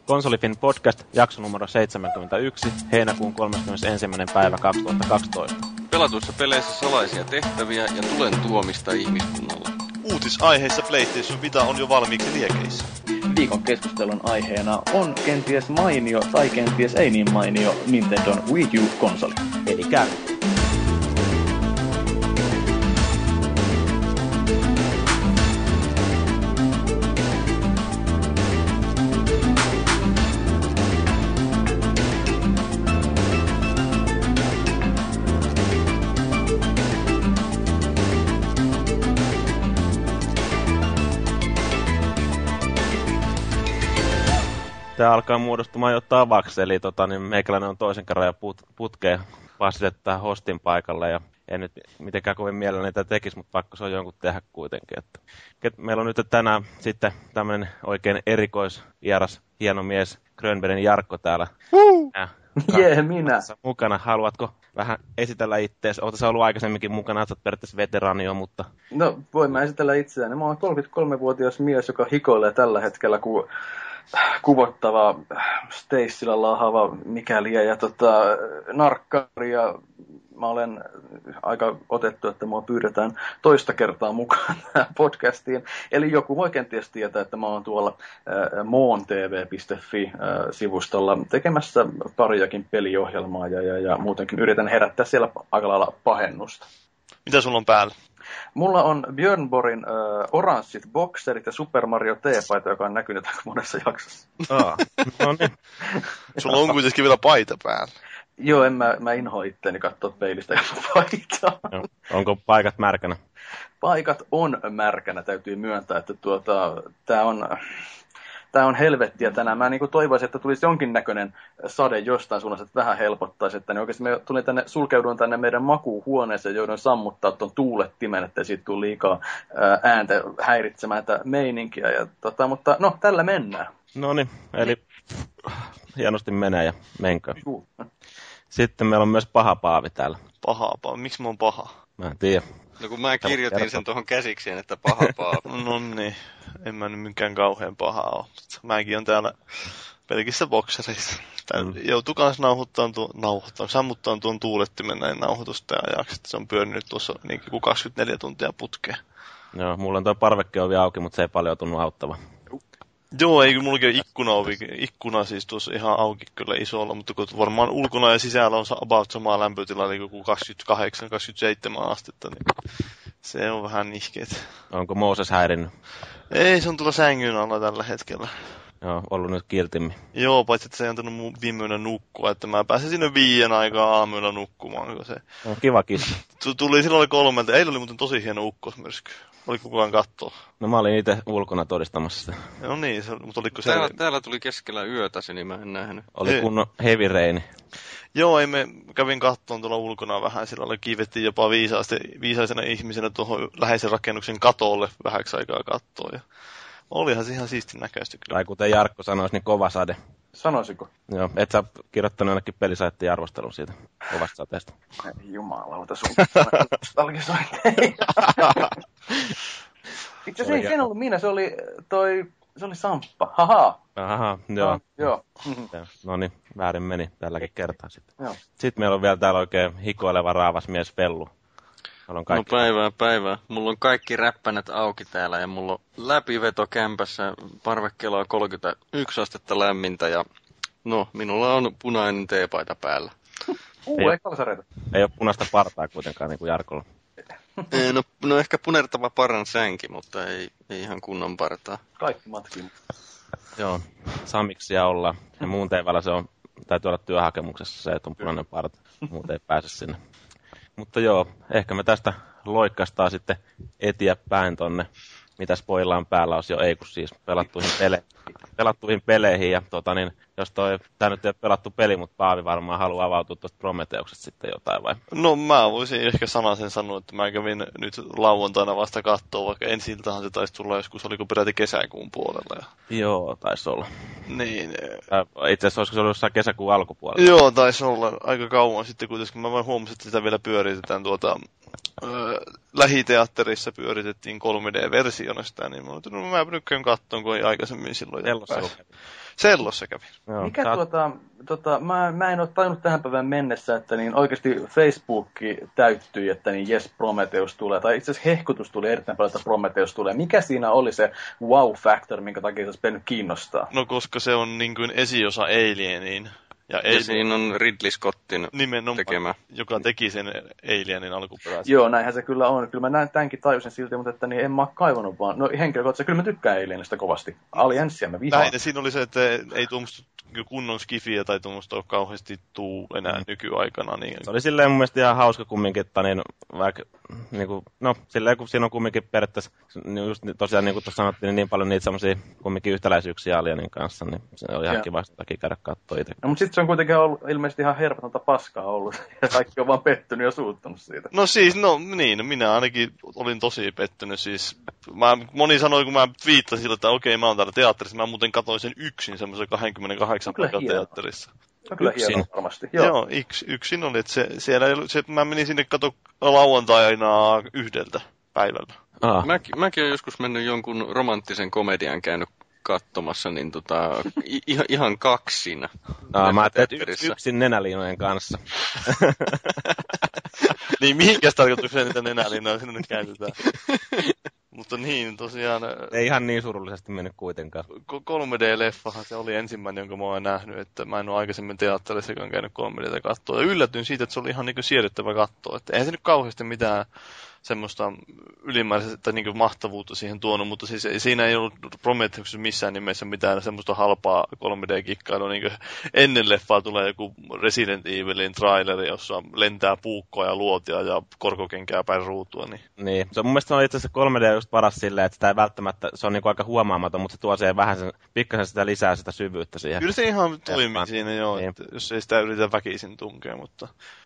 Konsolifin podcast, jakso numero 71, heinäkuun 31. päivä 2012. Pelatuissa peleissä salaisia tehtäviä ja tulen tuomista ihmiskunnalle. Uutisaiheissa PlayStation Vita on jo valmiiksi liekeissä. Viikon keskustelun aiheena on kenties mainio tai kenties ei niin mainio Nintendon Wii U-konsoli. Eli käy. Tämä alkaa muodostumaan jo tavaksi, eli meikäläinen on toisen kerran ja putkeen passitettaa hostin paikalle, ja en nyt mitenkään kovin mielelläni niitä tekisi, mutta pakko se on jonkun tehdä kuitenkin. Meillä on nyt tänään sitten tämmöinen oikein erikoisvieras, hieno mies, Grönbergin Jarkko täällä. Minä. Mukana. Haluatko vähän esitellä itseäsi? Oletko ollut aikaisemminkin mukana, että olet periaatteessa veteraani jo, mutta... No, voin mä esitellä itseäni. Mä oon 33-vuotias mies, joka hikoilee tällä hetkellä, kun kuvottava, Stacella laahava mikäliä ja narkkari, ja mä olen aika otettu, että mua pyydetään toista kertaa mukaan tähän podcastiin. Eli joku voi kenties tietää, että mä oon tuolla moontv.fi-sivustolla tekemässä pariakin peliohjelmaa ja muutenkin yritän herättää siellä aika lailla pahennusta. Mitä sulla on päällä? Mulla on Björn Borgin oranssit bokserit ja Super Mario T-paita, joka on näkynyt aika monessa jaksossa. No niin. Sulla on kuitenkin vielä paita päällä. Joo, mä inhoa itteeni katsoa peilistä ja paitaa. Onko paikat märkänä? Paikat on märkänä, täytyy myöntää, että Tää on helvettiä tänään. Mä niin toivoisin, että tulisi jonkinnäköinen sade jostain suunnasta, että vähän helpottaisi. Että niin oikeasti sulkeuduin tänne meidän makuuhuoneeseen, joudun sammuttaa tuon tuulettimen, ettei siitä tule liikaa ääntä häiritsemään tätä meininkiä. Mutta no, tällä mennään. Noniin, eli hienosti menee ja menkää. Sitten meillä on myös paha Paavi täällä. Paha Paavi? Miksi mä oon paha? Mä en tiedä. No kun mä kirjoitin sen tuohon käsikseen, että paha Paavi. No niin, en mä nyt mikään kauhean paha ole. Mäkin on täällä pelkissä boksereissa. Joutuu kans sammuttaa tuon tuulettimen näin nauhoitusten ajaksi, että se on pyörinyt tuossa niin kuin 24 tuntia putkeen. Joo, mulla on tuo parvekkeovi auki, mutta se ei paljon tunnu auttava. Joo, ei mullakin on ikkuna siis tuossa ihan auki kyllä isolla, mutta kun varmaan ulkona ja sisällä on about samaa lämpötila, niin kuin 28-27 astetta, niin se on vähän nihkeet. Onko Mooses häirinnyt? Ei, se on tuolla sängyn alla tällä hetkellä. Joo, ollut nyt kiltimmin. Joo, paitsi että se ei antanut mun viime yönä nukkua, että mä pääsin sinne 5 aikaa aamuyöllä nukkumaan. Kun se... No, kiva kissa. Tuli silloin 3. Eilen oli muuten tosi hieno ukkosmyrsky. Oliko kukaan kattoo? No mä olin itse ulkona todistamassa sitä. No niin, mutta oliko se... Täällä tuli keskellä yötä se, niin mä en nähnyt. Oli kunnon heavy rain. Joo, me kävin kattoon tuolla ulkona vähän, sillä kiivettiin jopa viisaisena ihmisenä tuohon läheisen rakennuksen katolle vähäksi aikaa kattoon. Ja olihan se ihan siistin näköistä kyllä. Tai kuten Jarkko sanoisi, niin kova sade. Sanoisiko? Joo, et sä kirjoittanut ainakin pelisaittiin arvostelun siitä kovasta sateesta. Jumalauta sun nostalgisointeja. Itse asiassa ei sen ollut minä, se oli Samppa. Aha, joo. Joo. No niin, väärin meni tälläkin kertaa sitten. Joo. Sitten meillä on vielä täällä oikein hikoileva raavas mies Fellu. No päivää. Mulla on kaikki räppänät auki täällä ja mulla on läpiveto kämpässä, parvekkeella on 31 astetta lämmintä ja no, minulla on punainen teepaita päällä. Ei kalsareita. Ei ole punaista partaa kuitenkaan niin kuin Jarkolla. No ehkä punertava paran sänki, mutta ei ihan kunnon partaa. Kaikki matki. Joo, samiksia ollaan. Ja muun teevällä se on, täytyy olla työhakemuksessa se, että on punainen parta. Muuten ei pääse sinne. Mutta joo, ehkä me tästä loikkaistaan sitten eteenpäin tonne, mitä spoilaan päällä olisi jo, ei kun siis pelattuihin peleihin. Ja jos tää nyt ei ole pelattu peli, mutta Paavi varmaan haluaa avautua tuosta Prometheuksesta sitten jotain vai? No mä voisin ehkä sanasen sanoa, että mä kävin nyt lauantaina vasta katsoa, vaikka ensiltähän se taisi tulla joskus, oliko peräti kesäkuun puolella. Ja... Joo, taisi olla. Niin. Itse asiassa olisiko se ollut jossain kesäkuun alkupuolella? Joo, taisi olla aika kauan sitten kuitenkin. Mä vain huomasin, että sitä vielä pyöritetään lähiteatterissa pyöritettiin 3D-versiona sitä, niin mä olin, no mä nyt käyn kattoon, kun ei aikaisemmin silloin Sellossa kävi. Joo, mikä mä en ole tajunnut tähän päivään mennessä, että niin oikeasti Facebook täyttyi, että niin Yes Prometheus tulee, tai itse asiassa hehkutus tuli erittäin paljon, että Prometheus tulee. Mikä siinä oli se wow-factor, minkä takia se olisi pitänyt kiinnostaa? No koska se on niin kuin esiosa Alieniin. Ja siinä on Ridley Scottin tekemä. Joka teki sen Alienin alkuperäisen. Joo, näinhän se kyllä on. Kyllä mä tämänkin tajusin silti, mutta että niin en mä ole kaivannut vaan. No henkilökohtaisesti kyllä mä tykkään Alienista kovasti. Aliensia mä vihaan. Lähinnä siinä oli se, että ei tuommoista kunnon skifiä tai tuommoista ole kauheasti tuu enää nykyaikana. Niin... Se oli silleen mun mielestä ihan hauska kumminkin, että niin, vaikka, niin kuin, no silleen kun siinä on kumminkin periaatteessa, just tosiaan niin kuin tuossa sanottiin, niin paljon niitä semmosia kumminkin yhtäläisyyksiä Alienin kanssa, niin se oli ihan kiva sitäkin käydä katsoa itse. No, mutta sitten se on kuitenkin ollut ilmeisesti ihan herpatonta paskaa ollut, ja kaikki on vaan pettynyt ja suuttunut siitä. No siis, minä ainakin olin tosi pettynyt, siis moni sanoi, kun mä twiittasin sillä, että okei, mä oon täällä teatterissa, mä muuten katsoin sen yksin semmoisen 28 paikan teatterissa. No kyllä hieno varmasti. Joo, yksin oli, että mä menin sinne lauantaina 1 päivällä. Mäkin olen joskus mennyt jonkun romanttisen komedian käynyt katsomassa, niin ihan kaksin. Mä ajattelin, että yksin nenäliinojen kanssa. Niin, mihinkäs tarkoitukseen niitä nenäliinoja sinne käytetään? Mutta niin, tosiaan... Ei ihan niin surullisesti mennyt kuitenkaan. 3D-leffahan se oli ensimmäinen, jonka mä oon nähnyt, että mä en ole aikaisemmin teatterissakaan käynyt 3D:tä katsoa. Ja yllätyin siitä, että se oli ihan niin kuin siedettävä katsoa. Että eihän se nyt kauheasti mitään semmoista ylimääräistä niin mahtavuutta siihen tuonut, mutta siis siinä ei ollut Prometheuksessa missään nimessä mitään semmoista halpaa 3D-kikkailua. Niin ennen leffaa tulee joku Resident Evilin traileri, jossa lentää puukkoa ja luotia ja korkokenkää päin ruutua. Niin. Se on mun mielestä se on itse asiassa 3D just paras silleen, että sitä ei välttämättä, se on niinku aika huomaamaton, mutta se tuo siihen vähän pikkasen sitä lisää sitä syvyyttä siihen. Kyllä se ihan toimii siinä joo, niin. Jos ei sitä yritä väkisin tunkea, mutta...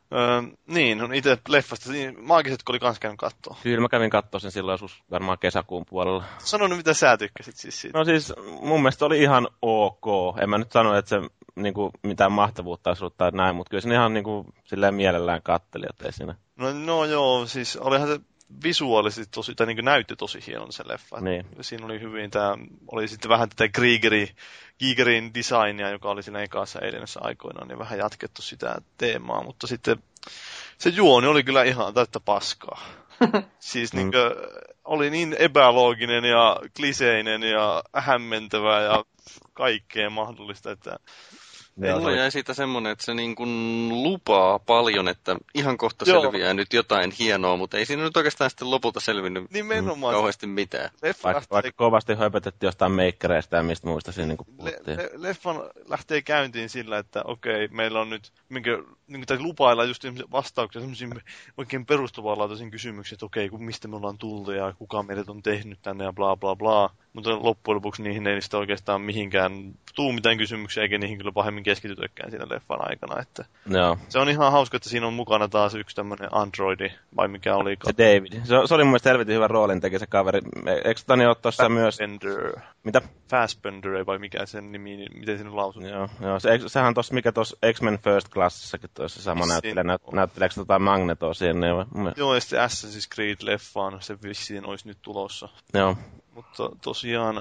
niin, on itse leffasta. Maagisetko oli kans käynyt kattoo? Kyllä mä kävin kattoo sen silloin joskus varmaan kesäkuun puolella. Sano nyt, mitä sä tykkäsit siis siitä? No siis mun mielestä oli ihan ok. En mä nyt sano, että se niinku, mitään mahtavuutta olisi ollut tai näin, mutta kyllä se ihan niinku, silleen mielellään katteli, että ei siinä. No joo, siis olihan se visuaalisesti tosi, tai niin näytti tosi hienon se leffa. Niin. Siinä oli hyvin oli sitten vähän tätä Gigerin designia, joka oli siinä ekassa Alienissa aikoinaan, niin vähän jatkettu sitä teemaa, mutta sitten se juoni oli kyllä ihan täyttä paskaa. Siis oli niin epälooginen ja kliseinen ja hämmentävä ja kaikkea mahdollista, että... Mulla jäi siitä semmoinen, että se niin kuin lupaa paljon, että ihan kohta selviää nyt jotain hienoa, mutta ei siinä nyt oikeastaan sitten lopulta selvinnyt kauheasti mitään. Vaikka kovasti höpötettiin jostain meikkereistä ja mistä muista siinä niin puhuttiin. Leffan lähtee käyntiin sillä, että okei, meillä on nyt, tai lupailla just vastauksia sellaisiin oikein perustavanlaatuisiin kysymyksiin, että okei, mistä me ollaan tultu ja kuka meidät on tehnyt tänne ja bla bla bla. Mutta loppujen lopuksi niihin ei sitä oikeastaan mihinkään tuu mitään kysymyksiä, eikä niihin kyllä pahemmin keskitytäkään siinä leffan aikana. Että se on ihan hauska, että siinä on mukana taas yksi tämmöinen androidi, vai mikä oli? Se David. Se oli mun mielestä helvetin hyvän roolin teki se kaveri. Eikö Tani ole tuossa myös... Mitä? Fassbender, vai mikä sen nimi, miten sinne lausut? Joo. Sehän on tossa, mikä tuossa X-Men First Classissakin tuossa sama näytteleekö Magnetoa siinä? Joo, ja sitten Assassin's Creed-leffaan se vissiin olisi nyt tulossa. Joo. Mutta tosiaan,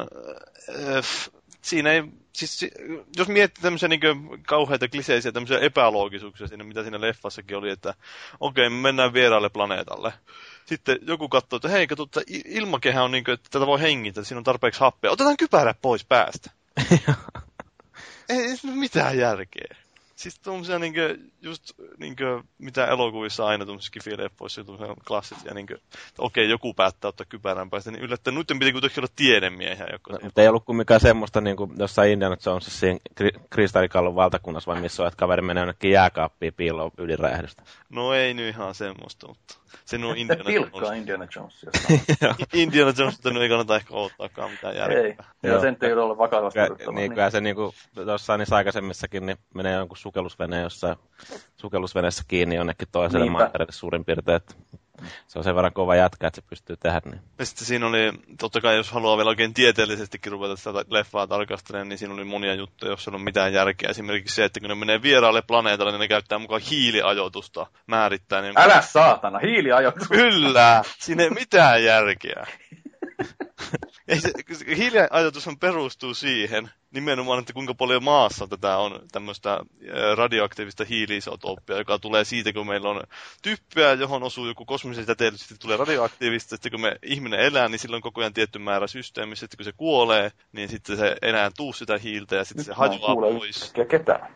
siinä ei, siis, jos miettii tämmöisiä niin kauheita kliseisiä, tämmöisiä epäloogisuuksia siinä, mitä siinä leffassakin oli, että okei, me mennään vieraalle planeetalle. Sitten joku katsoo, että hei, kato, ilmakehä on niin kuin, että tätä voi hengittää, siinä on tarpeeksi happea. Otetaan kypärä pois päästä. Ei mitään järkeä. Siis tuommoisia mitä elokuvissa aina tuommoisissa skifi-leffoissa, tuommoisia klassisia, okei, joku päättää ottaa kypärän päästä, niin yllättäen nyt piti kuitenkin olla tiedemiehiä. Mutta ei ollut kumminkaan semmoista, niin kuin jossain Indiana Jonesissa siinä Kristallikallon valtakunnassa, vai missä on, että kaveri menee jonnekin jääkaappiin piiloon ydinräjähdystä. No ei nyt ihan semmoista, mutta se on Indiana Jones. Pilkkaa Indiana Jonesia. Indiana Jones ei kannata ehkä odottaakaan mitään järkeä. Ei, ja sen ei ole vakavasti odottamaan. Niin, kyllä se jossain niissä aikaisemmissakin niin menee jonkun sukellusveneessä kiinni jonnekin toiselle mantereelle suurin piirtein. Se on sen verran kova jätkä, että se pystyy tehdä niin. Ja sitten siinä oli, totta kai jos haluaa vielä oikein tieteellisestikin ruveta sitä leffaa tarkastelemaan, niin siinä oli monia juttuja, jos ei ole mitään järkeä. Esimerkiksi se, että kun ne menee vieraalle planeetalle, niin ne käyttää mukaan hiiliajoitusta määrittäen. Niin... Älä saatana, hiiliajoitus! Kyllä! Siinä ei mitään järkeä. Hiiliajoitushan perustuu siihen nimenomaan, että kuinka paljon maassa tätä on tämmöistä radioaktiivista hiiliisotooppia, joka tulee siitä, kun meillä on typpeä, johon osuu joku kosmisen säteily, sitten tulee radioaktiivista, sitten kun me ihminen elää, niin silloin koko ajan tietty määrä systeemissä, sitten kun se kuolee, niin sitten se enää tuu sitä hiiltä ja sitten se hajoaa pois. Ketään.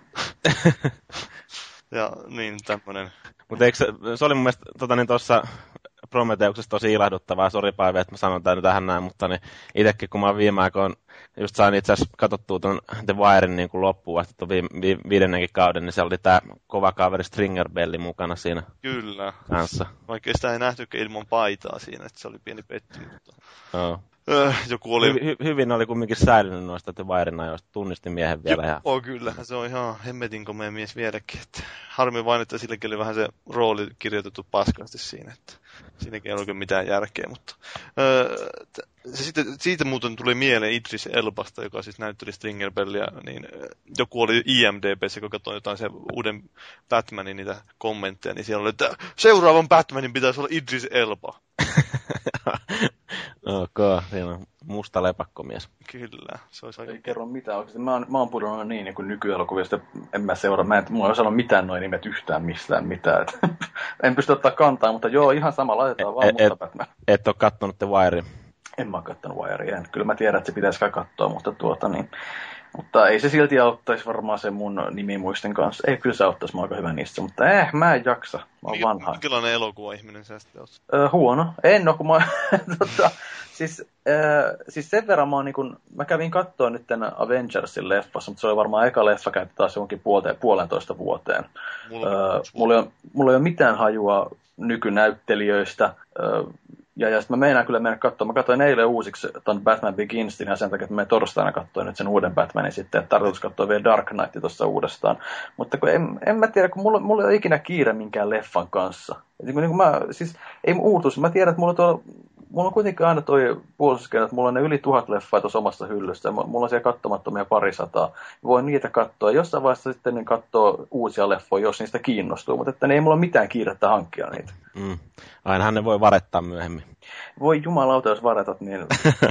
Ja niin, tämmönen. Mutta se oli mun mielestä tuossa Prometheuksessa tosi ilahduttavaa, sori Päivi, että mä sanon tämän tähän näin, mutta niin itsekin kun mä viime aikoina just sain itse asiassa katsottua ton The Wiren niin kuin loppuun asti tuon viidennenkin kauden, niin se oli tää kova kaveri Stringer Belli mukana siinä. Kyllä. Kanssa. Vaikka sitä ei nähtykään ilman paitaa siinä, että se oli pieni pettymys. Joo. Joku oli... Hyvin oli kumminkin säilynyt noista The Wiren ajoista, tunnisti miehen vielä. Joo, kyllä. Se on ihan hemmetin komea mies vieläkin. Että harmi vain, että sillekin oli vähän se rooli kirjoitettu paskasti siinä. Että siinäkin ei oikein mitään järkeä, mutta... siitä muuten tuli mieleen Idris Elbasta, joka siis näytteli Stringer Bellia, niin joku oli IMDb:ssä, kun katsoi jotain sen uuden Batmanin niitä kommentteja, niin siellä oli, että seuraavan Batmanin pitäisi olla Idris Elba. Ok, siinä on musta lepakkomies. Kyllä, se olisi aika... Ei kerro mitään oikeasti. Mä oon pudonnut niin kuin nykyelokuvista, en mä seuraa. Mulla ei sano mitään noin nimet yhtään mistään mitään. En pysty ottaa kantaa, mutta joo, ihan sama, laitetaan vaan musta Batman. Et oo kattonut The Wirea? En mä oo kattonut Wirea. Kyllä mä tiedän, että se pitäisi katsoa, mutta ei se silti auttaisi varmaan se mun nimimuisten kanssa. Ei, kyllä se auttaisi, mä oon aika hyvä niissä, mutta mä en jaksa. Mä oon vanha. Minkälainen elokuva-ihminen sä sitten oot? Huono. En oo, kun mä... siis sen verran mä kävin katsoa nyt tämän Avengersin leffassa, mutta se oli varmaan eka leffa käyty taas johonkin 1,5 vuoteen. Mulla ei ole mitään hajua nykynäyttelijöistä. Ja sitten mä meinaan kyllä mennä katsomaan. Mä katsoin eilen uusiksi ton Batman Beginsin ja sen takia, että mä torstaina katsoin nyt sen uuden Batmanin sitten. Että tarkoitus katsoa vielä Dark Knight tuossa uudestaan. Mutta kun en mä tiedä, kun mulla ei ole ikinä kiire minkään leffan kanssa. Ei uutuus. Mä tiedän, että mulla on kuitenkin aina toi puolustuskeino, että mulla on ne yli 1000 leffaa tuossa omassa hyllyssä. Mulla on siellä katsomattomia parisataa. Voin niitä katsoa. Jossain vaiheessa sitten niin katsoo uusia leffoja, jos niistä kiinnostuu. Mutta että ei mulla ole mitään kiirettä hankkia niitä. Ainahan ne voi varettaa myöhemmin. Voi jumalauta, jos varetat, niin...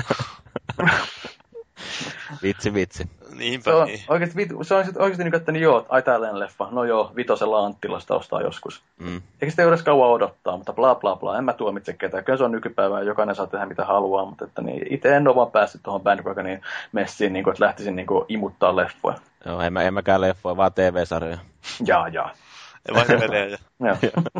Vitsi. Niinpä se on, niin. Se on oikeasti niin, että joo, ai tällainen leffa. No joo, 5 Anttilasta ostaa joskus. Eikä sitä edes kauan odottaa, mutta bla bla bla. En mä tuomitse ketään. Kyllä se on nykypäivää, jokainen saa tehdä mitä haluaa, mutta että niin, itse en ole vaan päässyt tuohon bandwagonin messiin, niin kuin, että lähtisin niin kuin, imuttaa leffoja. Joo, en mäkään leffoja, vaan TV-sarjoja. Jaa. Ei vain pelejä. Joo.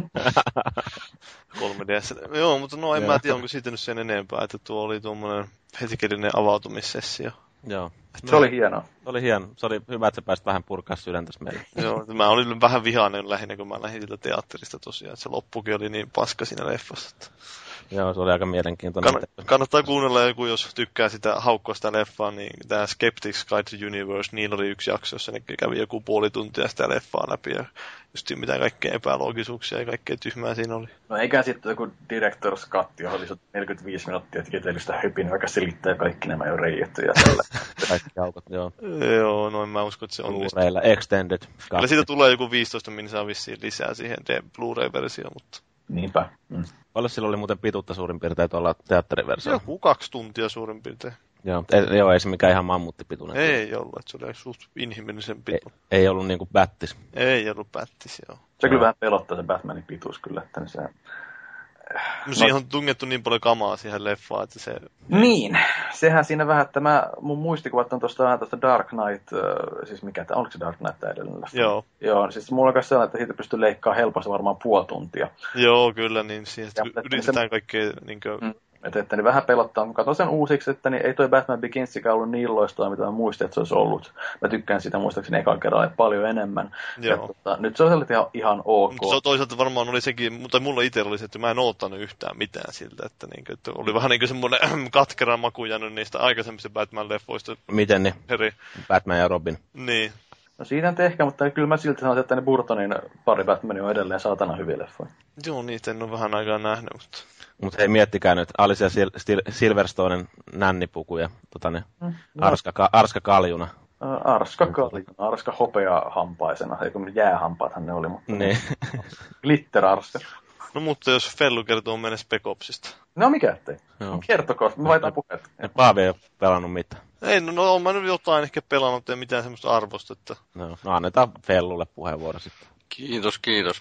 3DS. Joo, mutta en mä tiedä, onko siitä nyt sen enempää, että tuo oli tuommoinen hetkellinen avautumissessio. Joo. Se oli hienoa. Se oli hieno. Se oli hyvä, että sä pääsit vähän purkaa sydäntäsi meille. Joo, mä olin vähän vihainen lähinnä, kun mä lähdin siitä teatterista tosiaan. Että se loppukin oli niin paska siinä leffassa. Joo, se oli aika mielenkiintoinen. Kannattaa kuunnella joku, jos tykkää sitä haukkoa sitä leffaa, niin tämä Skeptics Guide to Universe, niillä oli yksi jakso, jossa ne kävi joku puoli tuntia sitä leffaa läpi ja just mitä kaikkea epäloogisuuksia ja kaikkea tyhmää siinä oli. No eikä sitten joku Director's Cut, johon oli 45 minuuttia tieteellistä hypin, joka selittää kaikki nämä jo reijätty ja tällä. Kaikki aukot, joo. Joo, no en mä usko, että se on. Blu-raylla Extended. Kyllä siitä tulee joku 15 minsaa vissiin lisää siihen Blu-ray-versioon, mutta... Niinpä. Paljon sillä oli muuten pituutta suurin piirtein tuolla teatteriversiolla? Joku 2 tuntia suurin piirtein. Joo, ei se mikään ihan mammuttipituinen. Ei ollut, että se oli suht inhimillisen pitu. Ei ollut niinku Battis. Ei ollut Battis, joo. Se kyllä vähän pelottaa se Batmanin pituus kyllä, että se... No siihen on tungettu niin paljon kamaa siihen leffaan, että se... Niin, sehän siinä vähän, että mun muistikuvat on tuosta Dark Knight, siis mikä tämä, oliko se Dark Knight edellinen leffa? Joo. Joo, siis mulla on myös sellainen, että siitä pystyy leikkaamaan helposti varmaan puoli tuntia. Joo, kyllä, niin siihen yritetään kaikkea niinkö... Että niin vähän pelottaa. Mä katsoin sen uusiksi, että niin ei toi Batman Beginsikään ollut niin loistoa, mitä mä muistin, että se olisi ollut. Mä tykkään sitä muistaakseni ekan kerran paljon enemmän. Joo. Ja, nyt se on sellainen ihan ok. Mutta toisaalta varmaan oli sekin, mutta mulla itsellä oli se, että mä en oottanut yhtään mitään siltä. Että oli vähän niin kuin semmoinen katkera maku jäänyt niistä aikaisemmista Batman-leffoista. Miten niin? Batman ja Robin. Niin. No siinä nyt ehkä, mutta kyllä mä silti sanoisin, että ne Burtonin pari Batmania on edelleen saatana hyviä leffoja. Joo, niitä en ole vähän aikaa nähnyt, mutta... Mutta hei, miettikää nyt, Alicia Silverstonen nännipuku ja Arska kaljuna. Arska hopeahampaisena, eikö jäähampaathan ne oli, mutta... Niin. Glitter-Arska. No mutta jos Fellu kertoo meille Spec Opsista. No mikä ettei? Kertokaa, mä vaitaan puhetta. Paavi ei ole pelannut mitään. Ei, no oon mä nyt jotain ehkä pelannut, ei mitään semmoista arvostetta. No annetaan Fellulle puheenvuoro sitten. Kiitos.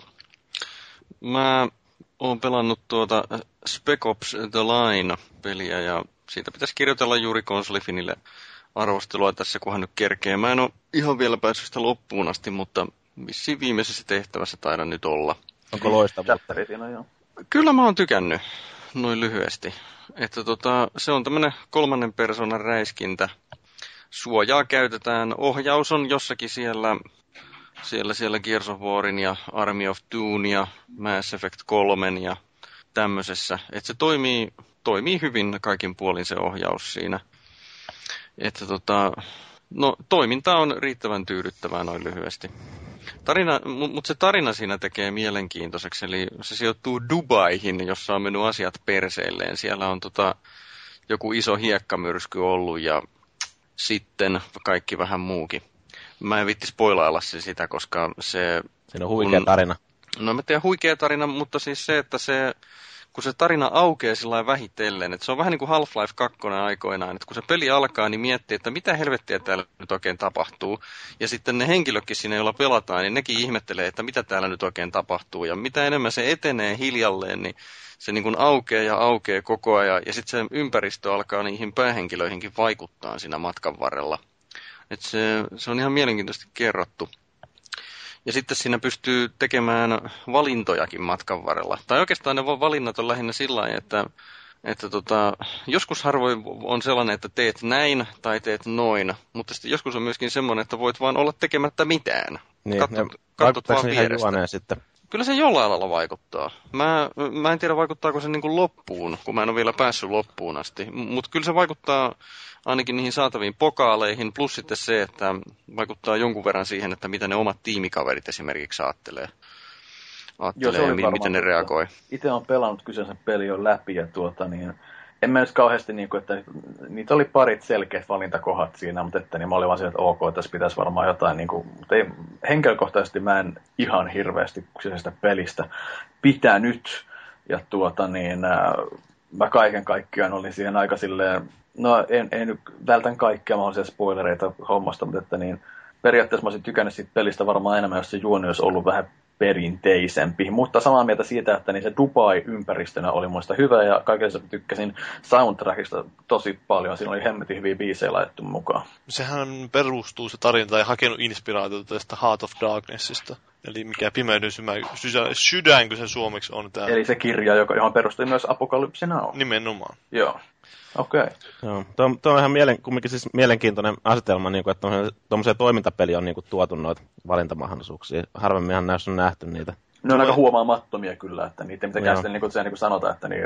Mä oon pelannut Spec Ops The Line-peliä ja siitä pitäisi kirjoitella juuri konsolifinille arvostelua tässä, kunhan nyt kerkee. Mä en ole ihan vielä päässyt sitä loppuun asti, mutta vissiin viimeisessä tehtävässä taidan nyt olla. Onko loistavuutta? Kyllä mä oon tykännyt, noin lyhyesti. Että se on tämmönen kolmannen persoonan räiskintä. Suojaa käytetään, ohjaus on jossakin siellä Gears of Warin ja Army of Doom ja Mass Effect 3 ja tämmöisessä. Että se toimii hyvin kaikin puolin se ohjaus siinä. Että toiminta on riittävän tyydyttävää noin lyhyesti. Mutta se tarina siinä tekee mielenkiintoiseksi, eli se sijoittuu Dubaihin, jossa on mennyt asiat perseilleen. Siellä on joku iso hiekkamyrsky ollut ja sitten kaikki vähän muukin. Mä en vitti spoilailla sitä, koska se... Siinä on huikea tarina. No mä tiedän huikea tarina, mutta siis se, että kun se tarina aukeaa sillä vähitellen, että se on vähän niin kuin Half-Life 2 aikoinaan, että kun se peli alkaa, niin miettii, että mitä helvettiä täällä nyt oikein tapahtuu. Ja sitten ne henkilökin siinä, joilla pelataan, niin nekin ihmettelee, että mitä täällä nyt oikein tapahtuu. Ja mitä enemmän se etenee hiljalleen, niin se niin kuin aukeaa koko ajan. Ja sitten se ympäristö alkaa niihin päähenkilöihinkin vaikuttaa siinä matkan varrella. Että se on ihan mielenkiintoisesti kerrottu. Ja sitten siinä pystyy tekemään valintojakin matkan varrella. Tai oikeastaan ne valinnat on lähinnä sillä lailla, että joskus harvoin on sellainen, että teet näin tai teet noin. Mutta sitten joskus on myöskin semmoinen, että voit vaan olla tekemättä mitään. Niin, katsot vaan vierestä. Sitten? Kyllä se jollain lailla vaikuttaa. Mä en tiedä, vaikuttaako se niin kuin loppuun, kun mä en ole vielä päässyt loppuun asti. Mutta kyllä se vaikuttaa ainakin niihin saataviin pokaaleihin, plus sitten se, että vaikuttaa jonkun verran siihen, että mitä ne omat tiimikaverit esimerkiksi ajattelee ja miten ne reagoi. Itse olen pelannut kyseisen peli jo läpi ja en mä nyt kauheasti, että niitä oli parit selkeät valintakohdat siinä, mutta niin mä olin vaan siinä, että ok, tässä pitäisi varmaan jotain, mutta henkilökohtaisesti mä en ihan hirveästi kyseisestä pelistä pitänyt. Ja mä kaiken kaikkiaan olin siihen aika silleen, no en nyt vältän kaikkia mahdollisia spoilereita hommasta, mutta periaatteessa mä olisin tykännyt siitä pelistä varmaan enemmän, jos se juoni olisi ollut vähän perinteisempi, mutta samaa mieltä siitä, että se Dubai-ympäristönä oli muista hyvä ja kaikessa tykkäsin soundtrackista tosi paljon. Siinä oli hemmetin hyviä biisejä laitettu mukaan. Sehän perustuu se tarina tai hakenut inspiraatiota tästä Heart of Darknessista. Eli mikä pimeyden sydän, kun se suomeksi on täällä. Eli se kirja, johon perustui myös Apocalypse Now. Nimenomaan. Joo. Okei. Okay. Joo. Tuo on ihan kumminkin siis mielenkiintoinen asetelma, että tuommoiseen toimintapeliin on tuotu noita valintamahdollisuuksia. Harvemminhan näissä on nähty niitä. Ne on aika huomaamattomia kyllä, että niitä mitenkään sitten sanotaan, että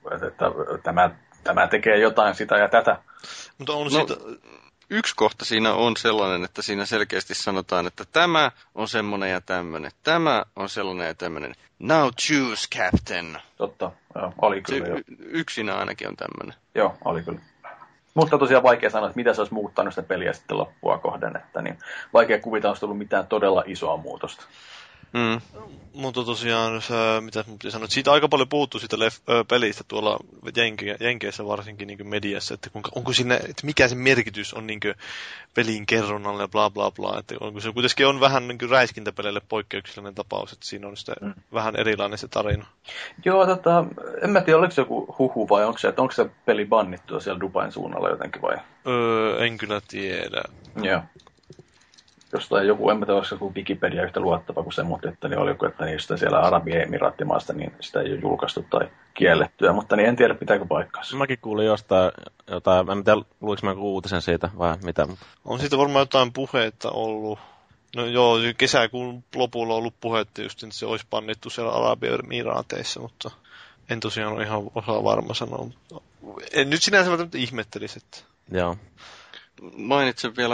tämä tekee jotain sitä ja tätä. Mutta on siitä... Yksi kohta siinä on sellainen, että siinä selkeästi sanotaan, että tämä on semmoinen ja tämmöinen. Tämä on sellainen ja tämmöinen. Now choose, Captain. Totta, joo, oli kyllä jo. Yksinä ainakin on tämmöinen. Joo, oli kyllä. Mutta tosiaan vaikea sanoa, että mitä se olisi muuttanut sitä peliä sitten loppua kohden. Että vaikea kuvitella, olisi tullut mitään todella isoa muutosta. Mutta tosiaan, mitä mun sanoa, siitä aika paljon puhuttu siitä pelistä tuolla Jenkeissä varsinkin niin mediassa, että onko siinä, että mikä se merkitys on niin pelin kerronnalle ja bla bla bla, että onko se kuitenkin on vähän niin räiskintäpeleille poikkeuksellinen tapaus, että siinä on sitä vähän erilainen se tarina. Joo, en mä tiedä, oliko se joku huhu vai onko se peli bannittua siellä Dubain suunnalla jotenkin vai? En kyllä tiedä. Joo. Jostain joku, en tiedä, olisiko joku Wikipedia yhtä luottava kuin se, mutta oli joku, että niistä siellä Arabi-emiraattimaasta, niin sitä ei ole julkaistu tai kiellettyä, mutta en tiedä, pitääkö paikkaansa. Mäkin kuulin jostain, en tiedä, luinko mä uutisen siitä vai mitä. On siitä varmaan jotain puhetta ollut. No joo, kesäkuun lopulla on ollut puhetta just, että se olisi pannittu siellä Arabi-emiraateissa, mutta en tosiaan ole ihan osaa varma sanoa. En nyt sinänsä välttämättä ihmettelisi, että... Joo. Mainitsen vielä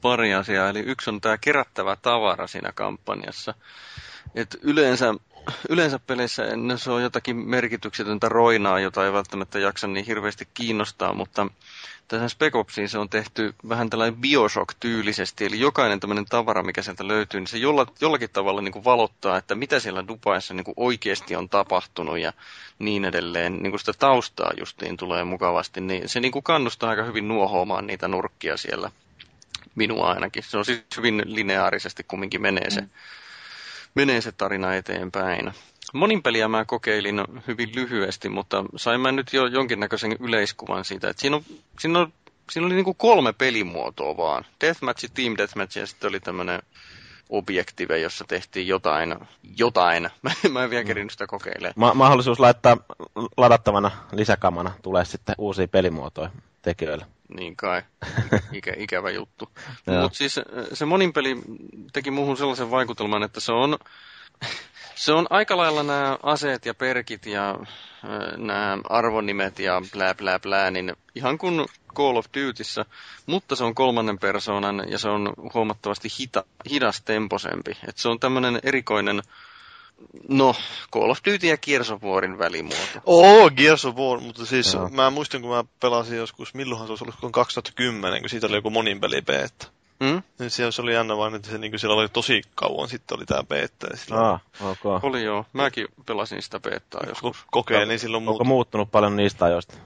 pari asiaa. Eli yksi on tämä kerättävä tavara siinä kampanjassa. Et yleensä peleissä se on jotakin merkityksetöntä roinaa, jota ei välttämättä jaksa niin hirveästi kiinnostaa, mutta tässä Spec Opsiin se on tehty vähän tällainen Bioshock-tyylisesti, eli jokainen tämmöinen tavara, mikä sieltä löytyy, niin se jollakin tavalla niin kuin valottaa, että mitä siellä Dubaissa niin kuin oikeasti on tapahtunut ja niin edelleen. Niin kuin sitä taustaa justiin tulee mukavasti, niin se niin kuin kannustaa aika hyvin nuohoamaan niitä nurkkia siellä, minua ainakin. Se on siis hyvin lineaarisesti kumminkin menee se tarina eteenpäin. Monin peliä mä kokeilin hyvin lyhyesti, mutta sain mä nyt jo jonkinnäköisen yleiskuvan siitä, että siinä oli niinku 3 pelimuotoa vaan. Deathmatch, Team Deathmatch ja sitten oli tämmönen Objective, jossa tehtiin jotain. Mä en vielä kerinyt sitä kokeilemaan. Mahdollisuus laittaa ladattavana lisäkamana tulee sitten uusia pelimuotoja tekijöille. Niin kai. Ikävä juttu. Mutta siis se monin peli teki muuhun sellaisen vaikutelman, että se on aika lailla nämä aseet ja perkit ja nämä arvonimet ja blää, niin ihan kuin Call of Dutyssä, mutta se on 3. persoonan ja se on huomattavasti hidastemposempi. Et se on tämmöinen erikoinen, Call of Duty ja Gears of Warin välimuoto. Gears of War, mutta siis mä muistan, kun mä pelasin joskus, milloinhan se olisi ollut 2010, kun siitä oli joku monin peli beta. Niin se oli jännä vaan, että se, niin siellä oli tosi kauan sitten oli tää beta. Okay. Oli joo, mäkin pelasin sitä betaa joskus. Kokeilin silloin Onko muuttunut paljon niistä ajoista?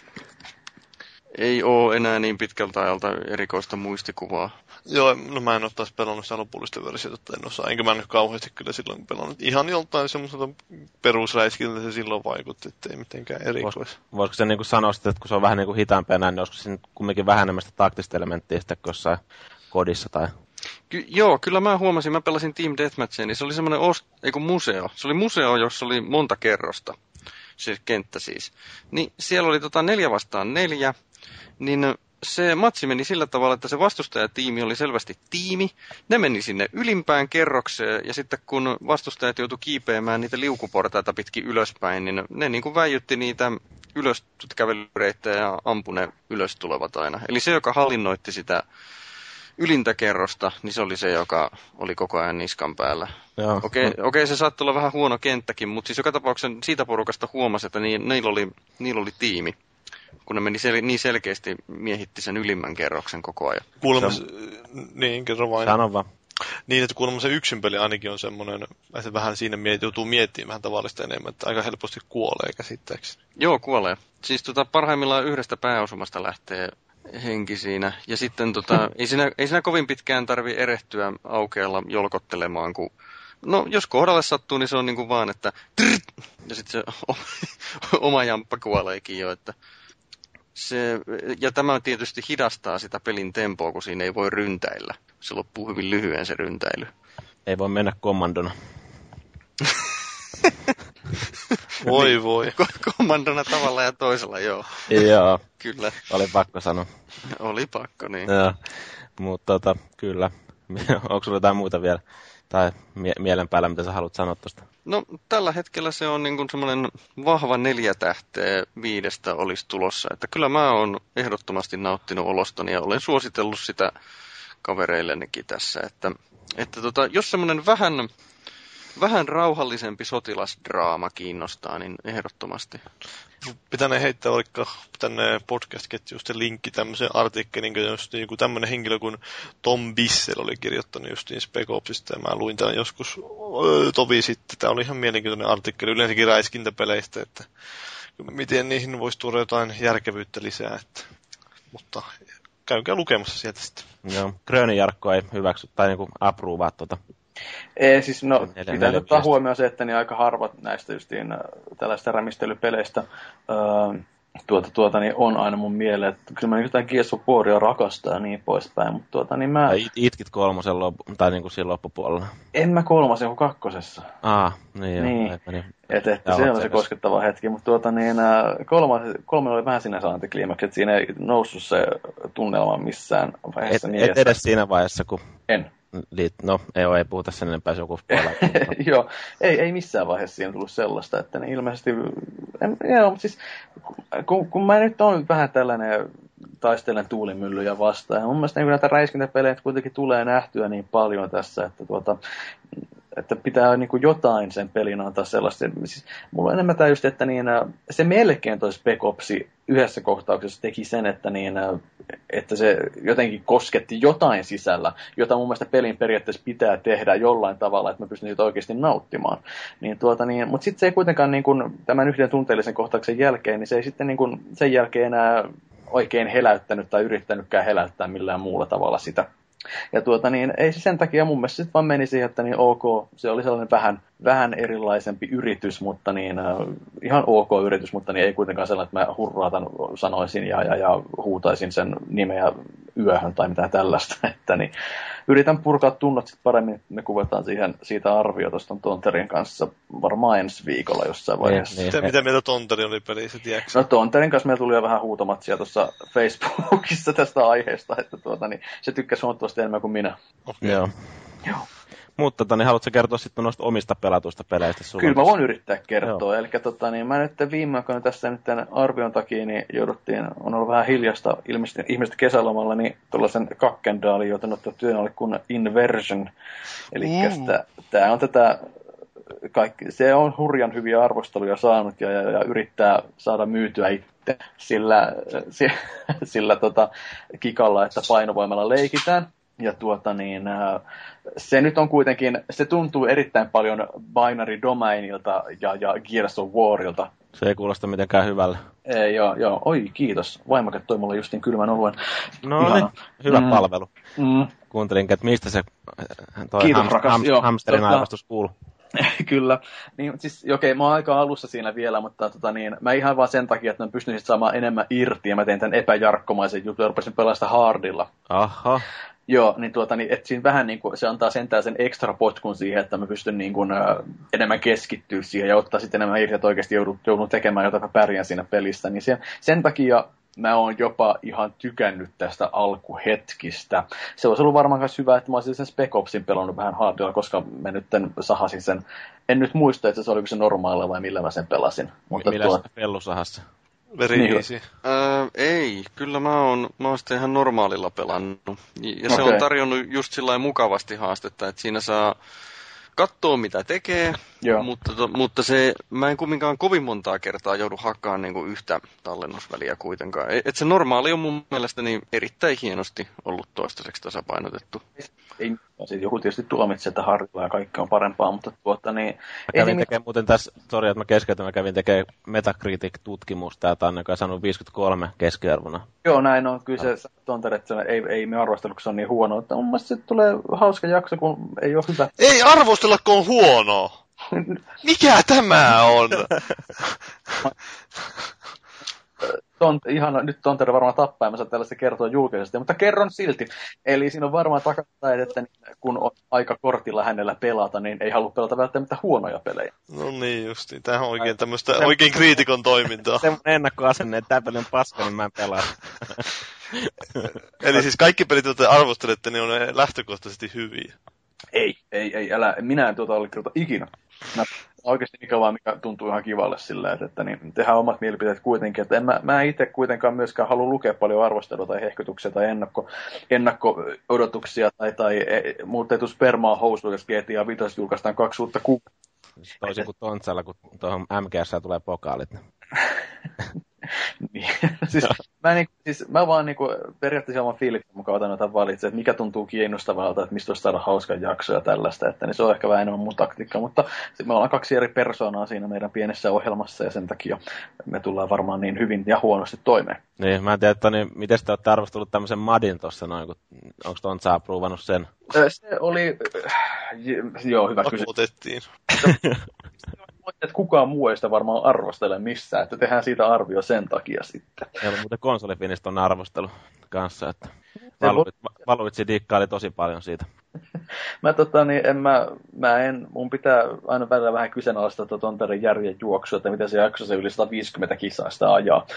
Ei oo enää niin pitkältä ajalta erikoista muistikuvaa. Joo, no mä en ole taas pelannut sitä lopullista versiota, että en osaa. Enkä mä nyt kauheasti kyllä silloin pelannut. Ihan joltain semmoiselta perusräiskiltä se silloin vaikutti, ettei mitenkään erikois. Voisiko se niin kuin sanoa sitten, että kun se on vähän niin kuin hitaampia näin, niin olisiko siinä kumminkin vähän enemmän sitä taktista elementtiä sitten kuin jossain kodissa tai... Joo, kyllä mä huomasin, mä pelasin Team Deathmatchia, niin se oli semmoinen museo. Se oli museo, jossa oli monta kerrosta, se kenttä siis. Niin siellä oli 4 vastaan 4, niin se matsi meni sillä tavalla, että se vastustajatiimi oli selvästi tiimi. Ne meni sinne ylimpään kerrokseen ja sitten kun vastustajat joutui kiipeämään niitä liukuportaita pitkin ylöspäin, niin ne niin kuin väijytti niitä ylöskävelyreittejä ja ampui ne ylös tulevat aina. Eli se, joka hallinnoitti sitä ylintä kerrosta, niin se oli se, joka oli koko ajan niskan päällä. Okei, se saattoi olla vähän huono kenttäkin, mutta siis joka tapauksessa siitä porukasta huomasi, että niillä oli tiimi, kun ne meni niin selkeästi miehitti sen ylimmän kerroksen koko ajan. Kuulemma, niin, kerro vain. Sano vaan. Niin, että kuulemma se yksin peli ainakin on semmoinen, että vähän siinä joutuu miettimään vähän tavallista enemmän, että aika helposti kuolee käsittääkseni. Joo, kuolee. Siis parhaimmillaan yhdestä pääosumasta lähtee henki siinä. Ja sitten ei siinä kovin pitkään tarvitse erehtyä aukealla jolkottelemaan, kun jos kohdalle sattuu, niin se on niin kuin vaan, että ja sitten se oma jamppa kuoleekin jo, että ja tämä tietysti hidastaa sitä pelin tempoa, kun siinä ei voi ryntäillä. Se loppuu hyvin lyhyen se ryntäily. Ei voi mennä kommandona. Voi. Kommandona tavalla ja toisella, joo. Joo. Kyllä. Oli pakko sanoa. Oli pakko, niin. Joo. Mutta kyllä. Onko sulla jotain muuta vielä? Tai mielen päällä, mitä sä haluat sanoa tuosta? No, tällä hetkellä se on niin kuin semmoinen vahva 4 tähteä 5 olisi tulossa. Että kyllä mä oon ehdottomasti nauttinut olostani ja olen suositellut sitä kavereillenikin tässä. Että jos semmoinen vähän rauhallisempi sotilasdraama kiinnostaa, niin ehdottomasti. Pitänee heittää vaikka tänne podcast-ketjuun linkki tämmöiseen artikkelin, jos joku tämmöinen henkilö kuin Tom Bissell oli kirjoittanut justiin Spec Opsista, ja mä luin tämän joskus tovi sitten. Tämä oli ihan mielenkiintoinen artikkeli yleensäkin räiskintäpeleistä, että miten niihin voisi tuoda jotain järkevyyttä lisää. Mutta käykää lukemassa sieltä sitten. Joo, Grönin Jarkko ei hyväksy tai niinku approovaa Ei, siis pitää ottaa huomioon se, että niin aika harvat näistä justiin tällaista rämistelypeleistä niin on aina mun mieleen, että kyllä mä jotain Gears of Waria rakastaa ja niin poispäin, mutta niin mä... Itkit 3 tai niinku siinä loppupuolella? En mä 3, kun 2. Niin. Että se on se koskettava hetki, mutta 3 oli vähän sinänsä antikliimaksi, että siinä ei noussut se tunnelma missään vaiheessa. Et edes siinä vaiheessa, kun... En. Ei puhuta sen enempää sukupuolella. Joo, ei missään vaiheessa siinä tullut sellaista, että ne ilmeisesti... mutta siis, kun mä nyt on vähän tällainen taistelen tuulimyllyjä vastaan. Ja mun mielestä niin näitä räiskintäpelejä kuitenkin tulee nähtyä niin paljon tässä, että pitää niin kuin jotain sen pelin antaa sellaista. Siis, mulla on enemmän tämä just, että niin, se melkein toi Spec Ops yhdessä kohtauksessa teki sen, että se jotenkin kosketti jotain sisällä, jota mun mielestä pelin periaatteessa pitää tehdä jollain tavalla, että mä pystyn siitä oikeasti nauttimaan. Mutta sitten se ei kuitenkaan niin kuin, tämän yhden tunteellisen kohtauksen jälkeen, niin se ei sitten niin kuin, sen jälkeen enää oikein heläyttänyt tai yrittänytkään heläyttää millään muulla tavalla sitä. Ja ei se sen takia mun mielestä sitten vaan meni siihen, että niin ok, se oli sellainen vähän erilaisempi yritys, mutta ihan ok yritys, mutta ei kuitenkaan sellainen, että mä hurraatan sanoisin ja huutaisin sen nimeä yöhön tai mitään tällaista. Että yritän purkaa tunnot sitten paremmin, me kuvataan siitä arvio tuosta Tonterin kanssa varmaan ensi viikolla jossain vaiheessa. Mitä mieltä Tonteri oli pelissä, tiedätkö? No Tonterin kanssa meillä tuli jo vähän huutomatsia tuossa Facebookissa tästä aiheesta, että se tykkäsi huomattavasti enemmän kuin minä. Okay. Joo. Mutta haluatko kertoa sitten noista omista pelatuista peleistä? Kyllä mä voin yrittää kertoa. Eli mä nyt viime aikoina tässä nyt arvion takia niin on ollut vähän hiljasta ihmistä kesälomalla, niin tuollaisen Kakkendaalin joutunut työn alle kuin Inversion. Eli tää on tätä kaikki, se on hurjan hyviä arvosteluja saanut ja yrittää saada myytyä itse sillä kikalla, että painovoimalla leikitään. Ja se nyt on kuitenkin, se tuntuu erittäin paljon Binary Domainilta ja Gears of Warilta. Se ei kuulosta mitenkään hyvälle. Joo. Oi, kiitos. Vaimo toi mulle justin kylmän oluen. No niin, hyvä palvelu. Kuuntelinkin, että mistä se kiitos, hamsterin aivastus kuuluu. Kyllä. Niin, siis, mä oon aika alussa siinä vielä, mutta mä ihan vaan sen takia, että mä pystyn saamaan enemmän irti, ja mä tein tämän epäjarkkomaisen jutun, ja rupesin pelaamaan sitä hardilla. Aha. Joo, että siinä vähän niin kuin, se antaa sentään sen ekstra potkun siihen, että mä pystyn niin kuin, enemmän keskittyä siihen ja ottaa sitten enemmän irti, että oikeasti joudun tekemään jotain, pärjään siinä pelissä. Niin sen takia mä oon jopa ihan tykännyt tästä alkuhetkistä. Se olisi ollut varmaan myös hyvä, että mä olisin sen Spec Opsin pelannut vähän hardilla, koska mä nyt sahasin sen. En nyt muista, että se oliko se normaalilla vai millä mä sen pelasin. Mutta millä se pellusahassa? Veriniisi. Ei, kyllä mä oon sitten ihan normaalilla pelannut. Ja se on tarjonnut just sillain mukavasti haastetta, että siinä saa katsoa mitä tekee, mutta mä en kumminkaan kovin montaa kertaa joudu hakkaamaan niinku yhtä tallennusväliä kuitenkaan. Et se normaali on mun mielestäni erittäin hienosti ollut toistaiseksi tasapainotettu. Ei, joku tietysti tuomitsee, että hardilla ja kaikki on parempaa, mutta Mä kävin tekemään muuten tässä, sori, että mä keskeytän, mä kävin tekemään Metacritic-tutkimusta, ja tämä on saanut 53 keskiarvona. Joo, näin on. Kyllä se Tonteri, että ei me arvostella, kun se on niin huono. Mutta mun mielestä se tulee hauska jakso, kun ei ole hyvä. Ei arvostella, kun on huono! Mikä tämä on? Nyt Tonteri varmaan tappaa, mä saan tällaista kertoa julkisesti, mutta kerron silti. Eli siinä on varmaan takana, että kun on aika kortilla hänellä pelata, niin ei halua pelata välttämättä huonoja pelejä. No niin justiin, tämähän on oikein tämmöistä oikein kriitikon toimintaa. Semmoinen ennakkoasenne, että tämä peli on paska, niin mä en pelaa. Eli siis kaikki pelit, joita arvostelette, niin on lähtökohtaisesti hyviä. Ei, minä en allekirjoita ikinä. Oikeasti mikä vaan, mikä tuntuu ihan kivalle sillä, että niin, tehdään omat mielipiteet kuitenkin. Että mä itse kuitenkaan myöskään halua lukea paljon arvostelua tai hehkytyksiä tai ennakko-odotuksia tai muutettu spermaa housuun, jos GTA 5 julkaistaan 2006. Toisin kuin Tontsalla, kun tuohon MGS tulee pokaalit. Niin. Mä vaan periaatteessa oman fiiliksen mukaan otan noita valitse, että mikä tuntuu kiinnostavalta, että mistä olisi saada hauskan jakso ja tällaista, että niin se on ehkä vähän enemmän mun taktiikka, mutta me ollaan 2 eri persoonaa siinä meidän pienessä ohjelmassa ja sen takia me tullaan varmaan niin hyvin ja huonosti toimeen. Niin, mä en tiedä, että miten te olette arvostellut tämmöisen Madin tuossa noin, onko Tontsa approuvannut sen? Se oli, joo, hyvä kysymys. Otettiin. Että kukaan muu ei sitä varmaan arvostele missään, että tehdään siitä arvio sen takia sitten. Meillä on muuten konsolifinistä on arvostelu kanssa, että Valuitsi dikkaili tosi paljon siitä. Mun pitää aina välillä vähän kyseenalaistaa Tonterin järjen juoksua, että miten se jakso se yli 150 kisaa sitä ajaa.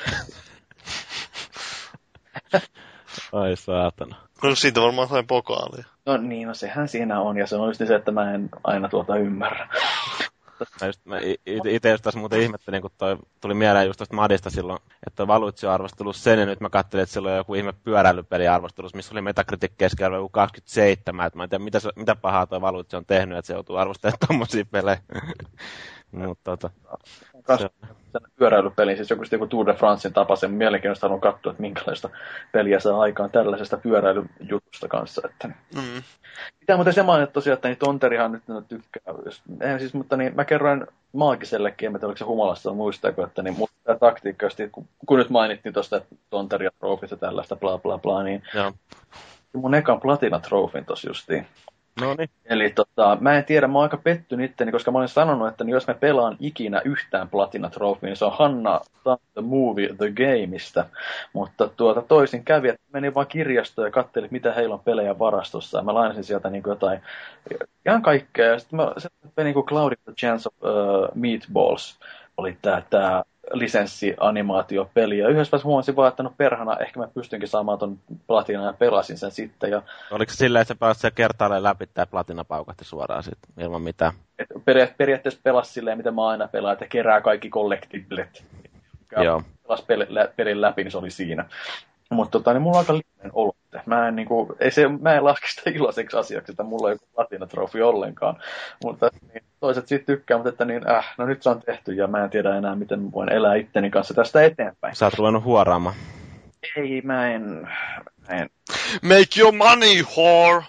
Ai saatana. No siitä varmaan sain pokaalia. No niin, sehän siinä on, ja se on just se, että mä en aina ymmärrä. Mä itse just tässä muuten ihmettelin, kun tuli mieleen just tuosta Madista silloin, että Valutio-arvostelussa sen, ja nyt mä katselin, että silloin joku ihme pyöräilypeliarvostelussa, missä oli Metacritic keskiarvo 27, että mä en tiedä, mitä pahaa toi Valutio on tehnyt, että se joutuu arvostelemaan tommosia pelejä. Mutta sen pyöräilypeliin, siis joku Tour de Francein tapaisen mielenkiintoista haluan katsoa, että minkälaista peliä saa aikaan tällaisesta pyöräilyjutusta kanssa. Että pitää muuten se mainita tosiaan, että niin Tonterihan nyt tykkää. Siis, mutta niin, mä kerroin Maagisellekin, en tiedä, oliko se humalassa muistaako, että niin, mutta tämä taktiikka, kun nyt mainittiin tuosta, että Tonteri ja trofit ja tällaista bla bla bla, niin joo. Mun ekan Platina-trofin tossa justiin. Noniin. Eli mä en tiedä, mä oon aika pettynyt itteni, koska mä olen sanonut, että jos me pelaan ikinä yhtään Platina Trophy, niin se on Hanna The Movie The Gameista. Mutta toisin kävi, että menin vaan kirjastoon ja katselin, mitä heillä on pelejä varastossa. Mä lainasin sieltä niin kuin jotain, ihan kaikkea. Ja sitten se niin kuin Cloudy The Chance of Meatballs oli tää lisenssianimaatiopeli. Ja yhdessä vaiheessa huomasin vaan, että no perhana, ehkä mä pystynkin saamaan ton Platinan ja pelasin sen sitten. Ja oliko se silleen, että sä pääsit siellä kertaalleen läpi tää Platina paukahti suoraan sitten ilman mitään? Periaatteessa pelasi silleen, mitä mä aina pelaan, että kerää kaikki collectiblet. Joo. Pelasi pelin läpi, niin se oli siinä. Mutta niin mulla on aika liian olo. Mä en laske sitä iloiseksi asiaksi, että mulla ei ole Platina-trofi ollenkaan. Mutta niin, toiset siitä tykkää, mutta että niin, no nyt se on tehty ja mä en tiedä enää, miten voin elää itteni kanssa tästä eteenpäin. Sä oot ruvennut huoraamaan. Ei, mä en. Make your money, whore!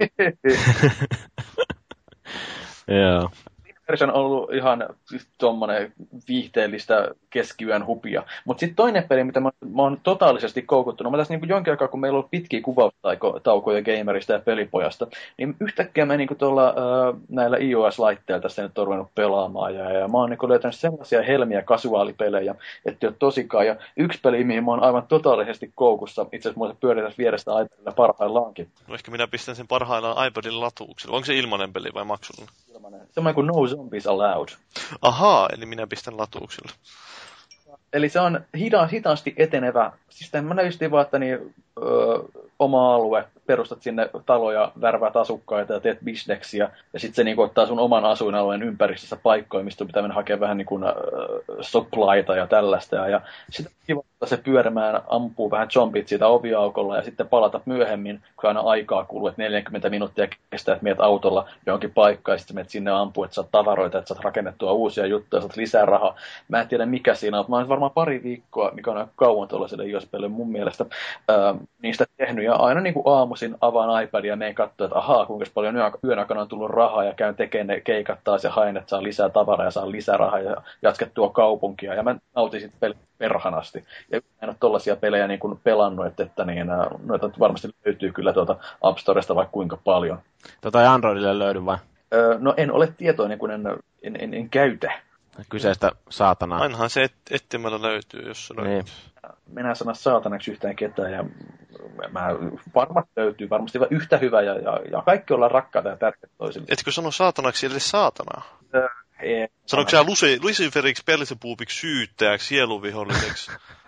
Joo. Se on ollut ihan tommonen viihteellistä keskiyön hupia. Mutta sitten toinen peli, mitä mä oon totaalisesti koukuttunut, mä tässä niinku jonkin aikaa, kun meillä on ollut pitkiä kuvaustaukoja gamerista ja pelipojasta, niin yhtäkkiä mä niinku tuolla näillä iOS-laitteilla tässä nyt on ruvennut pelaamaan, ja mä oon niinku löytänyt sellaisia helmiä kasuaalipelejä, että ole tosikaan, ja yksi peli, mihin mä oon aivan totaalisesti koukussa, itse asiassa mulla se pyörii tässä vierestä iPadilla parhaillaankin. No ehkä minä pistän sen parhaillaan iPadin latuuksella. Onko se ilmainen peli vai maksullinen? Semmoinen kuin No Zombies Allowed. Ahaa, eli minä pistän latuuksille. Eli se on hitaasti etenevä. Siis mä näytin vaan, että oma alue, perustat sinne taloja, värväät asukkaita ja teet bisneksiä. Ja sitten se ottaa sun oman asuinalueen ympäristössä paikkoja, mistä pitää mennä hakemaan vähän supplyta ja tällaista. Ja sitten kiva se pyörimään, ampuu vähän zombit siitä oviaukolla ja sitten palata myöhemmin, kun aina aikaa kuluu, että 40 minuuttia kestää, että meet autolla johonkin paikkaan ja sitten menet sinne ampuu, että saat tavaroita, että saat rakennettua uusia juttuja, saat lisää rahaa. Mä en tiedä mikä siinä on, mä olen varmaan pari viikkoa, mikä on aika kauan tuollaiselle iOS-pelille mun mielestä, niistä tehnyt. Ja aina niin kuin aamuisin avaan iPadia ja menen katsoa, että ahaa, kuinka paljon yön aikana on tullut rahaa ja käyn tekemään ne keikat taas ja haen, että saa lisää tavaraa ja saa lisää rahaa ja jatkettua kaupunkia. Ja mä nautin sitten perhanasti. Ja en ole tollaisia pelejä niin kuin pelannut, että noita varmasti löytyy kyllä tuolta App Storesta vaikka kuinka paljon. Ei Androidille löydy vai? No en ole tietoinen, kun en käytä. Kyseistä saatanaa. Ainahan se etsimällä löytyy, jos se löytyy. Niin. Minä en sano saatanaksi yhtään ketään ja varmasti löytyy varmasti yhtä hyvä ja kaikki ollaan rakkaita ja tärkeitä toisille. Etkö sano saatanaksi edes saatanaa? Ei. Sanoiko sä Luciferiksi, Belzebubiksi, syyttäjäksi, sieluviholliseksi?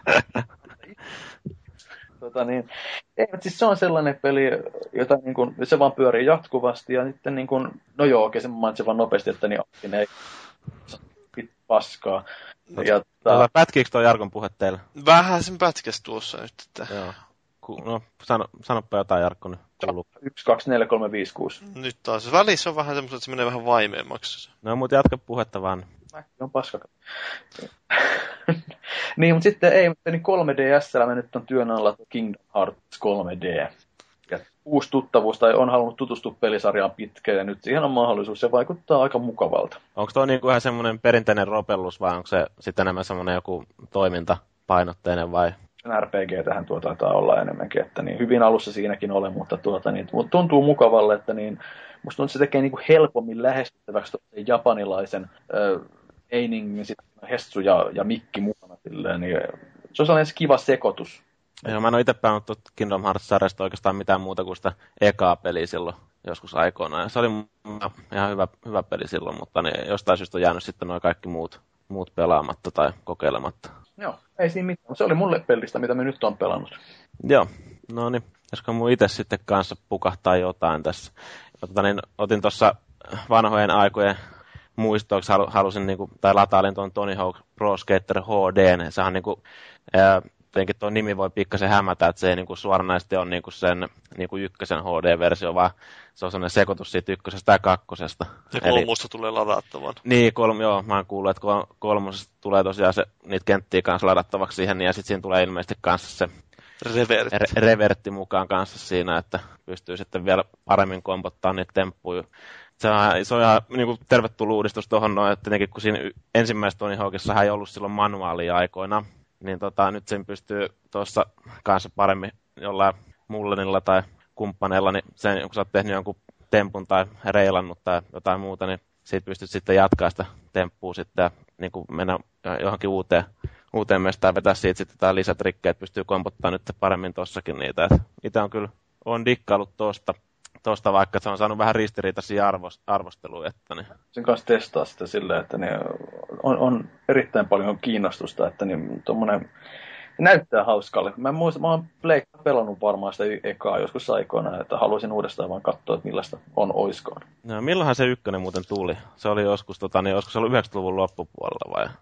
Ei, mutta siis se on sellainen peli, jota niin kuin, se vaan pyörii jatkuvasti ja sitten niin kuin, no joo, oikein sen mainitsin vaan nopeasti, että niin ei paskaa. Pätkiikö tuo Jarkon puhe teille? Vähän sen pätkäs tuossa nyt. Että... Joo. No, sanoppa jotain, Jarkko, nyt kuuluu. 1, 2, 4, 3, 5, 6. Nyt taas. Välissä on vähän semmoista, että se menee vähän vaimeemmaksi. No, mutta jatka puhetta vaan. Mäkin on paska. Niin, mutta sitten ei, niin 3DS:llä mä nyt on työn alla Kingdom Hearts 3D. Ja uusi tuttavuus, tai on halunnut tutustua pelisarjaan pitkään, ja nyt siihen on mahdollisuus, se vaikuttaa aika mukavalta. Onko toi niinku ihan semmoinen perinteinen ropellus, vai onko se sitten enemmän semmoinen joku toimintapainotteinen, vai? RPG tähän taitaa olla enemmänkin, että niin hyvin alussa siinäkin olen, mutta tuntuu mukavalle, että niin, musta tuntuu, että se tekee niin kuin helpommin lähestyttäväksi japanilaisen einingin, sitten Hessu ja Mikki mukana silleen, niin se on sellainen kiva sekoitus. Joo, mä en ole itse päänyt Kingdom Hearts-sarjasta oikeastaan mitään muuta kuin sitä ekaa peliä silloin joskus aikoinaan. Ja se oli ihan hyvä peli silloin, mutta niin jostain syystä on jäänyt sitten nuo kaikki muut pelaamatta tai kokeilematta. Joo, ei siinä mitään. Se oli mulle pelistä, mitä me nyt on pelannut. Joo, no niin. Josko mun itse sitten kanssa pukahtaa jotain tässä. Otin tuossa vanhojen aikojen muistoiksi halusin, niinku, tai latailin tuon Tony Hawk Pro Skater HD:n. Sehän niinku, tietenkin tuo nimi voi pikkasen hämätä, että se ei niinku suoranaisesti ole niinku sen niinku ykkösen HD-versio, vaan se on sellainen sekoitus siitä ykkösestä ja kakkosesta. Ja kolmosta tulee ladattavan. Niin, joo, mä oon kuullut, että kolmosesta tulee tosiaan niitä kenttiä kanssa ladattavaksi siihen, ja sitten siinä tulee ilmeisesti kanssa se revertti mukaan kanssa siinä, että pystyy sitten vielä paremmin kompottaa niitä temppuja. Se on ihan niin kuin tervetullut uudistus tuohon noin, että tietenkin kun siinä ensimmäisessä Tony Hawkissa ei ollut silloin manuaalia aikoina, niin nyt sen pystyy tuossa kanssa paremmin jollain mullenilla tai kumppaneilla, niin sen, kun sä oot tehnyt jonkun tempun tai reilannut tai jotain muuta, niin siitä pystyt sitten jatkaa sitä temppua sitten ja niin kuin mennä johonkin uuteen mestaan vetää siitä sitten jotain lisätrikkejä, että pystyy kompottaa nyt paremmin tossakin niitä. Itse on kyllä dikkaillut tosta, vaikka se on saanut vähän ristiriitaisia arvosteluja. Että niin. Sen kanssa testaa sitä silleen, että niin on erittäin paljon kiinnostusta, että niin tommonen näyttää hauskalle. Mä oon pelannut varmaan sitä ekaa joskus aikoina, että haluaisin uudestaan vaan katsoa, että millaista oiskoon. No, milloinhan se ykkönen muuten tuli? Se oli joskus, olisiko se ollut 90-luvun loppupuolella vai?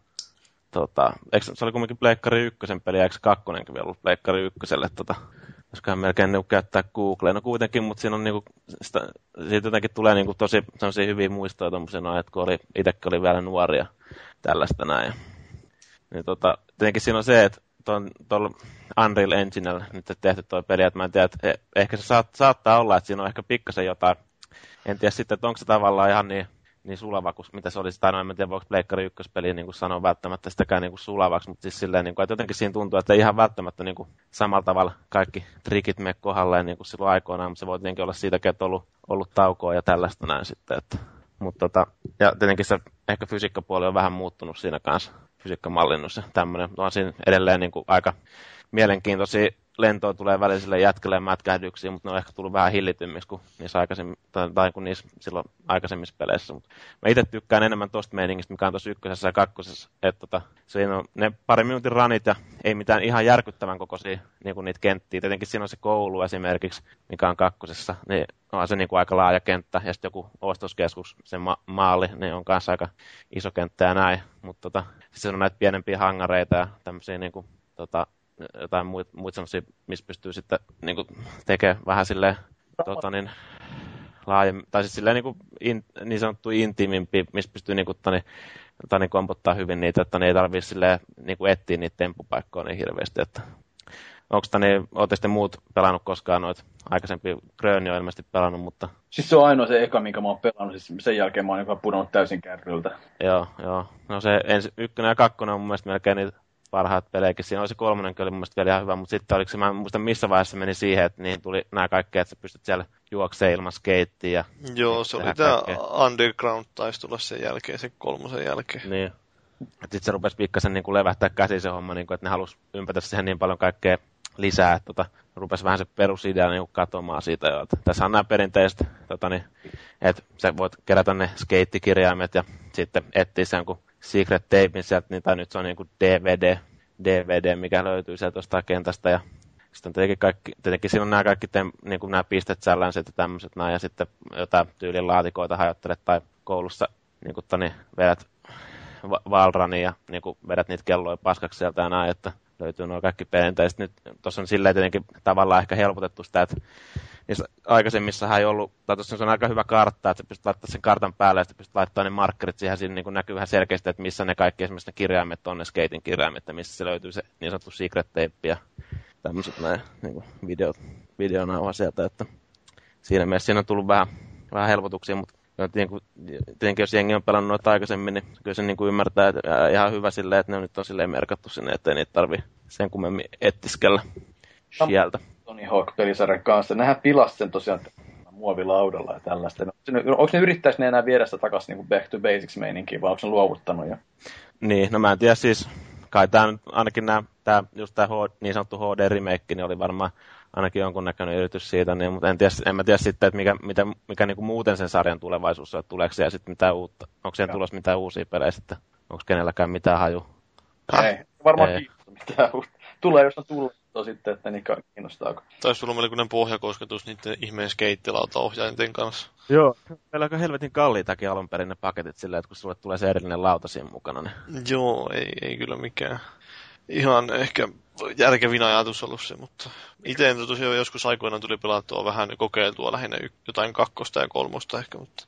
Se oli kumminkin Pleikkari 1 peli, eikö se kakkonenkin vielä ollut Pleikkari 1? Olisikohan melkein niinku käyttää Googlea. No kuitenkin, mutta siinä on niinku, siitä jotenkin tulee niinku tosi sellaisia hyviä muistoja tommosena, että kun itsekin oli vielä nuoria tällaista näin. Niin tietenkin siinä on se, että tuolla Unreal Enginellä nyt tehty toi peli, että mä en tiedä, että ehkä se saattaa olla, että siinä on ehkä pikkasen jotain, en tiedä sitten, että onko se tavallaan ihan niin sulava kuin mitä se olisi, tai en tiedä, voiko Pleikkari 1-peli niin sanoa välttämättä sitäkään niin sulavaksi, mutta siis silleen, niin kuin, että jotenkin siinä tuntuu, että ei ihan välttämättä niin kuin, samalla tavalla kaikki trikit mene kohdalleen niin kuin silloin aikoinaan, mutta se voi tietenkin olla siitäkin, että on ollut taukoa ja tällaista näin sitten. Mutta ja tietenkin se ehkä fysiikkapuoli on vähän muuttunut siinä kanssa, fysiikkamallinnus ja tämmöinen. On siinä edelleen niin kuin, aika mielenkiintoisia lentoja tulee välisille jätkille ja mätkähdyksiä, mutta ne on ehkä tullut vähän hillitymmiksi kuin niissä kuin niissä silloin aikaisemmissa peleissä. Mut mä itse tykkään enemmän tosta meiningistä, mikä on tuossa ykkösessä ja kakkosessa, että siinä on ne pari minuutin ranit ja ei mitään ihan järkyttävän kokoisia niin kuin niitä kenttiä. Tietenkin siinä on se koulu esimerkiksi, mikä on kakkosessa, niin on se niin kuin aika laaja kenttä ja sitten joku ostoskeskus, se maali, niin on kanssa aika iso kenttä ja näin. Mutta sitten on näitä pienempiä hangareita ja tämmöisiä niin kuin, jotain muita sellaisia, missä pystyy sitten niin kuin, tekemään vähän silleen laajemmin, tai siis silleen niin sanottu intiimimpi, missä pystyy niin kuin, kompottaa hyvin niitä, että ne ei tarvitse silleen niin kuin etsiä niitä temppupaikkoja niin hirveästi, että ootte sitten muut pelannut koskaan noita aikaisempia? Gröni on ilmeisesti pelannut, mutta... Siis se on ainoa se eka, minkä mä oon pelannut, siis sen jälkeen mä oon pudonnut täysin kärryltä. Joo. No se ykkönen ja kakkonen on mun mielestä melkein niitä parhaat pelejäkin. Siinä oli se kolmonenkin, oli mun mielestä vielä ihan hyvä, mutta sitten oliko se, mä en muista missä vaiheessa meni siihen, että niihin tuli nämä kaikki, että sä pystyt siellä juoksemaan ilman skeittiä. Joo, se oli tämä Underground taisi tulla sen jälkeen, sen kolmosen jälkeen. Niin. Sitten se rupesi pikkasen niin kuin levähtää käsiin se homma, niin kuin, että ne halusi ympätä siihen niin paljon kaikkea lisää, että rupesi vähän se perusidea niin katoamaan siitä jo. Tässä on nämä perinteiset, että sä voit kerätä ne skeittikirjaimet ja sitten etsiä sen jonkun secret tapein sieltä, niin, tai nyt se on niin kuin DVD, mikä löytyy sieltä jostain kentästä. Ja sitten tietenkin siinä on nämä kaikki niin kuin nämä pistet, sällänset ja tämmöiset näin, ja sitten jotain tyylin laatikoita hajottelet tai koulussa niin kuin, vedät valrani ja niin kuin vedät niitä kelloja paskaksi sieltä ja näin, että löytyy nuo kaikki perinteiset. Nyt tuossa on silleen tietenkin tavallaan ehkä helpotettu sitä, että niissä aikaisemmissahan ei ollut, tai tuossa on aika hyvä kartta, että sä pystyt laittamaan sen kartan päälle ja sitten pystyt laittamaan ne markkerit siihen, siinä niin näkyy vähän selkeästi, että missä ne kaikki esimerkiksi ne kirjaimet on, ne skeitin kirjaimet, ja missä se löytyy se niin sanottu secret tape ja tämmöiset näin niin videonauha sieltä, että siinä mielessä siinä on tullut vähän helpotuksia, mutta tietenkin jos jengi on pelannut noita aikaisemmin, niin kyllä se niin kuin ymmärtää, että ihan hyvä silleen, että ne nyt on silleen merkattu sinne, ettei niitä tarvitse sen kummemmin etiskellä sieltä. Tony Hawk-pelisarjan kanssa. Nehän pilasi sen tosiaan muovilaudalla ja tällaista. Onko ne yrittäisi ne enää viedä sitä takaisin niin back to basics meininkiin, vai onko ne luovuttanut jo? Niin, no mä en tiedä siis, kai tämä nyt ainakin tämä niin sanottu HD-remake, niin oli varmaan ainakin jonkunnäköinen yritys siitä, niin, mutta en mä tiedä sitten, että mikä niin kuin muuten sen sarjan tulevaisuus on, että tuleeko siellä sitten mitään uutta, onko siellä tulossa mitään uusia pelejä sitten, onko kenelläkään mitään haju? Ei, varmaan kiinnosta mitään uutta. Tulee, jos on tullut sitten, että niin kiinnostaako. Taisi tulla melkoinen pohjakosketus niiden ihmeen skeittilauta-ohjainten kanssa. Joo, meillä on aika helvetin kalliitakin alun perin ne paketit silleen, että kun sulle tulee se erillinen lauta siinä mukana, niin... Joo, ei kyllä mikään ihan ehkä järkevin ajatus ollut se, mutta itse tosiaan joskus aikoinaan tuli pelattua vähän kokeiltua lähinnä jotain 2. ja 3. ehkä, mutta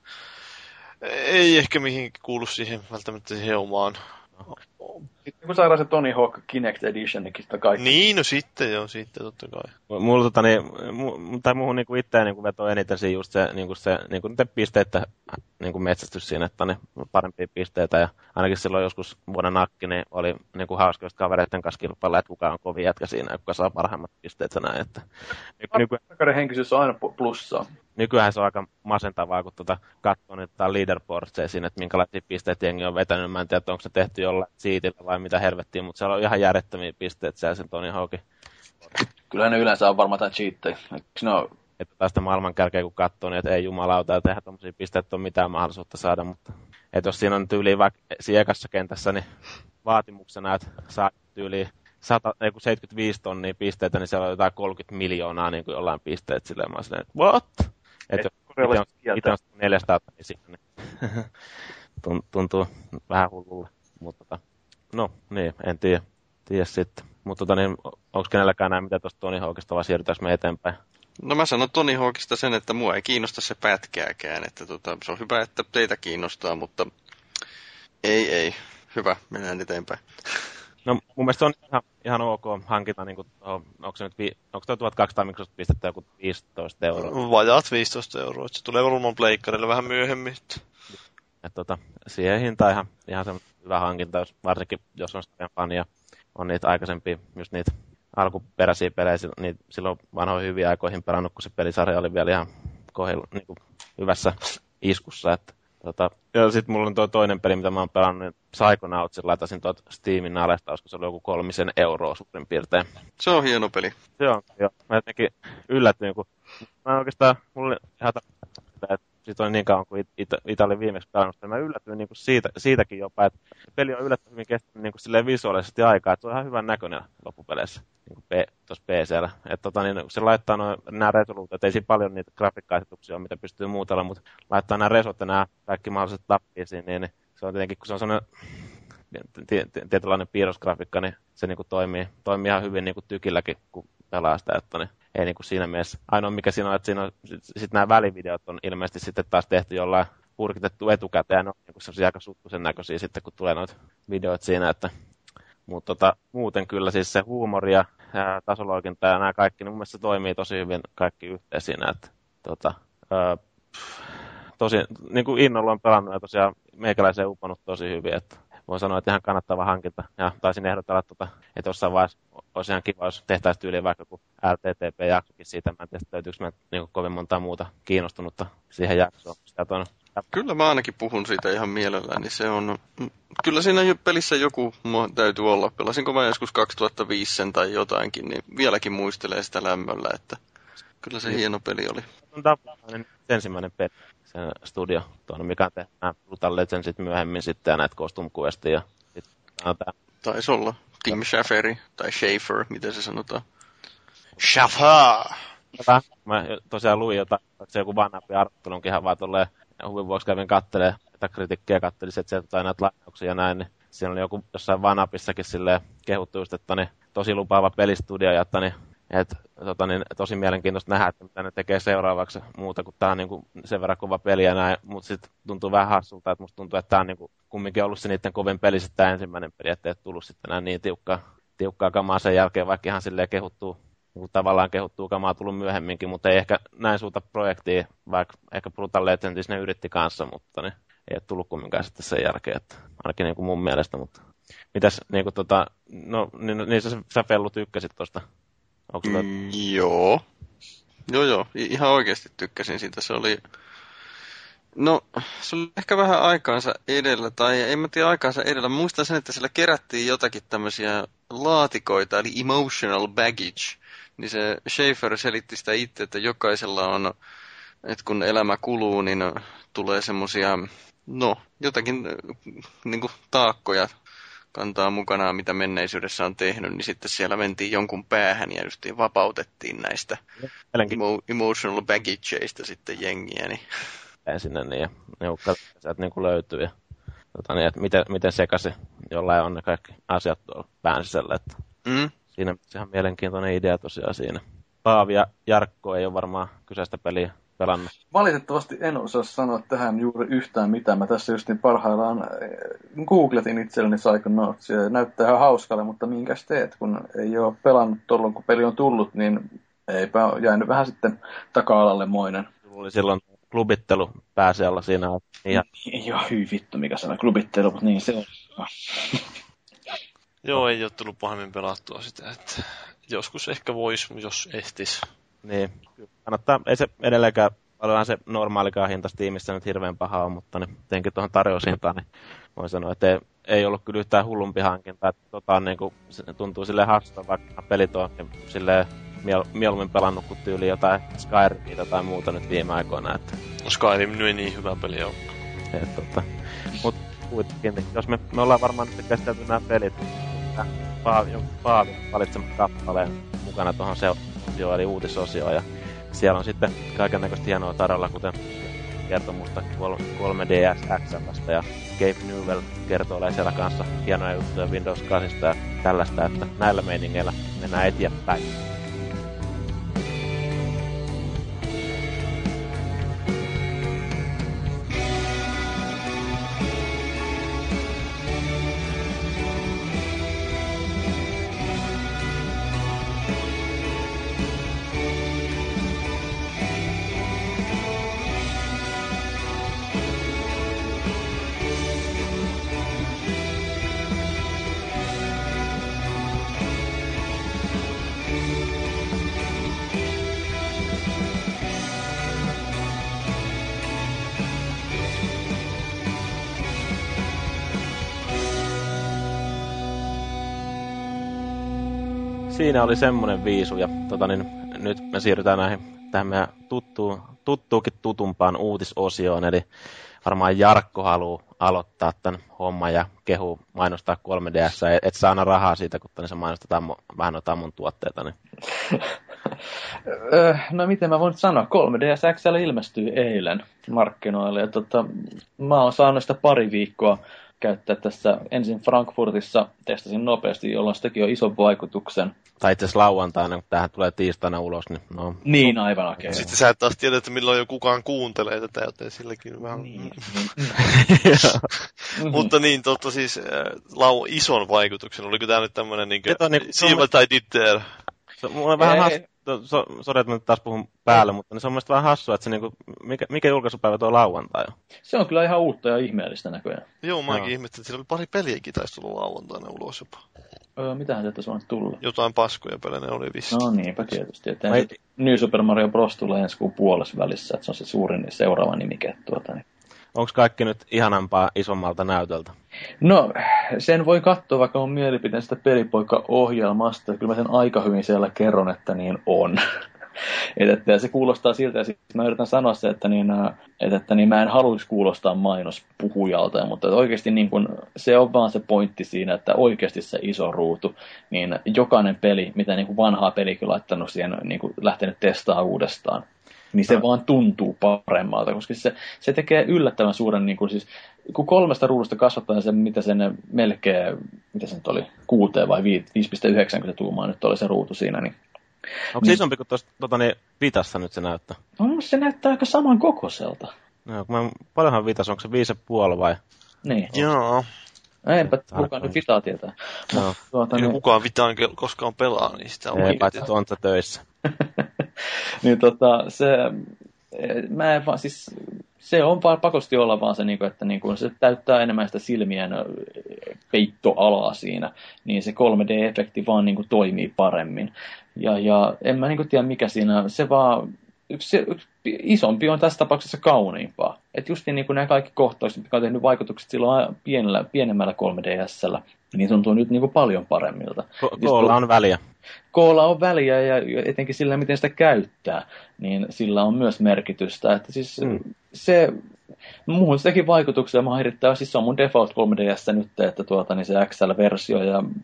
ei ehkä mihin kuulu siihen välttämättä siihen omaan. Sitten kun saadaan se Tony Hawk Kinect Editionikin sitä kaikki. Niin, no sitten totta kai. Mulla tai muuhun niinku itseään niinku vetoo eniten siinä just se niinku niiden pisteitä niinku metsästys siinä, että ne parempia pisteitä ja ainakin silloin joskus vuoden nakki, niin oli niinku hauska just kavereiden kanssa kilpailla, että kuka on kovin jätkä siinä ja kuka saa parhaimmat pisteet ja näin, että Takaren henkisyys on aina plussaa. Nykyään se on aika masentavaa, kun katsoo nyt leaderboardseja siinä, että minkälaisia pisteitä jengi on vetänyt. Mä en tiedä, onko se tehty jollain siitillä vai mitä helvettiä, mutta siellä on ihan järjettömiä pisteitä siellä sen Tony Hawkin. Kyllähän ne yleensä on varmaan cheattejä. Että tästä maailmankärkeä kun katsoo, niin että ei jumalauta, että eihän tommosia pisteitä ole mitään mahdollisuutta saada, mutta että jos siinä on tyyliin vaikka siinä ekassa kentässä, niin vaatimuksena, että saa tyyliin 75 tonnia pisteitä, niin siellä on jotain 30 miljoonaa niin kuin jollain pisteet silleen. Mä silleen, että what? Että itse on 400 niin tuntuu vähän hullulle. Mutta no niin, en tiedä sitten. Mutta niin, onko kenelläkään näin mitä tuosta Tony Hawkista, vai siirrytäänkö me eteenpäin? No mä sanon Tony Hawkista sen, että mua ei kiinnosta se pätkääkään. Että se on hyvä, että teitä kiinnostaa, mutta ei. Hyvä, mennään eteenpäin. No mun mielestä on ihan ok hankita, niin kuin, onko 1200 Microsoft-pistettä joku 15 €? Vajaat 15 €, se tulee varmaan pleikkarille vähän myöhemmin. Että siihen hintaan ihan se hyvä hankinta, varsinkin jos on sitten fania, on niitä aikaisempia, just niitä alkuperäisiä pelejä, niin silloin vanhoihin hyviä aikoihin pelannut, kun se pelisarja oli vielä ihan niin kuin hyvässä iskussa, että ja sitten mulla on toinen peli, mitä mä oon pelannut, niin Psychonautsilla laitasin Steamin alesta, koska se oli joku 3 € suurin piirtein. Se on hieno peli. Se on, joo. Mä jotenkin yllätyin, kun mä oikeastaan, mulla oli ihan että siitä oli niin kauan, kun Itä oli viimeksi pelannut, mä yllätyin niin kuin siitäkin jopa, että peli on yllättävän hyvin kestänyt niin kuin silleen visuaalisesti aikaa, että se on ihan hyvän näköinen loppupeleissä niin kuin tuossa PC:llä. Että niin, se laittaa nämä resoluutiot, ei siinä paljon niitä grafiikka-asetuksia ole, mitä pystyy muutella, mutta laittaa nämä resot ja nämä kaikki mahdolliset lappiisiin, niin se on tietenkin, kun se on sellainen tietynlainen piirrosgrafiikka, niin se niin kuin toimii ihan hyvin niin kuin tykilläkin, kun pelaa sitä, että niin, ei niin kuin siinä mielessä. Ainoa mikä siinä on, että siinä on, sit nämä välivideot on ilmeisesti sitten taas tehty jollain purkitettu etukäteen, ja ne on niin kuin aika suttuisen näköisiä sitten, kun tulee noita videoita siinä, että mutta muuten kyllä siis se huumori ja tasoloikinta ja nämä kaikki, niin mun mielestä se toimii tosi hyvin kaikki yhteen siinä, että tosi niin kuin innolla on pelannut ja tosiaan meikäläiseen uponnut tosi hyvin, että voin sanoa, että ihan kannattava hankinta. Ja taisin ehdotella, että jossain vaiheessa olisi ihan kiva, jos tehtäisiin tyyliin vaikka kuin LTTP-jaksokin siitä. Mä en tiedä, löytyykö mä niin kovin montaa muuta kiinnostunutta siihen jaksoon. Kyllä mä ainakin puhun siitä ihan mielelläni. Se on, kyllä siinä pelissä joku täytyy olla. Pelasinko mä joskus 2005 sen tai jotainkin, niin vieläkin muistelee sitä lämmöllä, että kyllä se hieno peli oli. On ensimmäinen peli. Sen studio tuonne, mikä on tehnyt nämä Brutal Legendsit myöhemmin sitten ja näitä Costume Questia. Taisi olla Tim Schaffer tai Schafer, miten se sanotaan. Schaffer! Mä tosiaan luin jotain, että se joku vanhempi arvottelunkin ihan vaan tolleen huvin vuoksi kävin kattelemaan, että kritikkiä kattelisin, että sieltä jotain näitä lainauksia ja näin, niin siinä oli joku jossain Vanapissakin silleen kehuttu just, että niin, tosi lupaava pelistudio ja että niin, tosi mielenkiintoista nähdä, että mitä ne tekee seuraavaksi muuta, kun tää on niin kuin sen verran kova peli ja näin, mutta sitten tuntuu vähän hassulta, että musta tuntuu, että tää on niin kuin kumminkin ollut se niiden kovin peli sitten tää ensimmäinen peli, ettei ole tullut sitten enää niin tiukkaa kamaa sen jälkeen, vaikka ihan silleen kehuttuu, niin tavallaan kehuttuu kamaa tullut myöhemminkin, mutta ei ehkä näin suurta projektia, vaikka ehkä Brutal Legendis ne yritti kanssa, mutta niin, ei ole tullut kumminkaan sitten sen jälkeen, että ainakin niin kuin mun mielestä, mutta mitäs niin kuin no niin sä Fellu tykkäsit tosta. Joo, ihan oikeasti tykkäsin siitä, se oli ehkä vähän aikaansa edellä, tai en mä tiedä aikaansa edellä, muistan sen, että siellä kerättiin jotakin tämmöisiä laatikoita, eli emotional baggage, niin se Schafer selitti sitä itse, että jokaisella on, että kun elämä kuluu, niin tulee semmosia, jotakin niinku taakkoja, kantaa mukanaan, mitä menneisyydessä on tehnyt, niin sitten siellä mentiin jonkun päähän ja justiin vapautettiin näistä emotional baggageista sitten jengiä. Niin. sinne, niin ja sieltä niin kuin löytyy. Ja, niin, että miten sekaisin jollain on ne kaikki asiat tuolla pään sisällä. Että siinä on ihan mielenkiintoinen idea tosiaan siinä. Paavi ja Jarkko ei ole varmaan kyseistä peliä pelannut. Valitettavasti en osaa sanoa tähän juuri yhtään mitään. Mä tässä just niin parhaillaan googletin itselleni Psychonauts. Näyttää ihan hauskalle, mutta minkäs teet, kun ei ole pelannut tuolloin, kun peli on tullut, niin eipä jäänyt vähän sitten taka-alalle moinen. Oli silloin klubittelu pääsiällä siinä. Ja... Joo, hyi vittu, mikä sana klubittelu, mutta niin se on. Joo, ei ole tullut pahemmin pelattua sitä, että joskus ehkä voisi, jos ehtis. Niin, kannattaa, ei se edelleenkään, olihan se normaalikaan hinta Steamissa nyt hirveän pahaa, mutta niin, tietenkin tuohon tarjoushintaan, niin voin sanoa, että ei ollut kyllä yhtään hullumpi hankinta, että niin kuin, se tuntuu silleen hassulta, vaikka pelit on niin, silleen mieluummin pelannut kuin tyyli jotain Skyrimia tai muuta nyt viime aikoina. Että... Skyrim nyt ei niin hyvä peli ole. Mutta kuitenkin, niin, jos me ollaan varmaan nyt käsitelty nämä pelit, Paavin valitsemat kappaleen mukana tuohon osioon, eli uutisosioon, ja siellä on sitten kaikennäköistä hienoa tarjolla, kuten kertomusta 3DS XL:stä, ja Gabe Newell kertoo siellä kanssa hienoja juttuja Windows 8 ja tällaista, että näillä meiningeillä mennään eteenpäin. Siinä oli semmonen viisu, ja nyt me siirrytään tähän meidän tuttuukin tutumpaan uutisosioon, eli varmaan Jarkko haluaa aloittaa tämän homman ja kehuu mainostaa 3DS, et saa aina rahaa siitä, kun se mainostaa vähän noita mun tuotteita. Niin. No miten mä voin sanoa, 3DS XL ilmestyi eilen markkinoille, ja mä oon saanut sitä pari viikkoa käyttää tässä ensin Frankfurtissa, testasin nopeasti, jolloin se teki jo ison vaikutuksen. Tai itse asiassa lauantaina, kun tämähän tulee tiistaina ulos, niin no. Niin, aivan okei. Sitten sä et taas tiedä, että milloin jo kukaan kuuntelee tätä, joten silläkin vähän... Niin. Mutta niin, siis ison vaikutuksen, oliko tää nyt tämmönen niinkö... See what I did there? Mulla on vähän sori, että mä nyt taas puhun päälle, mutta se on mielestäni vähän hassua, että se niinku, mikä julkaisupäivä tuo lauantai on? Se on kyllä ihan uutta ja ihmeellistä näköjään. Joo, mäkin ihmettelin, että siellä oli pari peliäkin taisi tulla lauantaina ulos jopa. Mitähän sieltä on tullut? Jotain paskoja pelejä ne oli vissi. No niinpä tietysti. Että New Super Mario Bros. Tulee ensi kuun puolessa välissä, että se on se suurin seuraava nimike. Niin. Onko kaikki nyt ihanampaa isommalta näytöltä? No, sen voi katsoa vaikka mun mielipiteen sitä pelipoika-ohjelmasta. Kyllä mä sen aika hyvin siellä kerron, että niin on. Ja se kuulostaa siltä, ja siis mä yritän sanoa se, että mä en haluaisi kuulostaa mainospuhujalta, mutta oikeasti niin kun, se on vaan se pointti siinä, että oikeasti se iso ruutu, niin jokainen peli, mitä niin kuin vanhaa pelikin laittanut siihen, niin kuin lähtenyt testaa uudestaan, niin se vaan tuntuu paremmalta, koska se tekee yllättävän suuren, niin kuin siis, kun 3 ruudusta kasvattaa sen, mitä sen melkein, mitä se nyt oli, 6 vai 5,90 tuumaa nyt oli se ruutu siinä, niin onko se isompi kuin tuosta Vitassa nyt se näyttää? No, se näyttää aika saman kokoiselta. No, paljonhan Vitas, onko se 5,5 vai? Niin. Joo. Eipä kukaan nyt Vitaa tietää. No. Ei kukaan Vitaan koskaan pelaa, niin sitä on ei, paitsi tuonta töissä. niin se on vaan pakosti olla vaan se, että se täyttää enemmän sitä silmien peittoalaa siinä, niin se 3D-efekti vaan toimii paremmin. Ja en mä tiedä mikä siinä, se vaan, isompi on tässä tapauksessa kauniimpaa. Että just niin kuin nämä kaikki kohtaukset, mitkä on tehnyt vaikutukset silloin pienemmällä 3DS:llä, niin tuntuu nyt paljon paremmilta. Koolla on väliä. Koolla on väliä ja etenkin sillä, miten sitä käyttää, niin sillä on myös merkitystä. Että siis se, muuhun se teki vaikutuksia, mä hirvittää, siis se on mun default 3DS nyt, että niin se XL-versio ja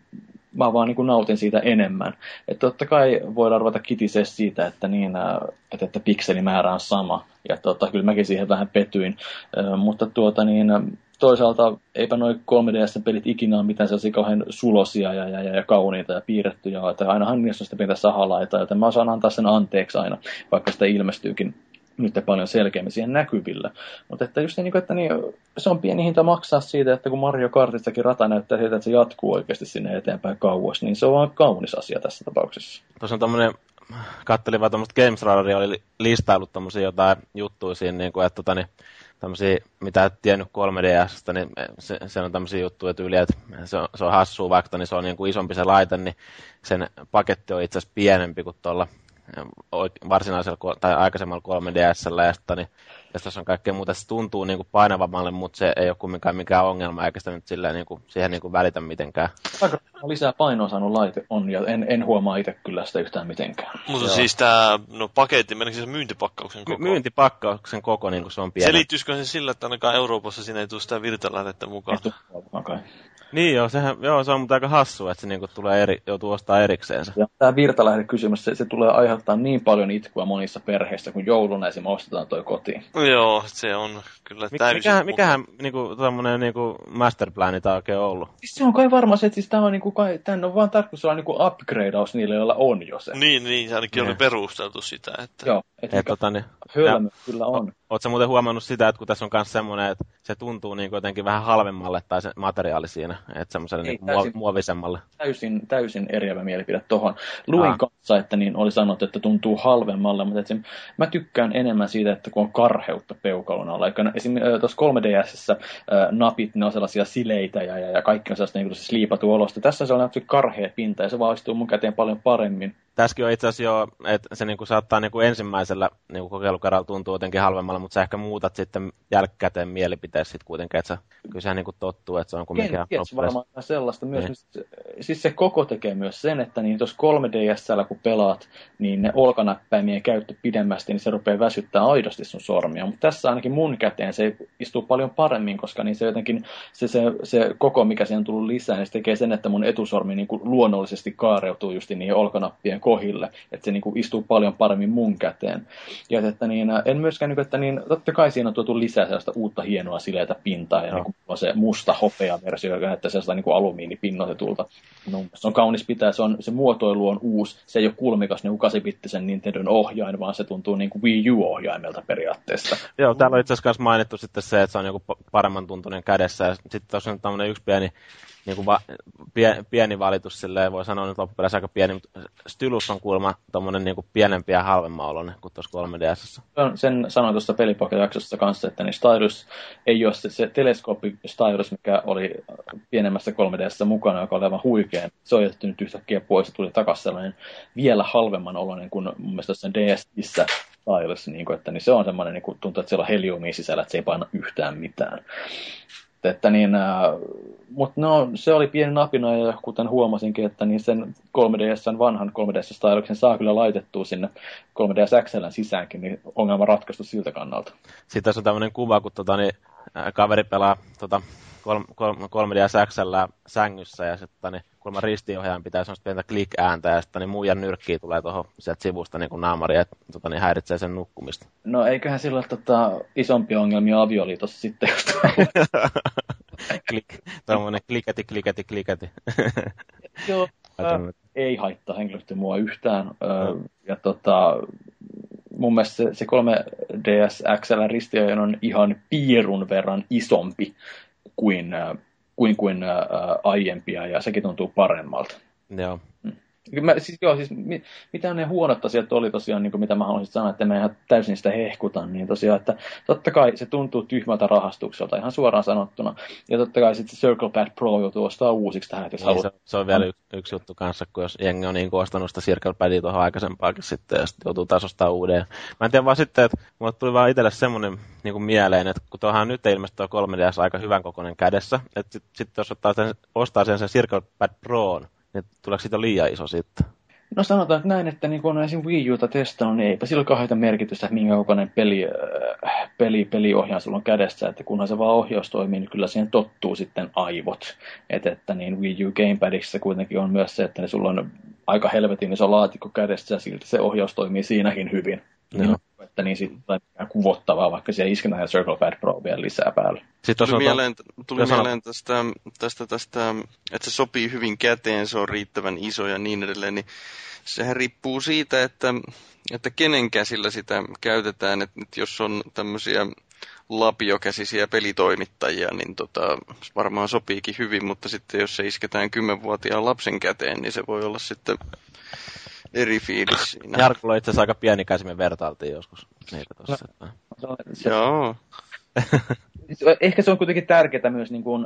mä vaan niin kuin nautin siitä enemmän. Että totta kai voidaan ruveta kitisee siitä, että, että pikselimäärä on sama. Ja kyllä mäkin siihen vähän petyin. Mutta toisaalta eipä noi 3DS-pelit ikinä ole mitään sellaisia kauhean sulosia ja kauniita ja piirrettyjä. Että ainahan niissä on sitä pientä sahalaita, joten mä osaan antaa sen anteeksi aina, vaikka sitä ilmestyykin nyt paljon selkeämmin siihen näkyvillä. Mutta että just että se on pieni hinta maksaa siitä, että kun Mario Kartistakin rata näyttää siltä, että se jatkuu oikeasti sinne eteenpäin kauas, niin se on vaan kaunis asia tässä tapauksessa. Tuossa on tommonen, kattelin vaan tuommoista Games Radaria, oli listaillut tommosia jotain juttuja siinä, niin kuin, että tämmösiä, mitä et tiennyt 3DS:stä, niin se on tämmösiä juttuja tyyliä, että se on hassua, vaikka niin se on niin kuin isompi se laite, niin sen paketti on itse asiassa pienempi kuin tuolla varsinaisella tai aikaisemmalla 3DS:llä, ja sitten tässä on kaikkea muuta. Se tuntuu niin kuin painavammalle, mutta se ei ole kumminkaan mikään ongelma, eikä sitä nyt silleen, niin kuin, siihen niin kuin välitä mitenkään. Aika lisää painoa saanut laite on, ja en huomaa itse kyllä sitä yhtään mitenkään. Mutta siis tämä paketti, meneekö se myyntipakkauksen koko? Myyntipakkauksen koko, niin kuin se on pieni. Selityisikö se sillä, että ainakaan Euroopassa siinä ei tule sitä virtalähdettä mukaan? Okay. Niin se on mutta aika hassua, että se niinku joutuu ostamaan erikseensä. Ja tämä virtalähdekysymys, se tulee aiheuttaa niin paljon itkua monissa perheissä, kun jouluna esimerkiksi ostetaan toi kotiin. Joo, se on kyllä täysin. Mikähän niinku tommonen niinku masterplani tää oikein ollut? Siis se on kai varma se, että siis tää on niinku tän on vaan tarkoitus olla niinku upgradeaus niille, joilla on jo se. Niin, se ainakin oli perusteltu sitä, että... Joo, hölmö kyllä on. Ootko sä muuten huomannut sitä, että kun tässä on myös semmoinen, että se tuntuu niin jotenkin vähän halvemmalle tai se materiaali siinä, että semmoiselle niin muovisemmalle? Täysin eriävä mielipide tohon. Luin kanssa, että niin oli sanottu, että tuntuu halvemmalle, mutta mä tykkään enemmän siitä, että kun on karheutta peukalon alla. Esimerkiksi tuossa 3DS:ssä napit, ne on sellaisia sileitä ja kaikki on sellaista niin se sliipatu olosta. Tässä se on karhea pinta ja se vaistuu mun käteen paljon paremmin. Tässäkin on itse asiassa jo, että se niinku saattaa niinku ensimmäisellä niinku kokeilukerralla tuntua jotenkin halvemmalla, mutta sä ehkä muutat sitten jälkikäteen mielipiteessä sitten kuitenkin, että kyllä sehän niinku tottuu, että se on kumminkin kenties varmaan sellaista myös. Niin. Siis se koko tekee myös sen, että niin tuossa 3DS:llä kun pelaat, niin ne olkanäppäimien käyttö pidemmästi, niin se rupeaa väsyttää aidosti sun sormia. Mutta tässä ainakin mun käteen se istuu paljon paremmin, koska niin se jotenkin se koko, mikä siihen on tullut lisää, niin se tekee sen, että mun etusormi niin kuin luonnollisesti kaareutuu just niihin olkanappien kohille, että se niin kuin istuu paljon paremmin mun käteen. Ja että en myöskään, että totta kai siinä on tuotu lisää sellaista uutta hienoa sileitä pintaa, ja niin kuin on se musta hopea-versio, joka näyttää sellaista niin kuin alumiinipinnoitetulta. No, se on kaunis pitää, se muotoilu on uusi, se ei ole kulmikas, niin kuin 8-bittisen Nintendon ohjain, vaan se tuntuu niin kuin Wii U-ohjaimelta periaatteessa. Joo, täällä on itse asiassa mainittu sitten se, että se on joku paremman tuntuinen kädessä, ja sitten tuossa on tämmöinen yksi pieni valitus, silleen voi sanoa nyt loppupeleissä aika pieni, mutta stylus on kuulemma tommonen niinku pienempi ja halvemman oloinen kuin tuossa 3DS:ssä. Sen sanoin tuossa Pelipocket-jaksossa kanssa, että niin stylus ei ole se teleskooppi-stylus, mikä oli pienemmässä 3DS:ssä mukana, joka oli aivan huikea. Se on jätetty nyt yhtäkkiä pois ja tuli takaisin sellainen vielä halvemman oloinen kuin mun mielestä sen DSissä stylus, niin että niin se on semmoinen, niin tuntuu, että siellä on heliumia sisällä, että se ei paina yhtään mitään. Mutta se oli pieni napina, ja kuten huomasinkin, että niin sen 3DS:n vanhan 3DS-styluksen saa kyllä laitettua sinne 3DS XL:n sisäänkin, niin ongelma ratkaistu siltä kannalta. Sitten tässä on tämmöinen kuva, kun kaveri pelaa 3DS XL:ää sängyssä, ja sitten kuulemma ristiohjaajan pitää semmoista pientä click-ääntä, ja sitten muijan nyrkkiä tulee tuohon sieltä sivusta niin naamari, että häiritsee sen nukkumista. No eiköhän silloin isompia ongelmia avioliitossa sitten, jos tuommoinen klikäti. Joo, ei haittaa henkilöstö mua yhtään. Ja mun mielestä se 3DS XL ristiohjaajan on ihan piirun verran isompi kuin aiempia, ja sekin tuntuu paremmalta. Joo. Mitä ne huonot asiat oli tosiaan, niin kuin mitä mä haluaisin sanoa, että mä ihan täysin sitä hehkutan, niin tosiaan, että totta kai se tuntuu tyhmältä rahastukselta, ihan suoraan sanottuna. Ja totta kai sitten se Circle Pad Pro joutuu ostaa uusiksi tähän, jos haluaa. Se on vielä yksi juttu kanssa, kun jos jengi on niin ostanut sitä Circle Padia tuohon aikaisempaakin sitten, ja sitten joutuu taas ostaa uuden. Mä en tiedä vaan sitten, että mulle tuli vaan itselle semmoinen niin kuin mieleen, että kun tuohan nyt ilmestyy 3DS aika hyvän kokoinen kädessä, että sitten jos ostaa sen Circle Pad Proon, niin tuleeko siitä liian iso sitten? No sanotaan että näin, että niin kun on esim. Wii Uta testannut, niin eipä sillä kauheita merkitystä, että minkä kokoinen peliohjaan sulla on kädessä, että kunhan se vaan ohjaus toimii, niin kyllä siihen tottuu sitten aivot. Että niin Wii U Gamepadissa kuitenkin on myös se, että sulla on aika helvetin iso laatikko kädessä ja silti se ohjaus toimii siinäkin hyvin. Joo. Että niin sitten on kuvottavaa, vaikka siellä isketään Circle Pad Pro vielä lisää päälle. Tuli mieleen tästä, että se sopii hyvin käteen, se on riittävän iso ja niin edelleen, niin sehän riippuu siitä, että kenen käsillä sitä käytetään, että jos on tämmöisiä lapiokäsisiä pelitoimittajia, niin varmaan sopiikin hyvin, mutta sitten jos se isketään 10-vuotiaan lapsen käteen, niin se voi olla sitten eri fiilis siinä. Jarkulla itse asiassa aika pieni käsi, me vertailtiin joskus niitä tuossa. Joo. Ehkä se on kuitenkin tärkeää myös niin kuin,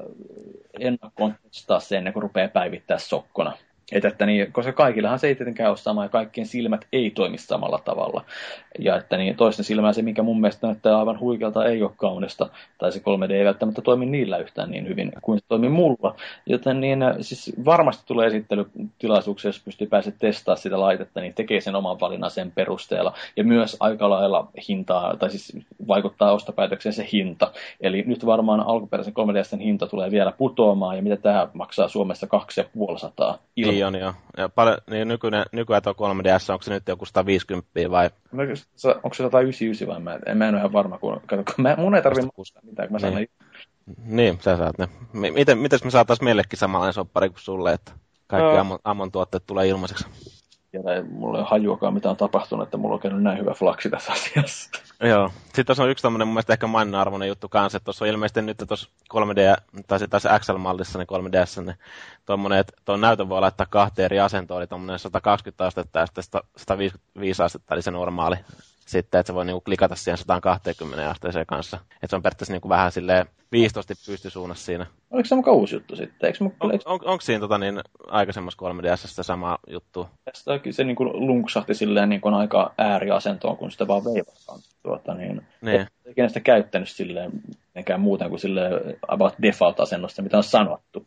ennakkoon testaa se ennen kuin rupeaa päivittää sokkona. Että niin, koska kaikillahan se ei tietenkään ole sama ja kaikkien silmät ei toimi samalla tavalla. Ja että niin, toisten silmää se, mikä mun mielestä näyttää aivan huikealta, ei ole kaunista. Tai se 3D ei välttämättä toimi niillä yhtään niin hyvin kuin se toimii mulla. Joten niin, siis varmasti tulee esittelytilaisuuksia, jos pystyy pääsemään testaamaan sitä laitetta, niin tekee sen oman valinnan sen perusteella. Ja myös aika lailla hintaa, tai siis vaikuttaa ostopäätökseen se hinta. Eli nyt varmaan alkuperäisen 3DS:n hinta tulee vielä putoamaan, ja mitä tämä maksaa Suomessa 250 Niin on joo. Ja paljon, niin nykyään tuo 3DS, onko se nyt joku 150 vai? Onko se 199 vai mä en ole ihan varma, kun mun ei tarvitse muistaa mitään, kun mä saan Niin, sä saat ne. Mites me saataisiin meillekin samanlainen soppari kuin sulle, että kaikki Ammon tuotteet tulee ilmaiseksi? Ja mulla ei ole hajuakaan, mitä on tapahtunut, että mulla on käynyt näin hyvä flaksi tässä asiassa. Joo. Sitten tuossa on yksi tämmöinen mun mielestä ehkä maininnan-arvoinen juttu kanssa, että tuossa on ilmeisesti nyt tuossa 3D, tai se tässä XL-mallissa, niin 3DS, niin tuommoinen, että tuon näytön voi laittaa 2 eri asentoon, eli tuommoinen 120 astetta ja sitten 155 astetta, eli se normaali. Sitten, että se voi niinku klikata siihen 120 asteeseen kanssa. Että se on periaatteessa niinku vähän silleen 15 pystysuunnassa siinä. Oliko se mukaan uusi juttu sitten? Onko siinä aikaisemmassa 3DS:ssä sama juttu? Se niinku lunksahti silleen niinku aika ääriasentoon, kun sitä vaan veivataan. Niin. Eikä sitä käyttänyt silleen enkään muuten kuin silleen about default-asennosta, mitä on sanottu.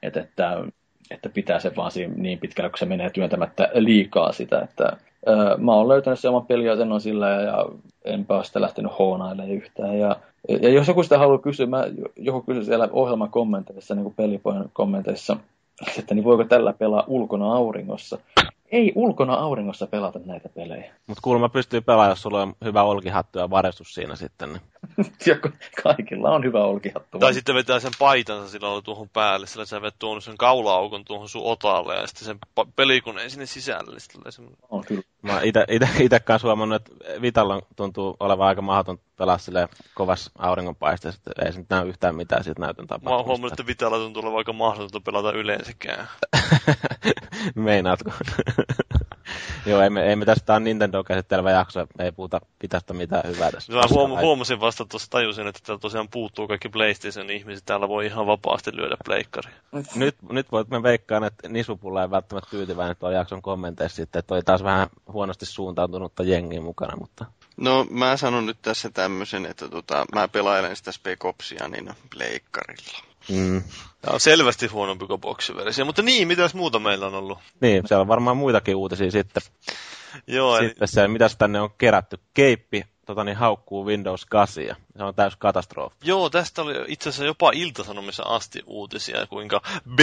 Että pitää se vaan niin pitkälle, kun se menee työntämättä liikaa sitä, että mä oon löytänyt sen oman peliasennon sillä ja enpä ole sitä lähtenyt hoonailemaan yhtään. Ja jos joku sitä haluaa kysyä, joku kysyy siellä ohjelman kommenteissa, niin kuin Pelipojan kommenteissa, että niin voiko tällä pelaa ulkona auringossa. Ei ulkona auringossa pelata näitä pelejä. Mutta kuulemma pystyy pelaamaan, jos sulla on hyvä olkihattu ja varustus siinä sitten. Niin. Ja kaikilla on hyvä olkihattu. Tai sitten vetää sen paitansa sillä tuohon päälle, sillä sä vet tuonut sen kaula-aukon tuohon sun otalle ja sitten sen pelikoneen sinne sisälle. On kyllä. Mä ite kanssa huomannut, että Vitalla tuntuu olevan aika mahdoton pelaa silleen kovassa auringonpaisteessa, että ei se nyt näy yhtään mitään siitä näytön tapahtumista. Mä oon huomannut, että Vitalla tuntuu olevan aika mahdotonta pelata yleensäkään. Meinaatko? Joo, ei me tästä on Nintendo-käsittelevä jakso, ei puhuta pitästä mitään hyvää tässä. Mä huomasin vasta tuossa, tajusin, että täällä tosiaan puuttuu kaikki PlayStation ihmiset, täällä voi ihan vapaasti lyödä pleikkaria. Nyt me veikkaan, että Nisupulla ei välttämättä tyytyväinen tuolla jakson kommenteissa sitten, että oli taas vähän huonosti suuntautunutta jengiä mukana, mutta... No, mä sanon nyt tässä tämmöisen, että mä pelailen sitä Spec Opsia niin pleikkarilla. Tämä on selvästi huonompi kuin boksiversio, mutta niin, mitäs muuta meillä on ollut? Niin, siellä on varmaan muitakin uutisia sitten. Joo, sitten se, mitäs tänne on kerätty. Keippi haukkuu Windows 8. Se on täys katastrofi. Joo, tästä oli itse asiassa jopa Ilta-Sanomissa asti uutisia, kuinka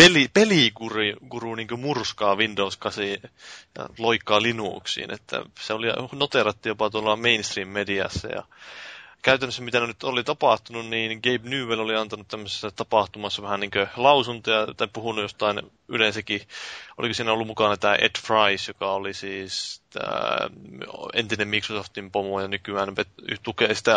peliguru niin murskaa Windows 8 ja loikkaa Linuxiin. Että se oli noterattu jopa tuolla mainstream-mediassa ja käytännössä mitä nyt oli tapahtunut, niin Gabe Newell oli antanut tämmöisessä tapahtumassa vähän niin kuin lausuntoja, tai puhunut jostain yleensäkin, oliko siinä ollut mukana tämä Ed Fries, joka oli siis entinen Microsoftin pomo ja nykyään tukee sitä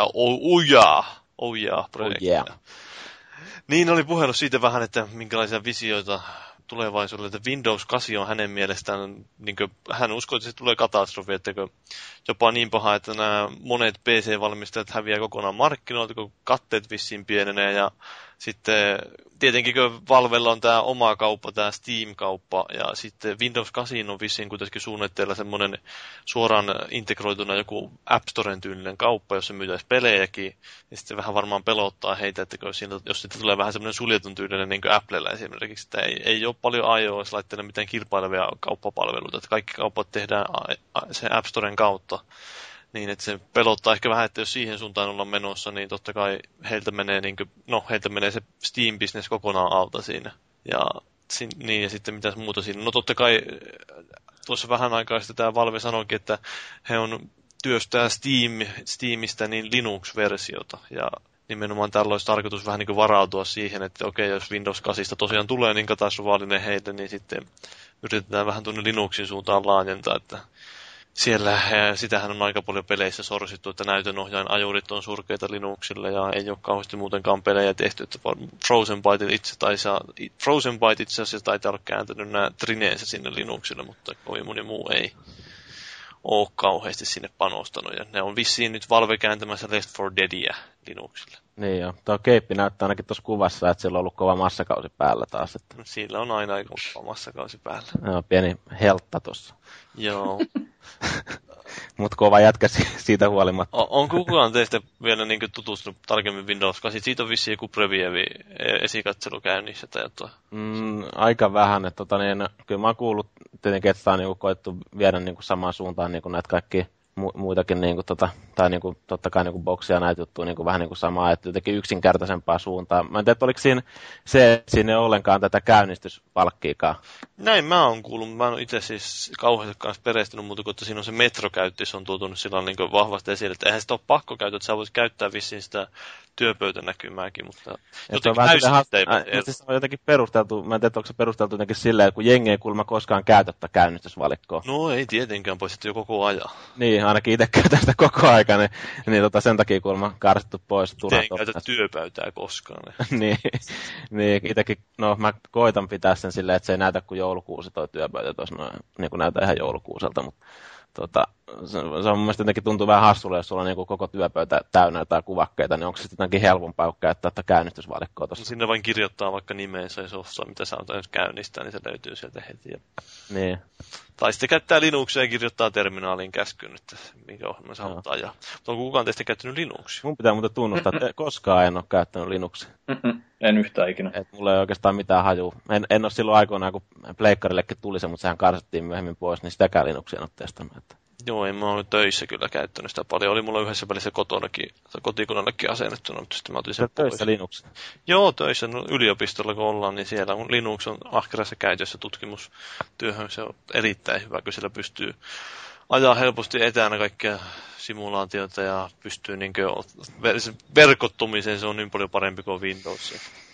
projektia. Niin oli puhellut siitä vähän, että minkälaisia visioita tulevaisuudelle, että Windows 8 on hänen mielestään, niin kuin, hän uskoo, että se tulee katastrofi, että jopa niin paha, että nämä monet PC-valmistajat häviää kokonaan markkinoilta, kun katteet vissiin pienenee ja sitten tietenkin kun Valvella on tämä oma kauppa, tämä Steam-kauppa, ja sitten Windows 8 on vissiin kuitenkin suunnitteilla semmoinen suoraan integroituna joku App Storen tyylinen kauppa, jossa myytäisi pelejäkin, ja sitten vähän varmaan pelottaa heitä, että jos siitä tulee vähän semmoinen suljetun tyylinen niin kuin Applella esimerkiksi, että ei ole paljon iOS-laitteilla mitään kilpailevia kauppapalveluita, että kaikki kaupat tehdään sen App Storen kautta. Niin, että se pelottaa ehkä vähän, että jos siihen suuntaan ollaan menossa, niin totta kai heiltä menee se Steam-business kokonaan alta siinä. Ja sitten mitäs muuta siinä. No totta kai tuossa vähän aikaa sitten tämä Valve sanoikin, että he on työstää Steamista niin Linux-versiota. Ja nimenomaan tällä olisi tarkoitus vähän niin kuin varautua siihen, että okei, jos Windows 8 tosiaan tulee niin katastrofaalinen heille, niin sitten yritetään vähän tuonne Linuxin suuntaan laajentaa, että siellä sitähän on aika paljon peleissä sorsittu, että näytönohjaajan ajurit on surkeita Linuxille ja ei ole kauheasti muutenkaan pelejä tehty, että Frozen Byte itse asiassa taitaa olla kääntänyt nämä trineensä sinne Linuxille, mutta kovin moni muu ei ole kauheasti sinne panostanut. Ja ne on vissiin nyt Valve kääntämässä Left 4 Deadia Linuxille. Niin joo. Tuo keippi näyttää ainakin tuossa kuvassa, että sillä on ollut kova massakausi päällä taas. Että... Sillä on aina kova massakausi päällä. Joo, pieni heltta tuossa. Joo. Mutta kova jätkä siitä huolimatta. Onko kukaan teistä vielä niin tutustunut tarkemmin Windows 8? Siitä on vissiin joku previevi esikatselu käynnissä tai jotain. Aika vähän. Että, kyllä mä oon kuullut tietenkin, että on niin koettu viedä niin samaan suuntaan niin näitä kaikkia muitakin, niin kuin, tai niin kuin, totta kai niin boksia näitä juttuja niin vähän niin samaa, että jotenkin yksinkertaisempaa suuntaan. Mä en tiedä, oliko siinä ei ollenkaan tätä käynnistyspalkkiikaan. Näin mä oon kuullut. Mä en ole itse siis kauheasti kanssa perehtynyt, mutta kun siinä on se metrokäyttö, on tuotunut sillä niin vahvasti esille, että eihän sitä ole pakko käyttää, että sä voisit käyttää vissiin sitä työpöytänäkymääkin, mutta jotenkin siis on jotenkin perusteltu, mä en tiedä, onko se perusteltu jotenkin silleen, kun jengi ei kuulemma koskaan käytettä käynnistysvalikkoa. No ei tietenkään, poistettu jo koko ajan. Niin, ainakin itse käytän sitä koko ajan, niin sen takia kuulemma karsittu pois. Ei käytä työpöytää koskaan. niin, itsekin, no mä koitan pitää sen silleen, että se ei näytä kuin joulukuusi toi työpöytä, tuossa niin kuin näytä ihan joulukuuselta, mutta se on mun mielestä jotenkin tuntuu vähän hassulle, jos sulla on niin koko työpöytä täynnä jotain kuvakkeita, niin onko se sitten jotenkin helpompaa käyttää tätä käynnistysvalikkoa tuossa? Sinne vain kirjoittaa vaikka nimeensä ja softaa, mitä sä oot käynnistää, niin se löytyy sieltä heti. Niin. Tai sitten käyttää Linuxia ja kirjoittaa terminaaliin käskyn, että minkä ohjelman saa ottaa. Mutta onko kukaan teistä käyttänyt Linuxia? Mun pitää muuten tunnustaa, että koskaan en ole käyttänyt Linuxia. En yhtään ikinä. Et mulla ei oikeastaan mitään hajua. En ole silloin aikoinaan, kun pleikkarillekin tuli se, mutta sehän karsittiin myöhemmin pois, niin sitäkään Linuxia en ole testannut. Että... Joo, en mä ole töissä kyllä käyttänyt sitä paljon. Oli mulla yhdessä välissä kotikonellekin asennettuna, mutta sitten mä otin sen pois. Töissä Linuxia? Joo, töissä. No, yliopistolla kun ollaan, niin siellä on Linux on ahkerassa käytössä tutkimustyöhön. Se on erittäin hyvä, kun siellä pystyy ajaa helposti etänä kaikkea simulaatioita ja pystyy verkottumiseen. Se on niin paljon parempi kuin Windows.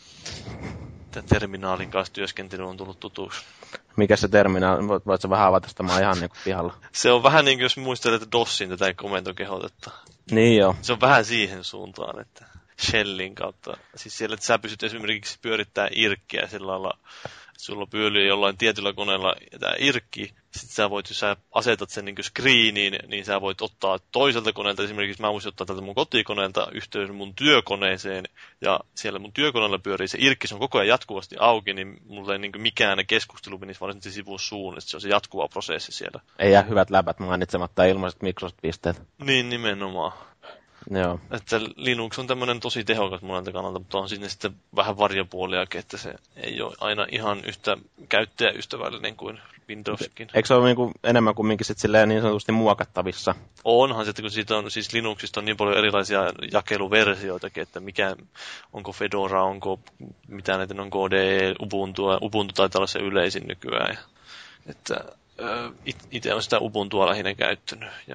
Tämän terminaalin kanssa työskentely on tullut tutuksi. Mikä se terminaali? Voitko vähän avata sitä? Mä oon ihan pihalla. Se on vähän niin kuin jos muistelet DOSin tätä komentokehotetta. Niin joo. Se on vähän siihen suuntaan, että shellin kautta. Siis siellä, että sä pystyt esimerkiksi pyörittämään irkkiä sillä lailla, sulla pyörii jollain tietyllä koneella tämä irkki, sitten sä voit, jos sä asetat sen niin kuin screeniin, niin sä voit ottaa toiselta koneelta, esimerkiksi mä voisin ottaa tältä mun kotikoneelta yhteys mun työkoneeseen, ja siellä mun työkoneella pyörii se irkki, se on koko ajan jatkuvasti auki, niin mulla ei niin kuin mikään keskustelu menisi varsinaisesti sivuun suun, että se on se jatkuva prosessi siellä. Ei jää hyvät läpät mainitsematta ilmaiset Microsoft-pisteet. Niin, nimenomaan. Joo. Että Linux on tämmöinen tosi tehokas monelta kannalta, mutta on sinne sitten vähän varjopuoliakin, että se ei ole aina ihan yhtä käyttäjäystävällinen kuin Windowskin. Eikö se ole niin enemmän kuin minkin niin sanotusti muokattavissa? Onhan se, että kun siitä on, siis Linuxista on niin paljon erilaisia jakeluversioitakin, että onko Fedora, onko mitä näitä on KDE, Ubuntu taitaa olla se yleisin nykyään. Että itse olen sitä Ubuntua lähinnä käyttänyt ja...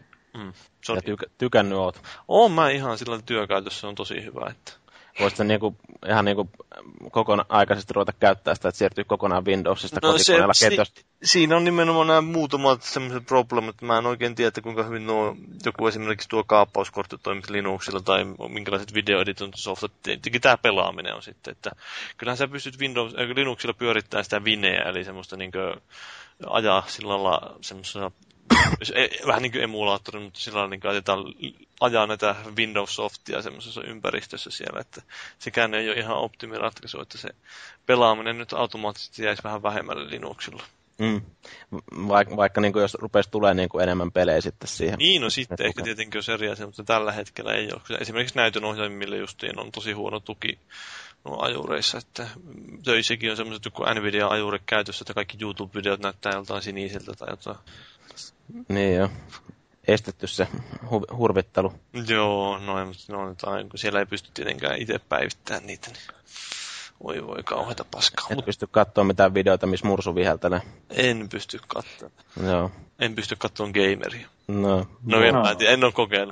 Ja tykännyt oot? Oon mä ihan sillä työkäytössä, on tosi hyvä. Että... Voisit ihan aikaisesti ruveta käyttää sitä, että siirtyy kokonaan Windowsista kotikoneella keitosta? Siinä on nimenomaan nämä muutamat sellaiset problemat, että mä en oikein tiedä, kuinka hyvin joku esimerkiksi tuo kaappauskortti toimii Linuxilla tai minkälaiset videoeditointisoftat. Tietenkin tämä pelaaminen on sitten, että kyllähän sä pystyt Linuxilla pyörittämään sitä Vineä, eli semmoista ajaa sillä lailla semmoisella vähän niin kuin emulaattori, mutta sillä niin ajetaan ajaa näitä Windows Softia semmoisessa ympäristössä siellä, että sekään ei ole ihan optimiratkaisu, että se pelaaminen nyt automaattisesti jäisi vähän vähemmälle Linuxilla. Vaikka niin kuin jos rupesi tulemaan niin kuin enemmän pelejä sitten siihen. Niin, no sitten ehkä tietenkin olisi eri asia, mutta tällä hetkellä ei ole. Esimerkiksi näytön ohjaimille justiin on tosi huono tuki ajureissa, että töissäkin on semmoiset joku Nvidia-ajure käytössä, että kaikki YouTube-videot näyttää joltain sinisiltä tai jotain. Niin joo. Estetty se hurvittelu. Joo, kun siellä ei pysty tietenkään itse päivittämään niitä, niin voi kauheita paskaa. Et pysty katsoa mitään videoita, missä mursu viheltelee. En pysty katsomaan. Joo. En pysty katsomaan gameria. No en ole kokeillut.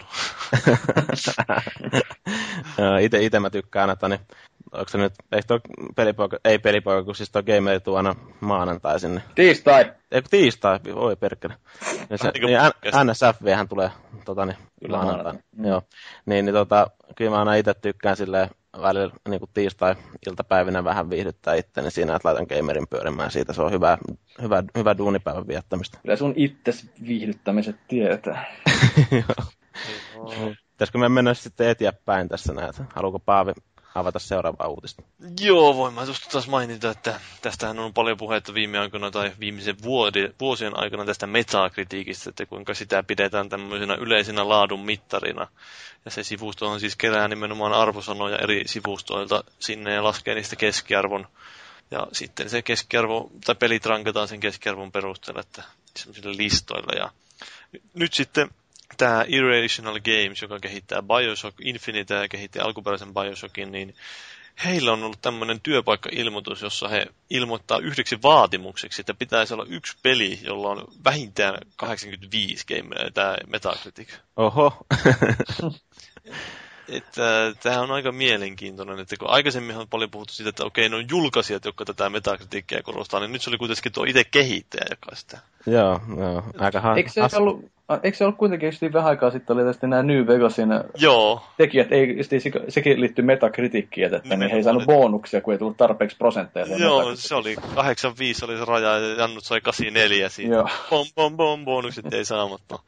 Ite mä tykkään, että niin, onko se nyt, eikö toi pelipoika, kun siis toi gameri tuo aina maanantai sinne. Tiistai! Eikö tiistai? Oi perkele. NSF-hän tulee maanantai. Joo. Kyllä mä aina itse tykkään silleen välillä niin kuin tiistai-iltapäivinä vähän viihdyttää itteni siinä, että laitan gamerin pyörimään siitä. Se on hyvä duunipäivän viettämistä. Kyllä sun itses viihdyttämiset tietää. Pitäisikö me mennä sitten eteenpäin tässä näitä? Haluatko Paavi avata seuraavaa uutista? Joo, voin mä tuosta taas mainita, että tästähän on paljon puhetta viime aikoina tai viimeisen vuosien aikana tästä metakritiikistä, että kuinka sitä pidetään tämmöisenä yleisenä laadun mittarina. Ja se sivustohan siis kerää nimenomaan arvosanoja eri sivustoilta sinne ja laskee niistä keskiarvon. Ja sitten se keskiarvo, tai pelit rankataan sen keskiarvon perusteella, että semmoisilla listoilla. Ja nyt sitten tämä Irrational Games, joka kehittää Bioshock Infinite ja kehitti alkuperäisen Bioshockin, niin heillä on ollut tämmöinen työpaikka-ilmoitus, jossa he ilmoittaa yhdeksi vaatimukseksi, että pitäisi olla yksi peli, jolla on vähintään 85 tämä Metacritic. Oho. Tämä on aika mielenkiintoinen, että kun aikaisemmin on paljon puhuttu siitä, että okei, ne on julkaisijat, jotka tätä Metacriticia korostaa, niin nyt se oli kuitenkin tuo itse kehittäjä, joka sitä. Joo, aika Eikö se ollut kuitenkin just vähän aikaa sitten, oli tästä nämä New Vegasin tekijät, sekin liittyy metakritiikkiin, että niin he ei saanut bonuksia, kun ei tullut tarpeeksi prosentteja. Joo, se oli 85 oli se raja ja Jannut sai 84 siitä. Bonukset ei saamatta.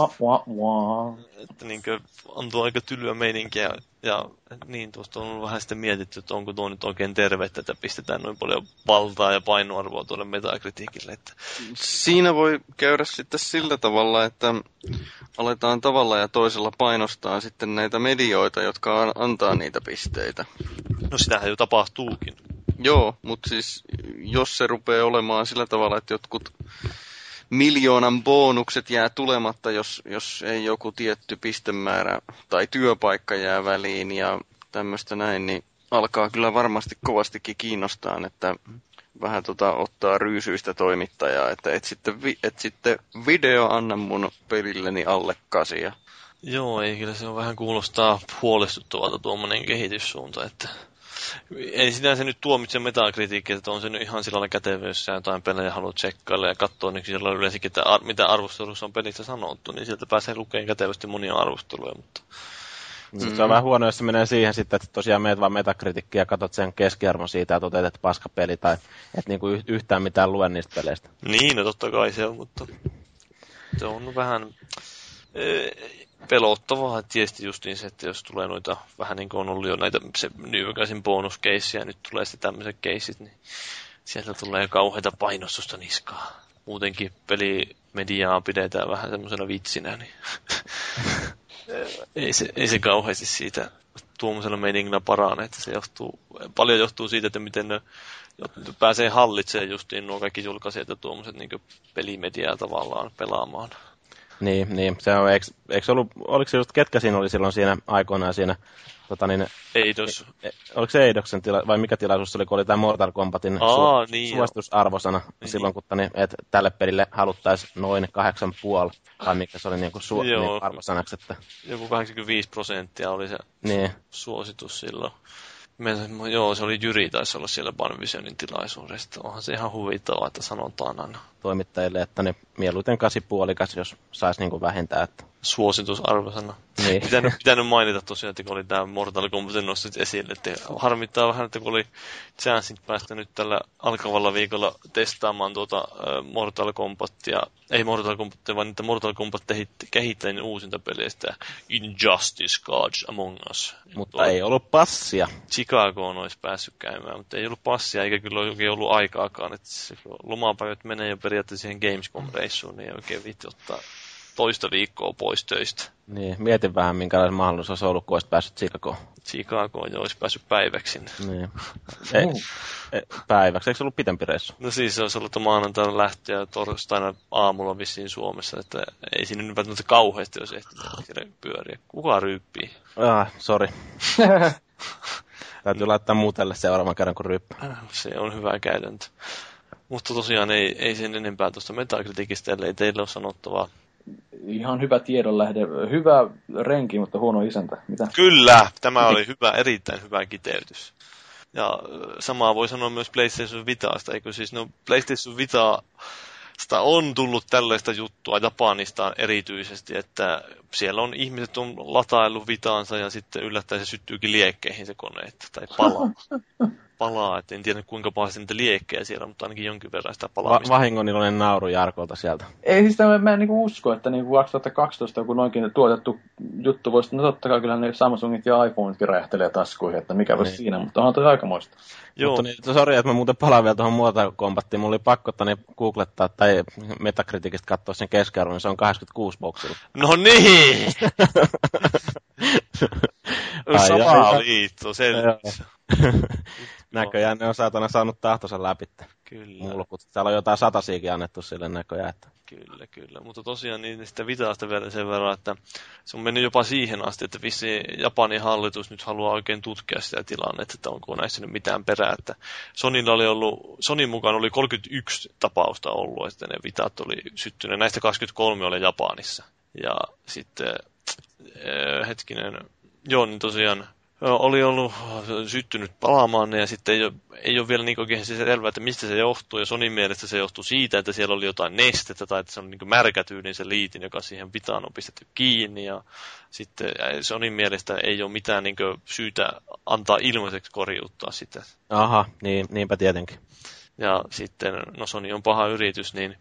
Että niinkö on tuo aika tylyä meininkiä ja niin tuosta on vähän sitten mietitty, että onko tuo nyt oikein tervettä, että pistetään noin paljon valtaa ja painoarvoa tuolle metakritiikille. Että siinä voi käydä sitten sillä tavalla, että aletaan tavalla ja toisella painostaa sitten näitä medioita, jotka antaa niitä pisteitä. No sitähän jo tapahtuukin. Joo, mutta siis jos se rupeaa olemaan sillä tavalla, että jotkut miljoonan bonukset jää tulematta, jos ei joku tietty pistemäärä tai työpaikka jää väliin ja tämmöistä näin, niin alkaa kyllä varmasti kovastikin kiinnostaa, että vähän ottaa ryysyistä toimittajaa, että et sitten video anna mun pelilleni alle 8. Joo, ei kyllä se on vähän kuulostaa huolestuttavalta tuommoinen kehityssuunta, että ei sinänsä nyt tuomitse metakritiikkiä, että on se nyt ihan sillä lailla kätevä, jos sä jotain pelejä haluat tsekkailla ja katsoa niin sillä lailla yleensäkin, että mitä arvostelussa on pelistä sanottu, niin sieltä pääsee lukemaan kätevästi monia arvosteluja, mutta se on vähän huono, jos se menee siihen sitten, että tosiaan meet vaan metakritiikkiä ja katsot sen keskiarvon siitä ja toteat, että paskapeli tai et niinku yhtään mitään lue niistä peleistä. Niin, no totta kai se on, mutta se on vähän pelottavaa, tietysti justiin se, että jos tulee noita, vähän niin kuin on ollut jo näitä se Newcastin bonuskeissiä ja nyt tulee sitten tämmöiset keissit, niin sieltä tulee kauheita painostusta niskaa. Muutenkin pelimediaa pidetään vähän semmoisena vitsinä, niin ei se kauheasti siitä tuommoisella meiningillä parane, että se paljon johtuu siitä, että miten ne pääsee hallitsemaan justiin nuo kaikki julkaisijat ja tuommoiset niin pelimediaa tavallaan pelaamaan. Niin. Se on, eikö ollut, oliko se just, ketkä siinä oli silloin siinä aikoinaan siinä, Eidos. Oliko se Eidoksen vai mikä tilaisuus oli, kun oli tämä Mortal Kombatin suositusarvosana silloin, kun että tälle pelille haluttaisiin noin 8,5, vai mikä se oli niin arvosanaksi. Että joku 85% oli se suositus silloin. Joo, se oli Jyri, taisi olla siellä Banvisionin tilaisuudesta. Onhan se ihan huvittavaa, että sanotaan aina toimittajille, että ne mieluiten 8,5, jos saisi niin vähintään. Että suositusarvosana. Niin. Pitänyt mainita tosiaan, että kun oli tämä Mortal Kombat nostit esille, että harmittaa vähän, että kun oli chanssit päästä nyt tällä alkavalla viikolla testaamaan Mortal Kombatia, ei Mortal Kombatia, vaan niitä Mortal Kombat kehittäjien uusinta peleistä, Injustice Gods Among Us. Mutta ei ollut passia. Chicagoon olisi päässyt käymään, mutta ei ollut passia, eikä kyllä oikein ollut aikaakaan, että lomapäivät menee jo periaatteessa siihen Gamescom-reissuun, niin ei oikein viitti ottaa toista viikkoa pois töistä. Niin, mietin vähän, minkälainen mahdollisuus olisi ollut, kun olisit päässyt Chicagoon. Chicagoon jo olisi päässyt päiväksi. Niin. Päiväksi, eikö se ollut pitempi reissu? No siis se olisi ollut maanantaina lähtöä ja torstaina aamulla vissiin Suomessa, että ei siinä nyt välttämättä kauheasti olisi ehtinyt siellä pyöriä. Kuka ryyppii? Sori. Täytyy laittaa muutelle seuraavan kerran, kun ryyppää. Se on hyvä käytäntö. Mutta tosiaan ei sen enempää tuosta Metacriticistä, ellei teille ole sanottavaa. Ihan hyvä tiedonlähde. Hyvä renki, mutta huono isäntä. Mitä? Kyllä, tämä oli erittäin hyvä kiteytys. Ja samaa voi sanoa myös PlayStation Vitasta, eikö siis PlayStation Vitasta on tullut tällaista juttua Japanista erityisesti, että siellä on ihmiset on lataillut Vitaansa ja sitten yllättäen se syttyykin liekkeihin se kone, tai palaa, että en tiedä kuinka pahasti niitä liekkejä siellä, mutta ainakin jonkin verran sitä palaamista. Vahingoniloinen nauru Jarkolta sieltä. Ei siis mä en niinku usko, että niinku 2012 joku noinkin tuotettu juttu voisi, no totta kai kyllä ne Samsungit ja iPhonetkin räjähtelee taskuihin, että mikä voisi siinä, mutta onhan toi aikamoista. Joo. Mutta niin, sori, että mä muuten palaan vielä tuohon Mortal Kombattiin. Mulla oli pakko googlettaa tai Metacriticistä katsoa sen keskiarvon, niin se on 86 boksilla. No niin! Sama liitto, selvä. Näköjään ne on saatana saanut tahtonsa läpi. Kyllä. Mulkut. Täällä on jotain satasiikin annettu sille näköjään. Että... Kyllä. Mutta tosiaan niin sitä Vitaasta vielä sen verran, että se on mennyt jopa siihen asti, että vissiin Japanin hallitus nyt haluaa oikein tutkia sitä tilannetta, että onko näissä nyt mitään perää. Että Sonin mukaan oli 31 tapausta ollut, että ne Vitat oli syttyneet. Näistä 23 oli Japanissa. Ja sitten, niin tosiaan oli ollut syttynyt palaamaan ja sitten ei ole vielä niin oikein selvää, että mistä se johtuu. Ja Sonin mielestä se johtuu siitä, että siellä oli jotain nestettä tai että se on niin märkätyylin se liitin, joka siihen Vitaan on pistetty kiinni. Ja sitten Sonin mielestä ei ole mitään niin syytä antaa ilmaiseksi korjuuttaa sitä. Aha, niinpä tietenkin. Ja sitten, Sony on paha yritys, niin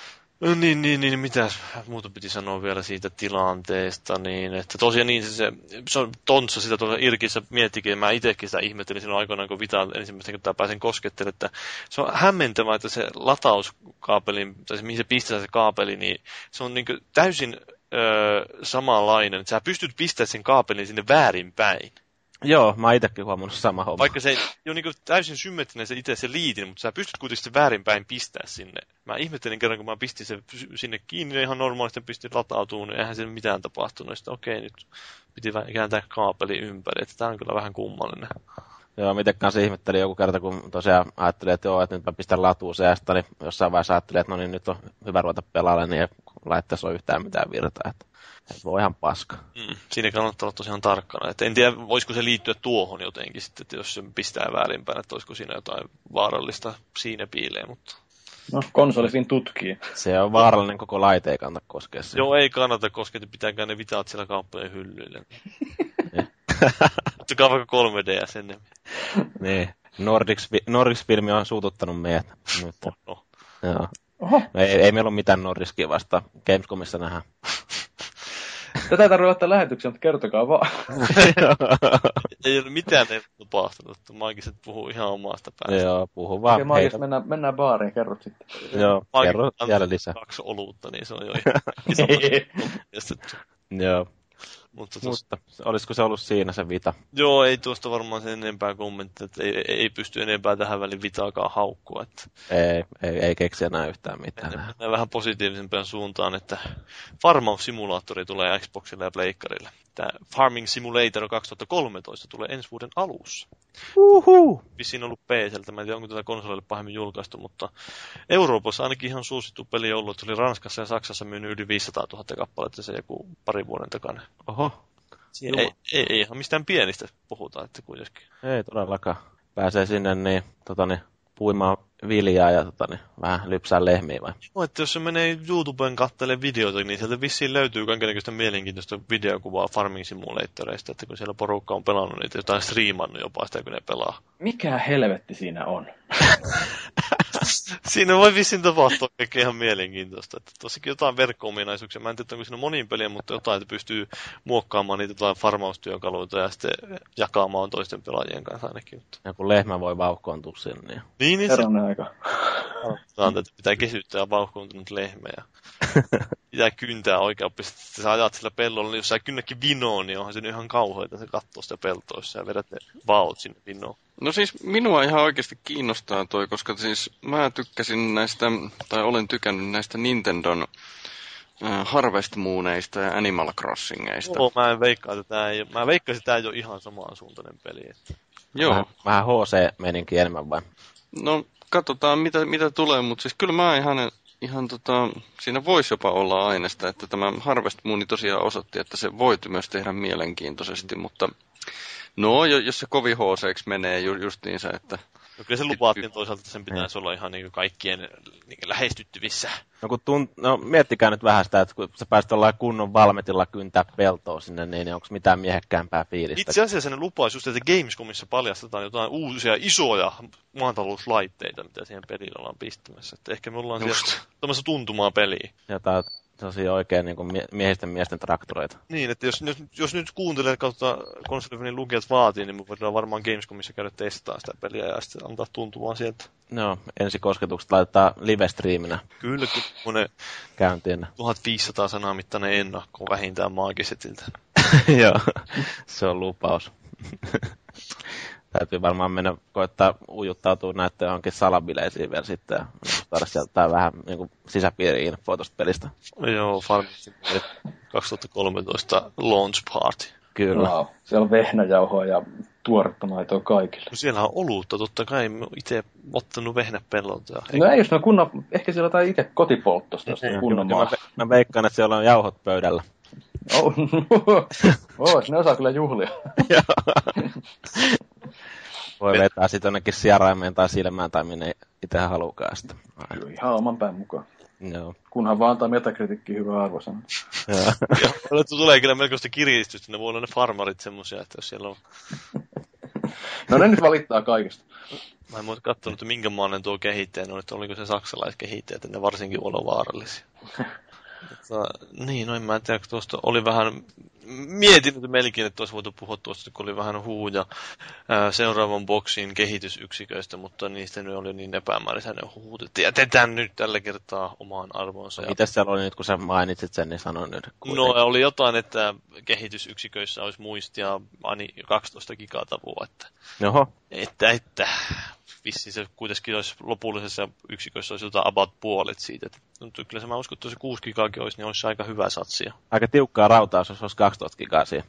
mitäs muuta piti sanoa vielä siitä tilanteesta, niin että tosiaan niin se on Tontsa sitä tuolla Irkissä miettikin, ja mä itsekin sitä ihmettelin silloin aikoinaan, kun Vita ensimmäistä kertaa pääsen koskettelemaan, että se on hämmentävää, että se latauskaapeli, tai se, mihin se pistää se kaapeli, niin se on niin kuin täysin samanlainen, että sä pystyt pistämään sen kaapelin sinne väärinpäin. Joo, mä oon itsekin huomannut sama homma. Vaikka se ei ole niin täysin symmetrinen se itse se liitin, mutta sä pystyt kuitenkin väärinpäin pistää sinne. Mä ihmettelin kerran, kun mä pistin se sinne kiinni ja ihan normaalisti pistin latautuun, niin eihän siinä mitään tapahtunut. Sitten okei, nyt piti kääntää kaapeli ympäri, että tää on kyllä vähän kummallinen. Joo, miten kanssa ihmettelin joku kerta, kun tosiaan ajattelin, että joo, että nyt mä pistän latuun seasta, niin jossain vaiheessa ajattelin, että no niin, nyt on hyvä ruveta pelaamaan, niin ei laittaisi ole yhtään mitään virtaa, että voi ihan paska. Siinä kannattaa olla tosiaan tarkkana. Et en tiedä, voisiko se liittyä tuohon jotenkin sitten, että jos se pistää väärinpäin, että olisiko siinä jotain vaarallista siinä piilee, mutta... No, konsoli siinä tutkii. Se on vaarallinen koko laite, ei kannata koskea sen. Joo, ei kannata koskea, että pitääkään ne Vitaat siellä kauppojen hyllyille. Ottakaa vaikka 3DS enemmän. Niin, Nordics-filmi on suututtanut meidät. No. Joo. No, ei meillä ole mitään Nordiskia vasta. Gamescomissa nähdään. Tätä ei tarvitse laittaa lähetyksiä, mutta kertokaa vaan. Ei ole mitään tapahtunut. Maagiset puhuu ihan omasta päästä. Joo, puhu vaan. Okei, mennään baariin, kerrot sitten. Joo, kerro vielä lisää. 2 olutta, niin se on jo iso. Joo. Mutta olisiko se ollut siinä se Vita? Joo, ei tuosta varmaan sen enempää kommenttia, että ei pysty enempää tähän väliin Vitaakaan haukkua. Että... Ei keksi enää yhtään mitään. Mennään vähän positiivisempään suuntaan, että farmaussimulaattori tulee Xboxille ja Pleikkarille. Tämä Farming Simulator 2013 tulee ensi vuoden alussa. Vissiin on ollut PC:ltä, mä en tiedä onko tätä konsolille pahemmin julkaistu, mutta Euroopassa ainakin ihan suosittu peli on ollut, että se oli Ranskassa ja Saksassa myynyt yli 500 000 kappaletta se joku pari vuoden takana. Oho. Ei ihan mistään pienistä puhutaan, että kuitenkin. Ei todellakaan. Pääsee sinne niin, puimaan viljaa ja vähän lypsää lehmiä vai? No, että jos se menee YouTubeen katselemaan videoita, niin sieltä vissiin löytyy kaikenlaista mielenkiintoista videokuvaa Farming Simulatoreista, että kun siellä porukka on pelannut niitä, jotain striimannut jopa sitä, kun ne pelaa. Mikä helvetti siinä on? Siinä voi vissiin tapahtua kaikkea ihan mielenkiintoista. Että tossakin jotain verkko-ominaisuuksia. Mä en tiedä, onko siinä moniin peliä, mutta jotain, että pystyy muokkaamaan niitä jotain farmaustyökaluita ja sitten jakamaan toisten pelaajien kanssa ainakin. Ja kun lehmä voi vauhkoontua sinne. Niin Herranen aika. Että pitää kesyttää vauhkoontunut lehmä ja pitää kyntää oikein. Sitten sä ajat sillä pellolla, niin jos sä kynnäkin vinoon, niin onhan se ihan kauheita. Se katsoo sitä peltoissa ja vedät ne vaot sinne vinoon. No siis minua ihan oikeasti kiinnostaa toi, koska siis mä tykkäsin näistä, tai olen tykännyt näistä Nintendon Harvest Mooneista ja Animal Crossingeista. Joo, mä veikkaan, että tää ei ole ihan samansuuntainen peli. Että... Joo. Vähän HC-meninki enemmän vai? No katsotaan mitä tulee, mutta siis kyllä mä ihan siinä voisi jopa olla aineesta, että tämä Harvest Moon tosiaan osoitti, että se voi myös tehdä mielenkiintoisesti, mutta no, jos se kovin HC:ksi menee justiinsa, että... No kyllä se lupaattiin toisaalta, että sen pitäisi olla ihan niin kaikkien niin lähestyttävissä. No miettikää nyt vähän sitä, että kun sä pääsit ollaan kunnon valmetilla kyntää peltoa sinne, niin onko mitään miehekkäämpää fiilistä? Itse asiassa ne lupaisi just, että Gamescomissa paljastetaan jotain uusia isoja maatalouslaitteita, mitä siihen peliin ollaan pistämässä. Että ehkä me ollaan siellä tuntumaa peliä. Jotain tosi oikein niin kuin miesten traktoreita. Niin, että jos nyt kuuntelee, että konsolifinin lukijat vaatii, niin me voidaan varmaan Gamescomissa käydä testaa sitä peliä ja sitten antaa tuntumaan sieltä. No, ensikosketukset laitetaan live-striiminä. Kyllä, kun ne käyntiin. 1500 sanaa mittainen ennakko vähintään Maagisetiltä. Joo, se on lupaus. Täytyy varmaan mennä koettaa ujuttautua näitä johonkin salabileisiin vielä sitten ja saada sieltä vähän niin sisäpiiri-infoa tuosta pelistä. Joo, Farming 2013 launch party. Kyllä. Wow. Siellä on vehnäjauhoa ja tuoretta maitoa kaikille. No siellä on olutta, totta kai. Mä itse ottanut vehnäpellolta. No ei, jos ehkä siellä on jotain itse kotipolttosta, jos on kunnon maa. Mä veikkaan, että siellä on jauhot pöydällä. Ne osaa kyllä juhlia. Voi vetää sitten jonnekin sijaraimeen tai silmään tai minne itse halukaan sitä. Kyllä, ihan oman pään mukaan. Joo. Kunhan vaan antaa Metacriticin hyvä arvosana. Joo. Tulee kyllä melkoista kiristystä. Ne voi olla ne farmarit semmosia, että jos siellä on... No ne nyt valittaa kaikesta. Mä en ole katsonut, että minkä maanen tuo kehittäjä on, että oliko se saksalaiskehittäjä, että ne varsinkin voi olla vaarallisia. Niin, no en mä tiedä, tuosta oli vähän, mietin nyt melkein, että olisi voitu puhua tuosta, kun oli vähän huuja seuraavan boksin kehitysyksiköistä, mutta niistä ne oli niin epämääräisiä ne huut, että jätetään nyt tällä kertaa omaan arvoonsa. Mitäs siellä oli nyt, kun sä mainitsit sen, niin sanon nyt. No oli jotain, että kehitysyksiköissä olisi muistia 12 gigatavua, että... Oho. Että vissiin se kuitenkin olisi lopullisessa yksikössä olisi jotain about puolet siitä. Mutta kyllä se mä uskon, että se 6 gigaakin olisi, niin olisi aika hyvä satsia. Aika tiukkaa rautaa, jos olisi 12 gigaa siihen.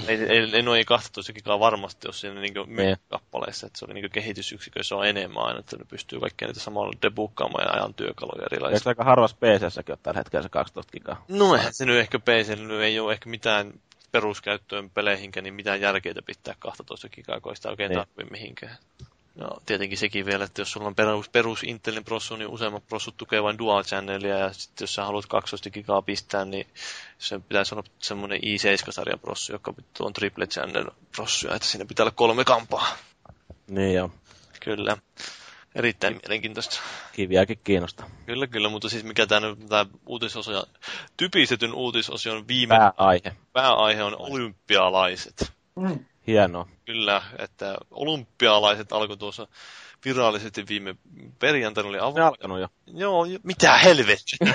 Ei 12 gigaa varmasti, jos siinä niin kappaleissa, että se oli niin kehitysyksiköissä on enemmän aina, että ne pystyy kaikkea niitä samalla debuggaamaan ja ajan työkaluja erilaisia. Eikö aika harvassa PC:ssäkin ole tällä hetkellä se 12 gigaa? No eihän se nyt ehkä PC:llä ei ole ehkä mitään peruskäyttöön peleihinkään, niin mitään järkeitä pitää 12 gigaa, kun ei sitä oikein tarvitse mihinkään. No tietenkin sekin vielä, että jos sulla on perus Intelin prossu, niin useimmat prossut tukee vain dual channelia, ja sitten jos sä haluat 12 gigaa pistää, niin se pitäisi olla semmoinen i7-sarjan prossu, joka on triple channel prossuja, että siinä pitää olla 3 kampaa. Niin joo. Kyllä. Erittäin mielenkiintoista. Kiviäkin kiinnostaa. Kyllä, mutta siis mikä tämä uutisosio, typistetyn uutisosion pääaihe on olympialaiset. Hienoa. Kyllä, että olympialaiset alkoi tuossa virallisesti viime perjantaina oli Ne alkanut jo. Joo, mitä helvettiä.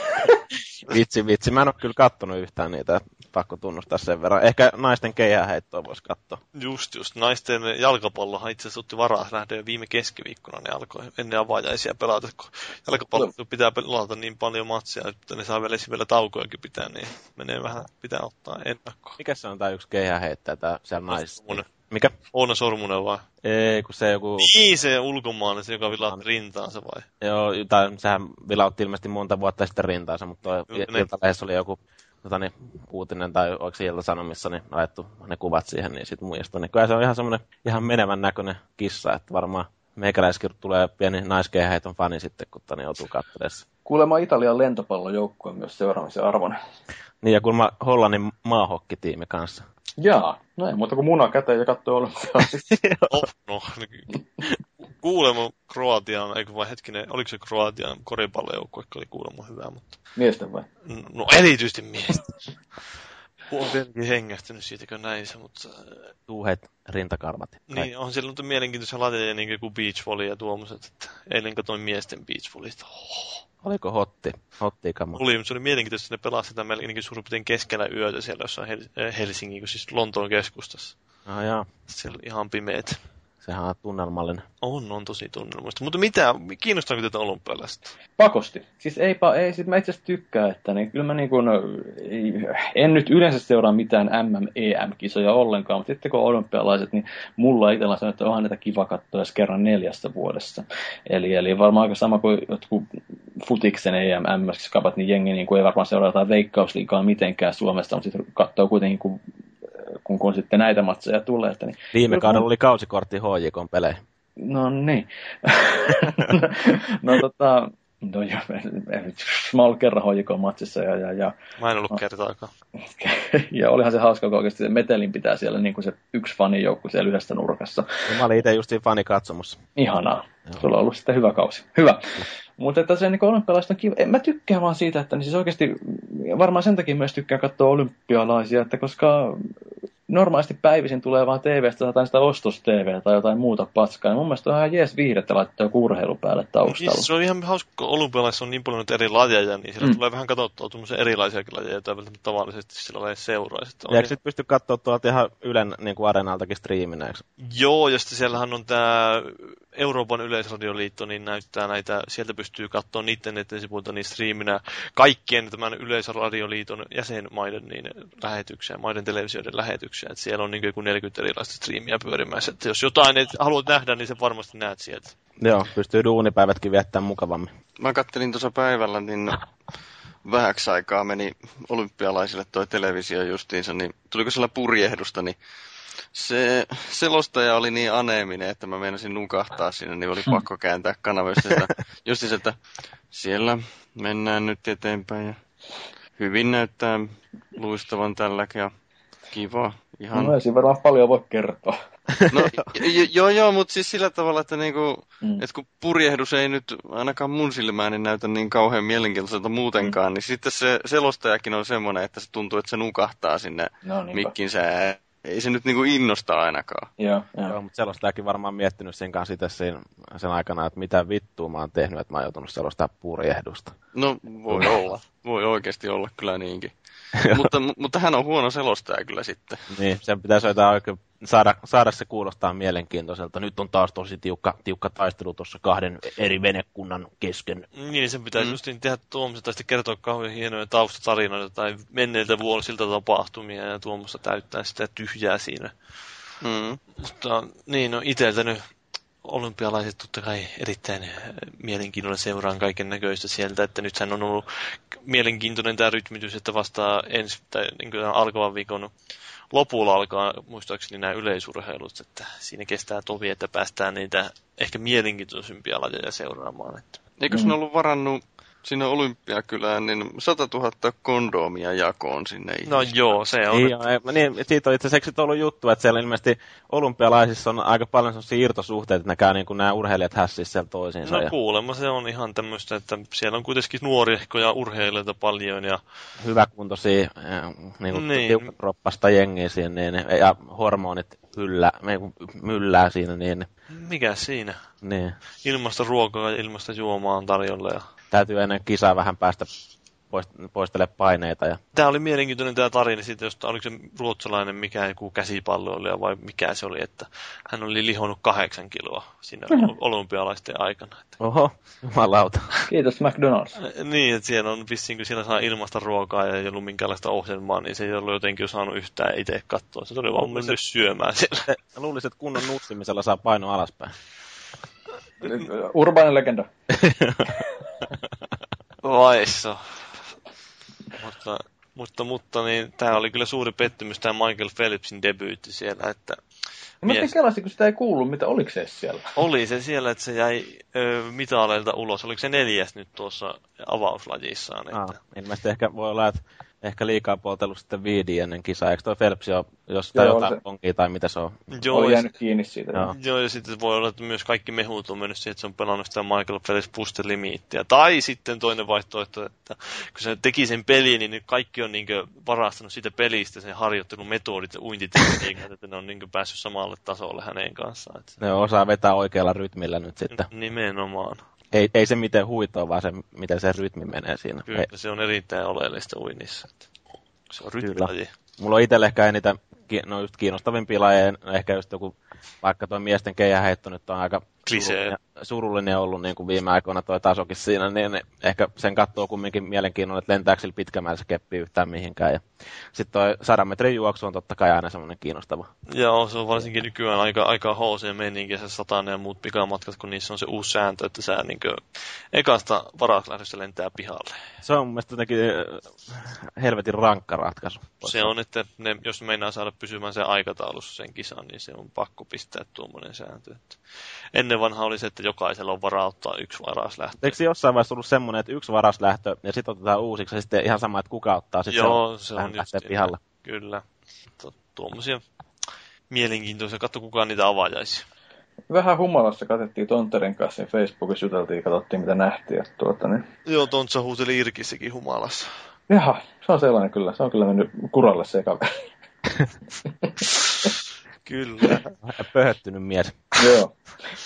Vitsi. Mä en ole kyllä kattonut yhtään niitä, pakko tunnustaa sen verran. Ehkä naisten keihäheittoa voisi katsoa. Just. Naisten jalkapallohan itse asiassa otti varaa lähdön jo viime keskiviikkona. Ne alkoi ennen avaajaisia pelata, kun jalkapallo pitää pelata niin paljon matseja, että ne saa vielä taukojakin pitää, niin menee vähän, pitää ottaa ennakkoa. Mikä se on tää yksi keihäheittäjä tää siellä naisissa? Mikä? Oona Sormunen vai? Ei, kun se joku... Niin, se ulkomaalainen, se joka vilautti rintaansa vai? Joo, tai sehän vilautti ilmeisesti monta vuotta sitten rintaansa, mutta Iltalehdessä oli joku uutinen, tai oliko se Ilta-Sanomissa, niin ajettu ne kuvat siihen, niin sit muista. Niin kyllä se on ihan semmoinen ihan menevän näköinen kissa, että varmaan meikäläiskin tulee pieni naiskeihäiton fani sitten, kun tani joutuu katselemaan. Kuulemma Italian lentopallojoukkue myös seuraamisen arvoinen. Niin, ja kuulemma Hollannin maahokkitiimi kanssa. Jaa, no ei muuta kuin muna käteen ja katsoo olympialaisista. No, kuulemma Kroatian, eikö vai hetkinen, oliko se Kroatian koripallojoukkue, joka oli kuulemma hyvä, mutta... Miesten vai? No erityisesti miesten. On tietenkin hengästynyt siitäkö näin se, mutta... Tuuheet rintakarvat. Niin, on siellä nyt mielenkiintoisia lateja niin kuin beach volley ja tuommoiset, että eilen katsoin miesten beach volleysta. Oliko hottikama? Oli, mutta se oli mielenkiintoista, että ne pelasivat sitä melkein suurin piirtein keskellä yötä siellä jossain Helsingin, kun siis Lontoon keskustassa. Jaa. Siellä oli ihan pimeät. Sehän on tunnelmallinen. On tosi tunnelmallista. Mutta mitä, kiinnostaako tätä olympialaista? Pakosti. Siis siis mä itse asiassa tykkään, että niin, kyllä mä niin kuin, en nyt yleensä seuraa mitään EM-kisoja ollenkaan, mutta sitten kun on olympialaiset, niin mulla itsellä sanoo, että onhan näitä kiva katsoa edes kerran 4 vuodessa. Eli varmaan aika sama kuin jotkut futiksen EM-MS-kapat, niin jengi niin kuin ei varmaan seuraa jotain veikkausliigaa mitenkään Suomesta, mutta sitten katsoo kuitenkin, kun sitten näitä matseja tulee. Että niin, viime kaudella oli kausikortti HJK:n peleihin. No niin. No joo, mä oon kerran HJK-matsissa ja... Mä en ollut kertaakaan. Ja olihan se hauska, kun oikeasti se metelin pitää siellä niin kuin se yksi fanijoukku siellä yhdessä nurkassa. Ja mä olin itse just siinä fanikatsomussa. Ihanaa. Sulla on ollut sitten hyvä kausi. Hyvä. Mutta että se niin olympialaiset on kiva. Mä tykkään vaan siitä, että niin siis oikeasti varmaan sen takia myös tykkään katsoa olympialaisia, että koska normaalisti päivisin tulee vaan TV:stä jotain sitä ostos-TV tai jotain muuta paskaa. Ja mun mielestä on ihan jees viihdettä laittaa joku urheilu päälle taustalla. Niin, se on ihan hauska, kun olympialaisissa on niin paljon eri lajeja, niin siellä tulee vähän katsottua tuommoisia erilaisiakin lajeja, joita välttämättä tavallisesti sillä lailla seuraisi. Ja eikö sitten pysty katsoa tuolta ihan Ylen niin kuin areenaltakin striiminä? Joo, ja sitten siellähän on tämä Euroopan yleisradioliitto, niin näyttää näitä, sieltä pystyy katsoa niiden nettisivuilta niin striiminä kaikkien tämän yleisradioliiton jäsenmaiden niin lähetyksiä, maiden televisioiden lähetyksiä. Että siellä on niin kuin 40 erilaista striimiä pyörimässä. Että jos jotain haluat nähdä, niin se varmasti näet sieltä. Joo, pystyy duunipäivätkin viettämään mukavammin. Mä kattelin tuossa päivällä, niin vähäksi aikaa meni olympialaisille toi televisio justiinsa, niin tuliko siellä purjehdusta, niin se selostaja oli niin aneeminen, että mä meinasin nukahtaa sinne, niin oli pakko kääntää kanava justiinsa, että siellä mennään nyt eteenpäin ja hyvin näyttää luistavan tälläkin ja kiva. Ihan... No ei siinä varmaan paljon voi kertoa. No joo, mutta siis sillä tavalla, että niinku, et kun purjehdus ei nyt ainakaan mun silmään niin näytä niin kauhean mielenkiintoiselta muutenkaan, niin sitten se selostajakin on semmoinen, että se tuntuu, että se nukahtaa sinne mikkinsä. Ei se nyt niinku innosta ainakaan. Joo, mutta selostajakin varmaan miettinyt sen kanssa itse sen aikana, että mitä vittua mä oon tehnyt, että mä oon joutunut selostaa purjehdusta. No voi olla. Voi oikeasti olla kyllä niinkin. mutta hän on huono selostaja kyllä sitten. Niin, sen pitäisi oikein saada se kuulostaa mielenkiintoiselta. Nyt on taas tosi tiukka taistelu tuossa 2 eri venekunnan kesken. Niin, sen pitäisi justiin tehdä tuommoista tai sitten kertoa kauhean hienoja taustatarinoita tai menneiltä vuosilta tapahtumia ja tuommoista täyttää sitä tyhjää siinä. Mutta niin, no iteltä nyt olympialaiset totta kai erittäin mielenkiinnolla seuraan kaiken näköistä sieltä, että nythän on ollut mielenkiintoinen tämä rytmitys, että vasta niin alkavan viikon lopulla alkaa muistaakseni nämä yleisurheilut, että siinä kestää tovi, että päästään niitä ehkä mielenkiintoisimpia lajeja seuraamaan. Että. Eikö sinä ollut varannut sinne Olympiakylään niin 100 000 kondoomia jakoon sinne ihmisille? No joo, se on. Niin, siitä on itse asiassa ollut juttu, että siellä ilmeisesti olympialaisissa on aika paljon sellaisia irtosuhteita, että ne käy niin kuin nämä urheilijat hässissä siellä toisiinsa. No kuulemma se on ihan tämmöistä, että siellä on kuitenkin nuorihkoja urheilijoita paljon. Ja hyväkuntoisia, niin tiukkakroppasta jengiä siinä, niin, ja hormonit myllää siinä. Niin. Mikä siinä? Niin. Ilmasta ruokaa ja ilmasta juomaa on tarjolla. Ja... Täytyy ennen kisaa vähän päästä poistele paineita. Ja... Tämä oli mielenkiintoinen tämä tarina siitä, josta oliko se ruotsalainen mikä joku käsipalloilija vai mikä se oli, että hän oli lihonnut 8 kiloa siinä olympialaisten aikana. Oho, jumalauta. Kiitos McDonald's. Niin, että siellä on vissiin, kun siellä saa ilmasta ruokaa ja ei ollut minkäänlaista ohjelmaa, niin se ei ollut jotenkin saanut yhtään itse katsoa. Se tuli vaan mennyt syömään siellä. Luulisin, että kunnon nussimisella saa painoa alaspäin. Urbainen legenda. Vaissa. Mutta Mutta niin, tämä oli kyllä suuri pettymys, tämä Michael Phelpsin debyytti siellä, että Mä kelasin, kun sitä ei kuullut, mitä oliko se siellä? Oli se siellä, että se jäi mitaleilta ulos. Oliko se 4. nyt tuossa avauslajissaan? Että... ilmeisesti ehkä voi olla, että ehkä liikaa poltellut sitten viidiä ennen kisaa. Eikö toi Phelps ole jostain jotain ponkia tai mitä se on? Oli jäänyt kiinni siitä. Joo, ja sitten voi olla, että myös kaikki mehut on mennyt siihen, että se on pelannut sitä Michael Phelps Booster Limiittiä. Tai sitten toinen vaihtoehto, että kun se teki sen pelin, niin kaikki on niin varastanut siitä pelistä sen harjoittelun metodit ja uintitekniikat, että ne on niin päässyt samalle tasolle hänen kanssaan. Ne osaa vetää oikealla rytmillä nyt sitten. Nimenomaan. Ei se miten huitoo, vaan se miten se rytmi menee siinä. Kyllä, se on erittäin oleellista uinnissa. Se on rytmilaji. Mulla on itsellä ehkä eniten just kiinnostavimpia lajeja, ehkä just joku, vaikka tuo miesten keihäheitto nyt on aika surullinen ollut niin kuin viime aikoina tuo tasokin siinä, niin ehkä sen katsoo kumminkin mielenkiinnolla, että lentääkö sillä pitkämällä se keppi yhtään mihinkään. Ja sitten tuo 100 metrin juoksu on totta kai aina semmoinen kiinnostava. Joo, se on varsinkin nykyään aika HC-meininkiä se 100 ja muut pikamatkat, kun niissä on se uusi sääntö, että sä niin ekasta varauslähdössä lentää pihalle. Se on mun mielestä jotenkin helvetin rankka ratkaisu. Se on, että jos meinaa saada pysymään sen aikataulussa sen kisan, niin se on pakko pistää tuommoinen sääntö. Että ennen vanha oli se, että jokaisella on varaa ottaa 1 varauslähtö. Eikö jossain vaiheessa tullut semmoinen, että 1 varauslähtö ja sitten otetaan uusiksi ja sitten ihan sama, että kuka ottaa sitten se on just pihalla. Kyllä. Tuommoisia mielenkiintoisia. Katso kukaan niitä avaajaisia. Vähän humalassa katsottiin Tonterin kanssa ja Facebookissa juteltiin ja katsottiin mitä nähtiin. Joo, Tontsa huuteli Irkissäkin humalassa. Jaha, se on sellainen kyllä. Se on kyllä mennyt kuralle se kaveri. Kyllä. Pöhöttynyt mies. Joo.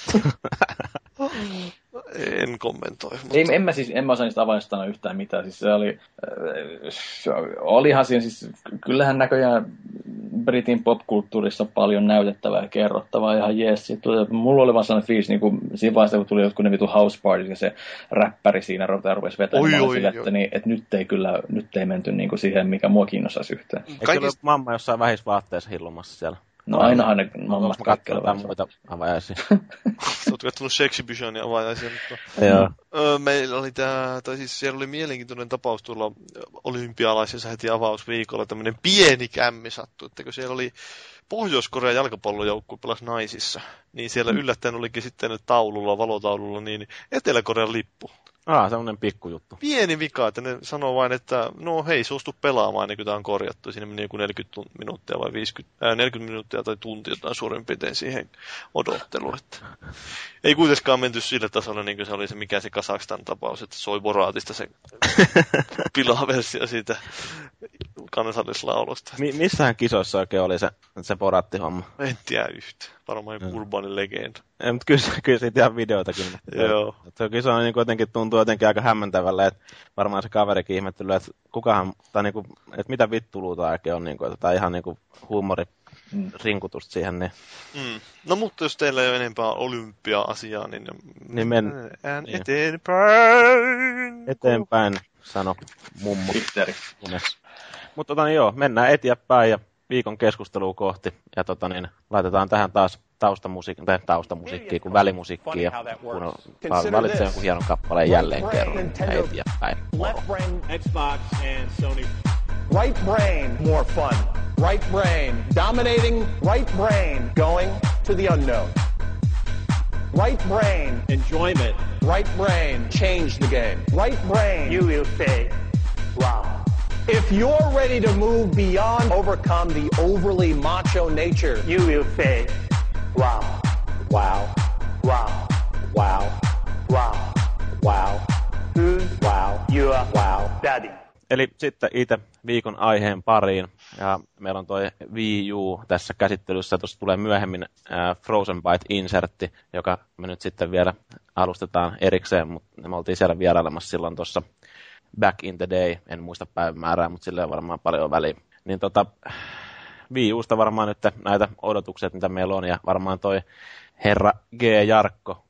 En kommentoi. Mutta... En mä osaa niistä avaajista sanoa yhtään mitään. Siis se olihan siinä siis, kyllähän näköjään Britin popkulttuurissa paljon näytettävää ja kerrottavaa ihan jees. Mulla oli vaan sellainen fiilis, niin kuin siinä vaiheessa, kun tuli jotkut ne vitu house parties ja se räppäri siinä rupesi vetämään sille, että nyt ei menty niin kuin siihen, mikä mua kiinnostaisi yhtään. Eikö ole mamma jossain vähisvaatteessa hillumassa siellä? No ainahan ne mammat kaikkeella vähän muita avajaisia. Oletko kattonut Sexibitionia avajaisia? Joo. Meillä oli siellä oli mielenkiintoinen tapaus tuolla olympialaisessa heti avausviikolla. Tämmöinen pieni kämmi sattui, että kun siellä oli Pohjois-Korean jalkapallojoukkue pelasi naisissa, niin siellä yllättäen olikin sitten valotaululla, niin Etelä-Korean lippu. Semmoinen pikkujuttu. Pieni vika, että ne sanoo vain, että no hei, suostu pelaamaan, niin kun tämä on korjattu. Siinä meni joku 40 minuuttia vai 40 minuuttia tai tunti jotain suurin piirtein siihen odotteluun. Että ei kuitenkaan menty sille tasolle, niin kuin se oli se mikä se Kazakstan tapaus, että soi Boratista se pilaversio siitä kansallislaulusta. Missähän kisoissa oikein oli se Boratti-homma? En tiedä yhtä. Varmaan joku urbaani legenda. Mutta kyllä siitä ihan videoitakin. Joo. Se kisa on niin kuitenkin tuntuu jotenkin aika hämmentävällä, että varmaan se kaverikin ihmettely, että kukahan, tai niin kuin, että mitä vittuluuta oikein on, niin kuin, että tämä ihan niin kuin huumoririnkutusta siihen. Niin. No mutta jos teillä ei ole enempää olympia-asiaa, niin eteenpäin. Eteenpäin, sano mummu. Sihteeri. Mutta joo, mennään eteenpäin ja viikon keskustelua kohti. Ja laitetaan tähän taas taustamusiikkia kuin välimusiikkia. Ja kun valitsee jonkun hienon kappaleen jälleen kerran. Eteenpäin. Xbox and Sony. Right brain, more fun. Right brain, dominating. Right brain, going to the unknown. Right brain, enjoyment. Right brain, change the game. Right brain, you will say, wow. If you're ready to move beyond, overcome the overly macho nature, you will say, wow, wow, wow, wow, wow, wow. Who's wow? You are wow, daddy. Eli sitten itse viikon aiheen pariin. Ja meillä on toi Wii U tässä käsittelyssä. Tuossa tulee myöhemmin Frozen Byte-insertti, joka me nyt sitten vielä alustetaan erikseen, mutta me oltiin siellä vierailemassa silloin tuossa back in the day, en muista päivämäärää, mutta sillä on varmaan paljon väliä. Niin Wii Usta varmaan nyt näitä odotuksia, mitä meillä on, ja varmaan toi herra G. Jarkko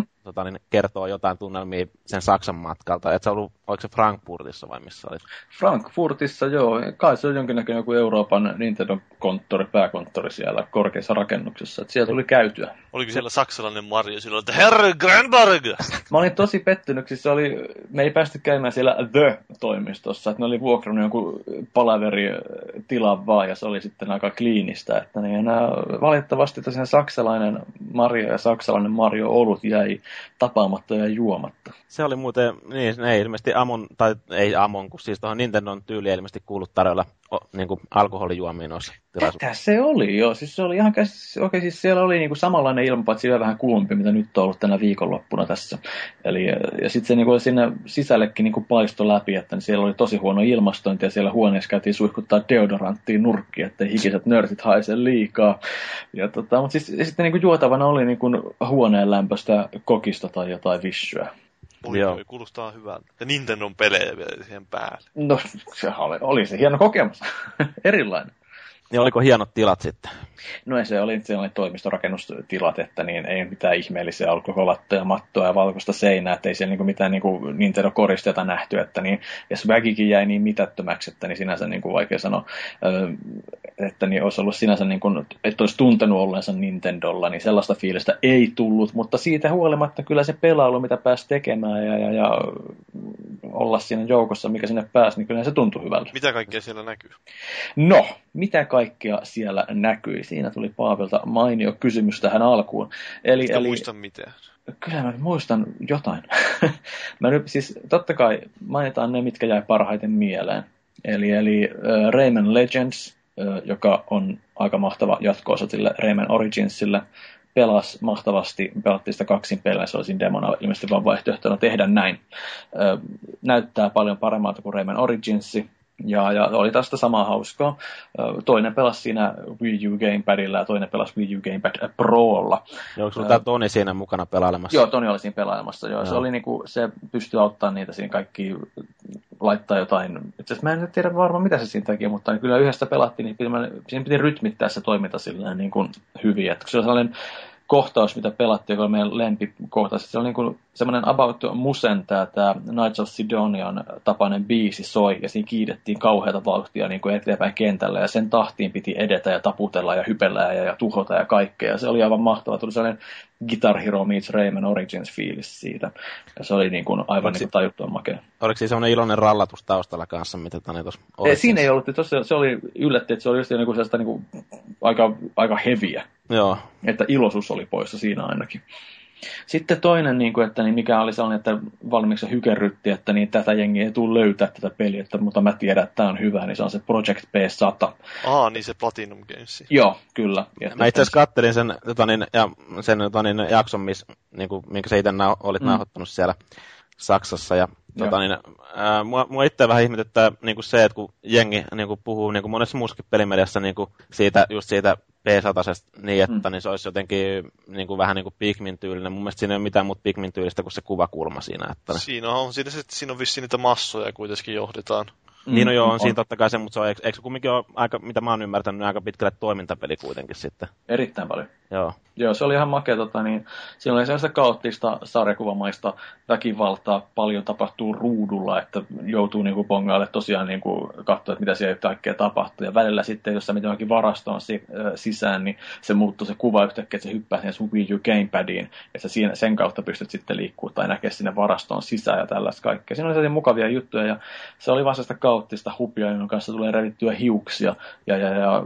kertoo jotain tunnelmia sen Saksan matkalta. Et sä ollut, oliko se Frankfurtissa vai missä olit? Frankfurtissa, joo. Kai se on jonkinnäköinen joku Euroopan Nintendo-konttori, pääkonttori siellä korkeassa rakennuksessa. Et siellä tuli käytyä. Oliko siellä saksalainen Mario silloin, että Herr Grönberg? Mä olin tosi pettynyt, siis me ei päästy käymään siellä The-toimistossa, että ne oli vuokrannut jonkun palaveritilan vaan, ja se oli sitten aika kliinistä, että niin, valitettavasti tosiaan saksalainen Mario ja saksalainen Mario olut jäi tapaamatta ja juomatta. Se oli muuten, niin ei ilmeisesti Amon, tai ei Amon, kun siis tuohon Nintendon tyyliin ilmeisesti kuullut tarjolla niin kuin alkoholijuomia noissa tilaisuudessa. Tätä se oli, joo. Siis se oli ihan okei, siis siellä oli niin kuin samanlainen ilma, paitsi vielä vähän kuumempi, mitä nyt on ollut tänä viikonloppuna tässä. Eli, ja sitten se niin kuin sinne sisällekin niin kuin paistoi läpi, että siellä oli tosi huono ilmastointi, ja siellä huoneessa käytiin suihkuttaa deodoranttiin nurkkiin, ettei hikiset nörtit haise liikaa. Ja mutta siis sitten niin kuin juotavana oli niin kuin huoneen lämpöstä kokista tai jotain vissyä. Oi, kuulostaa hyvältä. Ja Nintendon pelejä vielä siihen päälle. No, se oli se hieno kokemus. Erilainen. Niin oliko hienot tilat sitten? No se oli toimistorakennustilat, että niin ei mitään ihmeellisiä alkoholattoja, mattoa ja valkoista seinää, että ei siellä niinku mitään niinku Nintendo-koristeita nähty, että niin, ja väkikin jäi niin mitättömäksi, että niin sinänsä niinku vaikea sanoa, että niin olisi ollut sinänsä niinku, että olisi tuntenut olleensa Nintendolla, niin sellaista fiilistä ei tullut, mutta siitä huolimatta kyllä se pelailu, mitä pääsi tekemään ja olla siinä joukossa, mikä sinne pääsi, niin kyllä se tuntui hyvältä. Mitä kaikkea siellä näkyy? No, mitä kaikkea siellä näkyi? Siinä tuli Paavilta mainio kysymys tähän alkuun. Eli muistan mitään. Kyllä mä muistan jotain. Mä nyt siis totta kai mainitaan ne, mitkä jäi parhaiten mieleen. Eli Rayman Legends, joka on aika mahtava jatko-osa sille Rayman Originsille, pelasi mahtavasti, pelattiin sitä kaksin pelejä, se oli siinä demona ilmeisesti vaan vaihtoehtona tehdä näin. Näyttää paljon paremmalta kuin Rayman Originsi, ja oli tästä samaa hauskaa. Toinen pelasi siinä Wii U Gamepadilla ja toinen pelasi Wii U Gamepad Prolla. Onko sulla tämä Toni siinä mukana pelailemassa? Joo, Toni oli siinä pelailemassa. Joo. Se oli niinku, se pystyi auttamaan niitä siinä kaikki, laittaa jotain. Itse asiassa mä en nyt tiedä varmaan mitä se siinä teki, mutta niin kyllä yhdessä pelattiin, niin siinä piti rytmittää se toiminta silleen niin kuin hyvin. Että se oli sellainen kohtaus, mitä pelattiin, joka oli meidän lempikohtaus. Se oli niin kuin semmoinen About Musen, tämä Nigel Sidonian tapainen biisi soi, ja siinä kiidettiin kauheata vauhtia niin kuin eteenpäin kentällä, ja sen tahtiin piti edetä ja taputella ja hypellä ja tuhota ja kaikkea, ja se oli aivan mahtavaa. Tuli sellainen Guitar Hero meets Rayman Origins fiilis siitä, ja se oli niin kuin aivan niin kuin tajuttoman makea. Oliko siinä semmoinen iloinen rallatus taustalla kanssa, mitä tuossa oli? Siinä ei ollut, se oli yllätti, että se oli just niin kuin sellaista niin kuin aika heviä. Joo. Että iloisuus oli poissa siinä ainakin. Sitten toinen, niin kuin, että niin mikä oli sellainen, että valmiiksi hykerrytti, että niin tätä jengiä ei tule löytää tätä peliä, mutta mä tiedän, että tämä on hyvä, niin se on se Project P100. Niin se Platinum Games. Joo, kyllä. Mä itse asiassa kattelin sen jakson, minkä sä itse olit nauhoittanut siellä Saksassa, ja mua itse vähän ihmetyttää niin kuin se, että kun jengi niin kuin puhuu niin kuin monessa muussakin pelimediassa niin kuin siitä P100 niin, että niin se olisi jotenkin niin kuin, vähän niin kuin Pikmin-tyylinen. Mun mielestä siinä ei ole mitään muuta Pikmin-tyylistä kuin se kuvakulma siinä. Että siinä on vissiin niitä massoja kuitenkin johdetaan. Niin on siinä totta kai se, mutta se on, eikö kumminkin ole aika, mitä mä oon ymmärtänyt, aika pitkälle toimintapeli kuitenkin sitten? Erittäin paljon. Joo, se oli ihan makea. Niin, siinä oli sellaista kaoottista sarjakuvamaista väkivaltaa, paljon tapahtuu ruudulla, että joutuu niinku bongaille tosiaan niinku katsoa, että mitä siellä kaikkea tapahtuu. Ja välillä sitten, jos sä menet johonkin varastoon sisään, niin se muuttuu se kuva yhtäkkiä, että se hyppää siihen sun Wii U Gamepadiin, että sä sen kautta pystyt sitten liikkumaan tai näkemään sinne varastoon sisään ja tällaista kaikkea. Siinä oli sellaisia mukavia juttuja, ja se oli vaan sellaista kaoottista hupia, jonka kanssa tulee revittyä hiuksia ja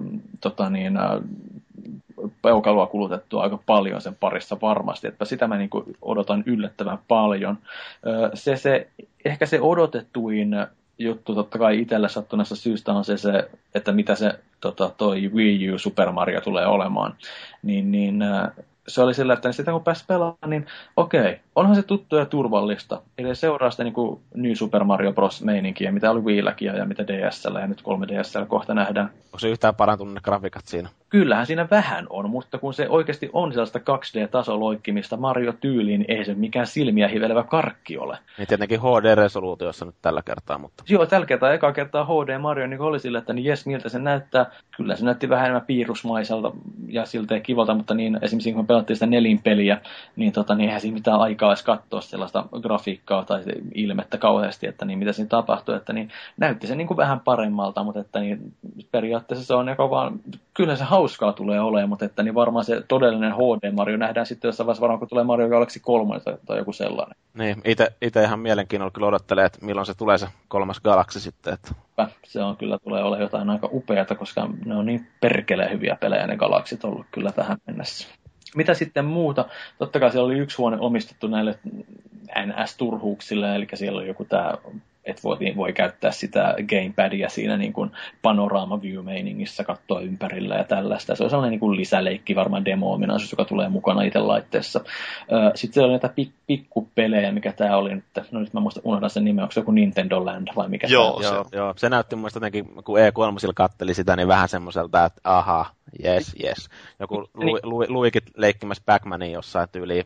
peukalua kulutettua aika paljon sen parissa varmasti, että sitä mä niin kuin odotan yllättävän paljon. Ehkä se odotetuin juttu totta kai itselle sattuneesta syystä on se, että mitä se toi Wii U Super Mario tulee olemaan. Se oli sillä, että sitten kun pääsi pelaamaan, niin okei, onhan se tuttu ja turvallista. Eli seuraa sitä niinku New Super Mario Bros. Meininkiä, mitä oli Wiilläkin ja mitä DS:llä ja nyt 3DS:llä kohta nähdään. Onko se yhtään parantunut ne grafiikat siinä? Kyllähän siinä vähän on, mutta kun se oikeasti on sellaista 2D-tasoloikkimista Mario-tyyliin, niin ei se mikään silmiä hivelevä karkki ole. Niin tietenkin HD-resoluutiossa nyt tällä kertaa, mutta... Joo, tällä kertaa eka kertaa HD Mario niin oli sillä, että niin jes, miltä se näyttää. Kyllä se näytti vähän enemmän piirusmaiselta ja siltä kivalta, mutta niin esimerkiksi kun me pelattiin sitä nelinpeliä, niin, niin eihän siinä mitään aikaa edes katsoa sellaista grafiikkaa tai ilmettä kauheasti, että niin mitä siinä tapahtui, että niin näytti se niin kuin vähän paremmalta, mutta että niin periaatteessa se on joka vaan, kyllä se hauskaa tulee olemaan, mutta että niin varmaan se todellinen HD Mario nähdään sitten jossain vaiheessa varmaan, kun tulee Mario Galaxy 3 tai joku sellainen. Niin, itse ihan mielenkiinnolla kyllä odottelee, että milloin se tulee se 3. Galaxy sitten. Että... Se on kyllä tulee olemaan jotain aika upeata, koska ne on niin perkeleen hyviä pelejä ne Galaxyt ollut kyllä tähän mennessä. Mitä sitten muuta? Totta kai siellä oli yksi huone omistettu näille NS-turhuuksille, eli siellä oli joku tämä, että voi käyttää sitä gamepadia siinä niin kuin panorama view-meiningissä, katsoa ympärillä ja tällaista. Se on sellainen niin kuin lisäleikki, varmaan demo-ominaisuus, joka tulee mukana itse laitteessa. Sitten siellä oli näitä pikkupelejä, mikä tämä oli nyt, no nyt mä unohdan sen nimen, onko se joku Nintendo Land vai mikä joo, joo, se näytti mun mielestä jotenkin, kun E3 katteli sitä, niin vähän semmoiselta, että aha, yes. Joku Luikit leikkimässä Pac-Manin jossain tyyliin,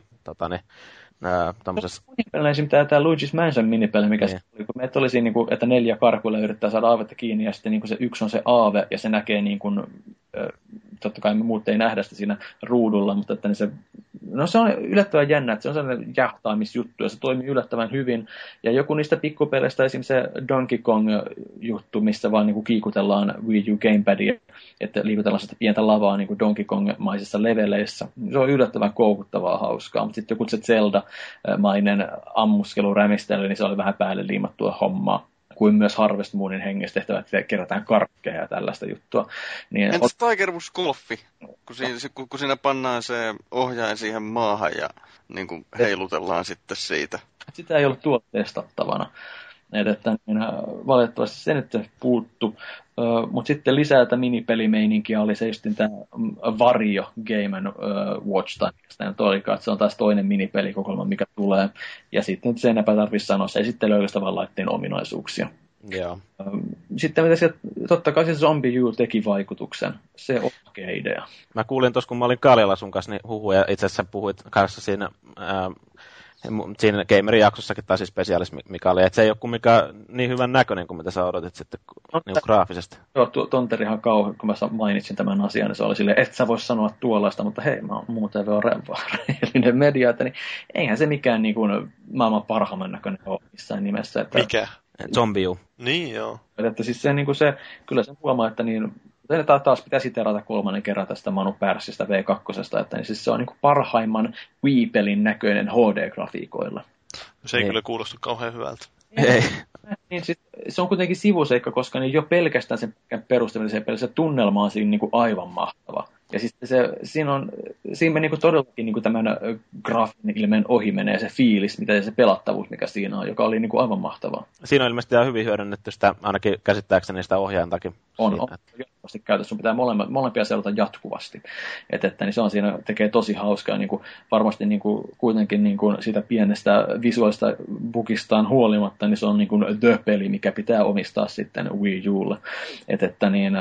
tämmöisessä... Esimerkiksi tämä Luigi's Mansion minipeli, mikä se oli, kun meitä oli siinä, niin kuin, että 4 karkuilla yrittää saada aavetta kiinni, ja sitten niin kuin se yksi on se aave, ja se näkee, niin kuin, totta kai me muut ei nähdä sitä siinä ruudulla, mutta että niin se on yllättävän jännä, että se on sellainen jahtaamisjuttu, ja se toimii yllättävän hyvin, ja joku niistä pikkupeleistä, esimerkiksi se Donkey Kong-juttu, missä vaan niin kuin kiikutellaan Wii U gamepadia, että liikutellaan sitä pientä lavaa niin kuin Donkey Kong-maisissa leveleissä. Se on yllättävän koukuttavaa hauskaa, mutta sitten joku se Zelda-mainen ammuskelurämistely, niin se oli vähän päälle liimattua hommaa, kuin myös Harvest Moonin hengessä tehtävä, että kerätään karkkeja ja tällaista juttua. Niin entäs Tiger Woods Golfi, kun siinä pannaan se ohjain siihen maahan ja niin kuin heilutellaan sitten siitä? Sitä ei ollut tuolla testattavana. Että niin, valitettavasti se nyt puuttu. Mutta sitten lisää tätä minipelimeininkiä oli se just tämä Vario Game & Watch, tai se on taas toinen minipelikokoelma, mikä tulee. Ja sitten sen enempää tarvitsisi sanoa, se esittelee oikeastaan vaan laitteen ominaisuuksia. Joo. Sitten mitä sieltä, totta kai se Zombie U teki vaikutuksen. Se on oikea idea. Mä kuulin tuossa, kun mä olin Kaljalla sun kanssa, niin huhuja. Itse asiassa puhuit kanssa siinä Gamerin jaksossakin tai siis spesiaalis, mikä oli, että se ei ole kumminkaan niin hyvän näköinen kuin mitä sä odotit sitten niin graafisesti. Joo, Tonterihan kauhean, kun mä mainitsin tämän asian, niin se oli silleen, et sä vois sanoa tuollaista, mutta hei, mä oon muuten rehellinen media, että niin eihän se mikään niin kuin maailman parhaimman näköinen ole missään nimessä. Että, mikä? Zombie U. Niin joo. Että siis se, niin kuin se, kyllä se huomaa, että niin, taas pitää siterata 3. kerran tästä Manu Pärssistä V2, että niin siis se on niin kuin parhaimman Wii-pelin näköinen HD-grafiikoilla. Se ei kyllä kuulostu kauhean hyvältä. Ei. Niin sit, se on kuitenkin sivuseikka, koska niin jo pelkästään sen perustamisen se tunnelma on siinä niin kuin aivan mahtava. Ja sitten siinä niin kuin todellakin niin kuin tämän graafinen ilmeen ohi menee se fiilis, mitä se pelattavuus, mikä siinä on, joka oli niin kuin aivan mahtavaa. Siinä on ilmeisesti ihan hyvin hyödynnetty sitä, ainakin käsittääkseni sitä ohjaintakin. On jatkuvasti käytössä. Sun pitää molempia seurata jatkuvasti. Että niin se on siinä, tekee tosi hauskaa. Niin kuin, varmasti niin kuin, kuitenkin niin kuin siitä pienestä visuaalista bugistaan huolimatta, niin se on niin kuin the-peli, mikä pitää omistaa sitten Wii Ulle. Että niin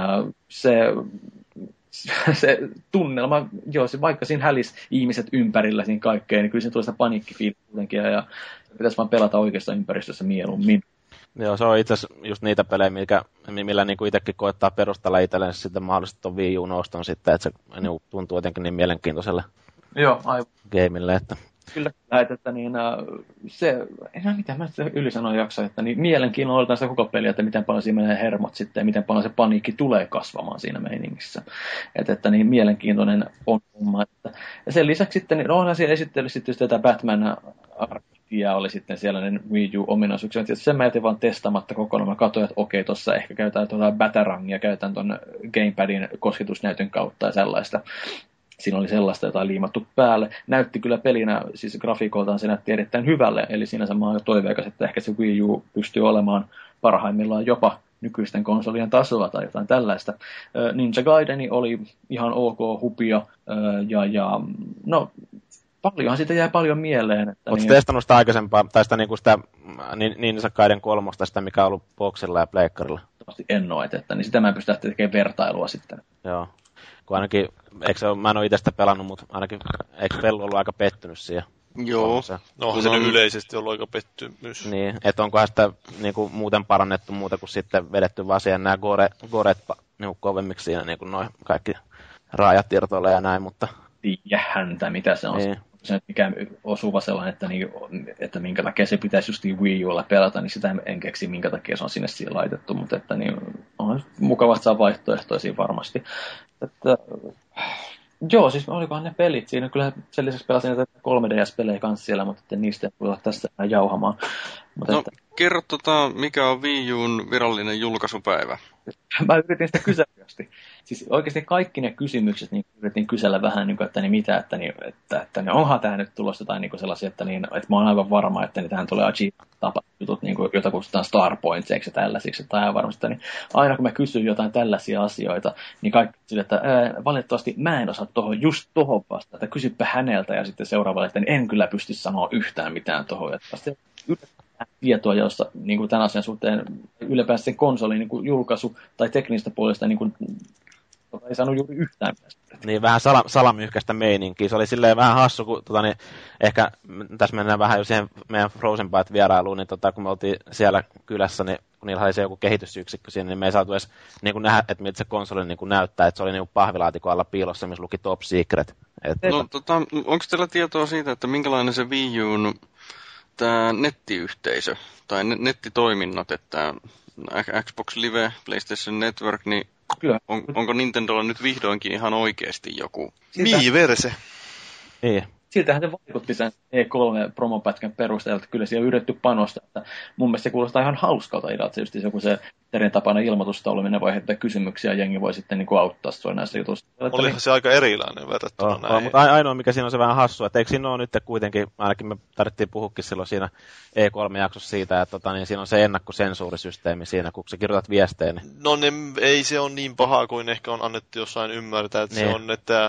se tunnelma, joo, se vaikka siinä hälisi ihmiset ympärillä siinä kaikkea, niin kyllä se tulee sitä paniikkifiilistä kuitenkin, ja pitäisi vaan pelata oikeassa ympäristössä mieluummin. Joo, se on itse asiassa just niitä pelejä, millä niin kuin itsekin koettaa perustella itselleen sitten mahdollisesti tuon Wii U-noston sitten, että se niin tuntuu jotenkin niin mielenkiintoiselle gameille, että... Kyllä, että niin, se, enää mitä mä yli sanoin jaksa, että niin mielenkiinnolla odotan sitä koko peliä, että miten paljon siinä menee hermot sitten ja miten paljon se paniikki tulee kasvamaan siinä meiningissä. Että niin mielenkiintoinen on homma. Ja sen lisäksi sitten, niin onhan siellä esittely sitten tätä Batman Arkham oli sitten siellä ne Wii U-ominaisuuksia. Sen mä jätin vaan testaamatta kokonaan. Mä katsoin, että okei, tuossa ehkä käytetään tuota Batarangia, käytetään tuon Gamepadin kosketusnäytön kautta ja sellaista. Siinä oli sellaista, jota liimattu päälle. Näytti kyllä pelinä, siis grafiikoltaan se näytti erittäin hyvälle, eli sinänsä mä oon toiveikas, että ehkä se Wii U pystyy olemaan parhaimmillaan jopa nykyisten konsolien tasoa tai jotain tällaista. Ninja Gaideni oli ihan ok hupia, ja no paljonhan siitä jää paljon mieleen. Oletko testannut sitä aikaisempaa, tai sitä, niinku sitä Ninja Gaiden 3, sitä mikä on ollut Boxilla ja Pleikkarilla? En ole, että niin sitä mä en pysty tekemään vertailua sitten. Joo. Kun ainakin, mä en ole itse sitä pelannut, mutta ainakin eikö Pellu ollut aika pettynyt siihen? Joo. No onhan se nyt yleisesti ollut aika pettymys. Niin, että onkohan sitä niinku muuten parannettu muuta kuin sitten vedetty vaan siihen nämä goret niinku kovemmiksi siinä niinku noin kaikki raajat irtoilee ja näin, mutta... Tiedä häntä, mitä se on. Niin. Se mikä osuva sellainen, että minkä takia se pitäisi just Wii Ulla pelata, niin sitä en keksi, minkä takia se on sinne siihen laitettu, mutta että niin, on mukavasti saa vaihtoehtoisia varmasti. Että, joo, siis olikohan ne pelit siinä, kyllä sen lisäksi pelasin näitä 3DS-pelejä kanssa siellä, mutta että niistä ei voi tässä jauhamaan. Mutta no, että... kerro mikä on Wii U:n virallinen julkaisupäivä? Mä yritin sitä kyselyästi. Siis oikeasti kaikki ne kysymykset niin yritin kysellä vähän, niin kuin, että niin mitä, että onhan tämä nyt tulossa tai niin sellaisia, että mä oon aivan varma, että tähän tulee achievement-jutut, niin jota kutsutaan Star Pointseiksi ja tällaisiksi, tai aivan varmasti. Niin aina kun mä kysyn jotain tällaisia asioita, niin kaikki sille, että valitettavasti mä en osaa just tohon vastata, että kysypä häneltä ja sitten seuraavalle, että en kyllä pysty sanoa yhtään mitään tohon. Tietoa, jossa niin kuin tämän asian suhteen ylipäänsä sen konsolin niin kuin julkaisu tai teknistä puolesta niin kuin, ei saanut juuri yhtään mitään. Niin, vähän salamyhkäistä meininkiä. Se oli silleen vähän hassu, kun niin, ehkä tässä mennään vähän jo siihen meidän Frozen Byte-vierailuun, niin kun me oltiin siellä kylässä, niin kun niillä oli se joku kehitysyksikkö siinä, niin me ei saatu edes niin kuin nähdä, että miltä se konsoli niin kuin näyttää, että se oli niin kuin pahvilaatikon alla piilossa, missä luki Top Secret. No, onko teillä tietoa siitä, että minkälainen se Wii U:n tämä nettiyhteisö tai nettitoiminnot, että Xbox Live, PlayStation Network, niin onko Nintendolla nyt vihdoinkin ihan oikeasti joku? Miiverse. Niin. Siltähän se vaikutti sen E3-promopätkän perusteella, että kyllä siellä on yritetty panostaa. Että mun mielestä se kuulostaa ihan hauskalta idealta, just joku se terin tapainen ilmoitustaulu, minne voi heittää kysymyksiä ja jengi voi sitten niin kuin auttaa sua näissä jutuissa. Olihan se aika erilainen verrattuna näin. Mutta ainoa, mikä siinä on se vähän hassu, että eikö siinä ole nyt kuitenkin, ainakin me tarvittiin puhukin silloin siinä E3-jaksossa siitä, että niin siinä on se ennakkosensuurisysteemi siinä, kun sä kirjoitat viestejä. Niin... No ei se ole niin paha kuin ehkä on annettu jossain ymmärtää, että niin. Se on, että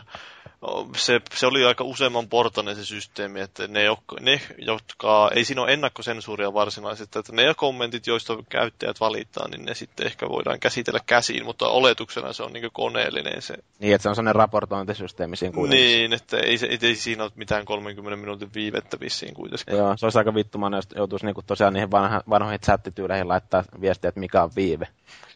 se oli aika useamman portainen se systeemi, että ne jotka ei siinä ole ennakkosensuuria varsinaisesti, että ne kommentit, joista käyttäjät valittaa, niin ne sitten ehkä voidaan käsitellä käsiin, mutta oletuksena se on niin koneellinen se. Niin, että se on sellainen raportointisysteemi siinä kuitenkin. Niin, että ei siinä ole mitään 30 minuutin viivettä vissiin kuitenkin. Joo, se olisi aika vittumainen, jos joutuisi niinku tosiaan niihin vanhoihin chattityyleihin laittaa viestiä, että mikä on viive.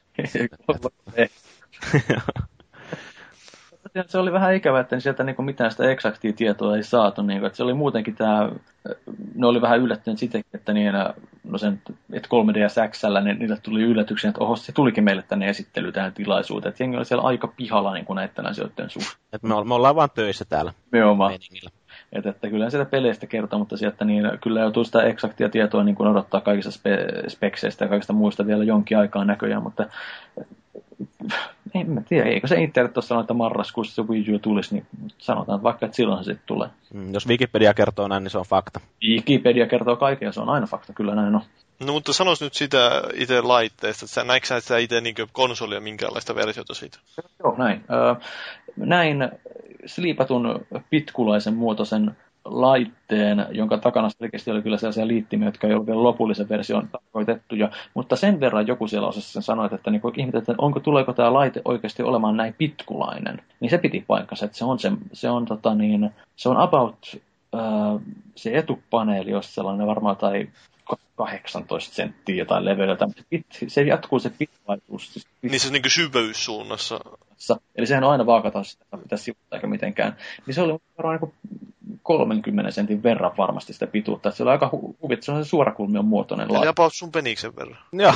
Se oli vähän ikävä, että sieltä niin mitään sitä eksaktia tietoa ei saatu. Niin, että se oli muutenkin ne oli vähän yllättyneet sitäkin, että, että 3DS XL, niille tuli yllätyksen, että oho, se tulikin meille tänne esittely tähän tilaisuuteen. Että jengi oli siellä aika pihalla niin näiden asioiden suhteen. Että me ollaan vaan töissä täällä. Me ollaan. Että kyllä sieltä peleistä kertoo, mutta sieltä kyllä joutuu sitä eksaktia tietoa niin kuin odottaa kaikista spekseistä ja kaikista muista vielä jonkin aikaa näköjään, mutta en mä tiedä, eikö se internet tuossa sanoo, että marraskuussa se Wii U tulisi, niin sanotaan vaikka, että silloin se sitten tulee. Jos Wikipedia kertoo näin, niin se on fakta. Wikipedia kertoo kaikkea, se on aina fakta, kyllä näin on. No mutta sanois nyt sitä itse laitteesta, että näetkö sä sitä itse niin konsolia minkäänlaista versiota siitä? Joo, näin. Näin sliipatun pitkulaisen muotoisen laitteen, jonka takana selkeästi oli kyllä sellaisia liittimiä, jotka ei ollut vielä lopullisen version tarkoitettuja, mutta sen verran joku siellä osasi sen sanoa, että niin ihmeteltiin, että tuleeko tämä laite oikeasti olemaan näin pitkulainen, niin se piti paikkansa, että se on about se etupaneeli, jos sellainen varmaan tai 18 senttiä jotain leveältä. Se jatkuu se pitkälaisuus. Niin se on niin kuin syvyyssuunnassa. Eli sehän on aina vaakata sitä, pitäisi sivuttaa eikä mitenkään. Niin se oli varmaan niin 30 sentin verran varmasti sitä pituutta. Se oli aika huvittu, se on se suorakulmion muotoinen laite. Eli about sun peniksen verran. Joo.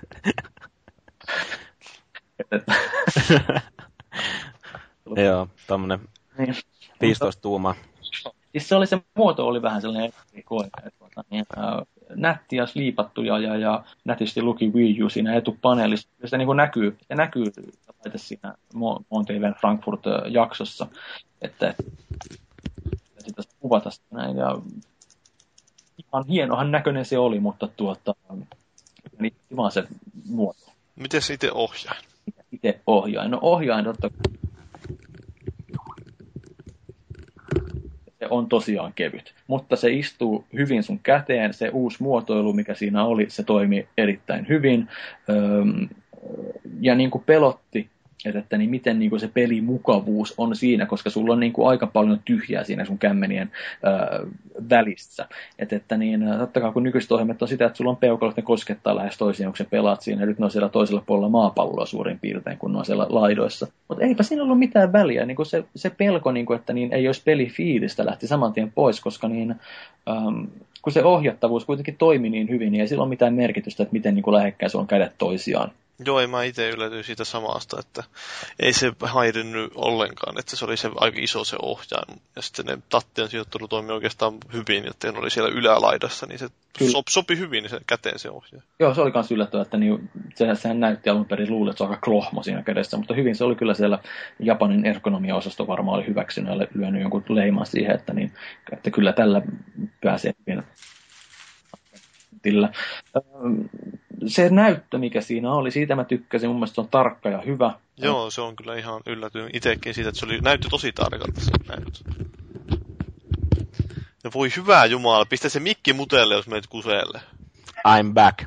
Joo, tommonen 15 tuumaa. Siis se muoto oli vähän sellainen nätti ja sliipattu ja nätisti luki Wii U siinä etupaneelissa. Se niin näkyy laite siinä Monteven Frankfurt-jaksossa, että sitä kuvata sitä näin. Ja ihan hienohan näköinen se oli, mutta niin vaan se muoto. Miten se itse ohjain? Itse ohjain? No ohjain totta. se on tosiaan kevyt. Mutta se istuu hyvin sun käteen, se uusi muotoilu, mikä siinä oli, se toimi erittäin hyvin. Ja niin kuin pelotti, että niin miten niin kuin se pelimukavuus on siinä, koska sulla on niin kuin aika paljon tyhjää siinä sun kämmenien välissä. Että niin, totta kai kun nykyiset ohjelmat on sitä, että sulla on peukalot, ne koskettaa lähes toisiaan, kun sä pelaat siinä. Nyt ne on siellä toisella puolella maapalloa suurin piirtein, kun ne on siellä laidoissa. Mutta eipä siinä ollut mitään väliä. Niin kuin se pelko, niin kuin, että niin ei olisi pelifiilistä, lähti saman tien pois, koska niin, kun se ohjattavuus kuitenkin toimi niin hyvin, niin ei sillä ole mitään merkitystä, että miten niin kuin lähekkäin sulla on kädet toisiaan. Joo, mä itse yllätyin siitä samasta, että ei se haidennut ollenkaan, että se oli se aika iso se ohjaaja. Ja sitten ne tattien sijoittelu toimi oikeastaan hyvin, että ne oli siellä ylälaidassa, niin se sopi hyvin se käteen se ohjaaja. Joo, se oli myös yllättävää, että niin, sehän näytti alun perin luulle, että se on aika klohmo siinä kädessä, mutta hyvin se oli kyllä siellä Japanin ergonomia-osasto varmaan oli hyväksynyt ja lyönyt jonkun leiman siihen, että kyllä tällä pääsee hyvin. Se näyttö, mikä siinä oli, siitä mä tykkäsin, mun mielestä se on tarkka ja hyvä. Joo, se on kyllä ihan yllätyin itsekin siitä, että se näytti tosi tarkalta se näyttö. Ja voi hyvää jumala, pistä se mikki mutelle, jos menet kuseelle. I'm back.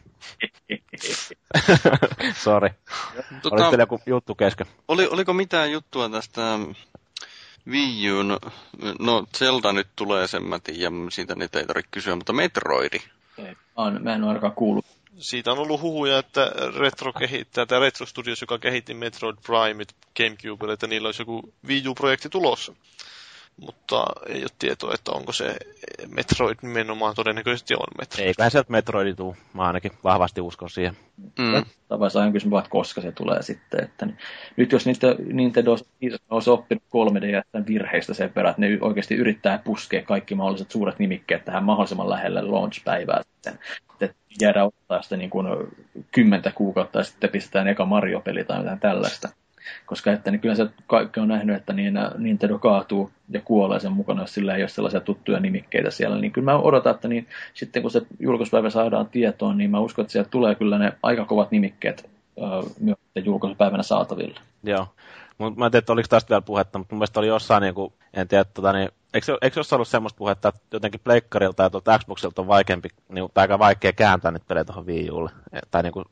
Sorry. Oliko teillä joku juttu kesken? Oliko mitään juttua tästä Wii U:n, no Zelda nyt tulee sen mä tiedän, siitä nyt ei tarvitse kysyä, mutta Metroidi. Mä en ole ainakaan kuullut. Siitä on ollut huhuja, että Retro Studios, joka kehitti Metroid Primeit GameCubelle, että niillä olisi joku Wii U-projekti tulossa. Mutta ei ole tietoa, että onko se Metroid nimenomaan, todennäköisesti on Metroid. Eiköhän sieltä Metroidi tule, mä ainakin vahvasti uskon siihen. Tavaisi aina kysymään, että koska se tulee sitten. Että niin. Nyt jos Nintendo olisi oppinut 3D virheistä sen verran, että ne oikeasti yrittää puskea kaikki mahdolliset suuret nimikkeet tähän mahdollisimman lähelle launch-päivää sitten. Että jäädään ottaa sitä niin kuin 10 kuukautta ja sitten pistetään eka Mario-peli tai jotain tällaista. Koska että, niin kyllä se kaikki on nähnyt, että niin Nintendo kaatuu ja kuolee sen mukana, jos sillä ei ole sellaisia tuttuja nimikkeitä siellä. Niin kyllä mä odotan, että niin, sitten kun se julkaisupäivä saadaan tietoon, niin mä uskon, että sieltä tulee kyllä ne aika kovat nimikkeet myös julkaisupäivänä saataville. Joo. Mä en tiedä, että oliko tästä vielä puhetta, mutta mun mielestä oli jossain, niin kuin, en tiedä, niin, eikö jossain ollut semmoista puhetta, että jotenkin pleikkarilta ja tuolta Xboxilta on vaikeampi, niin, tai aika vaikea kääntää niitä pelejä tuohon Wii Ulle. Tai niin kuin,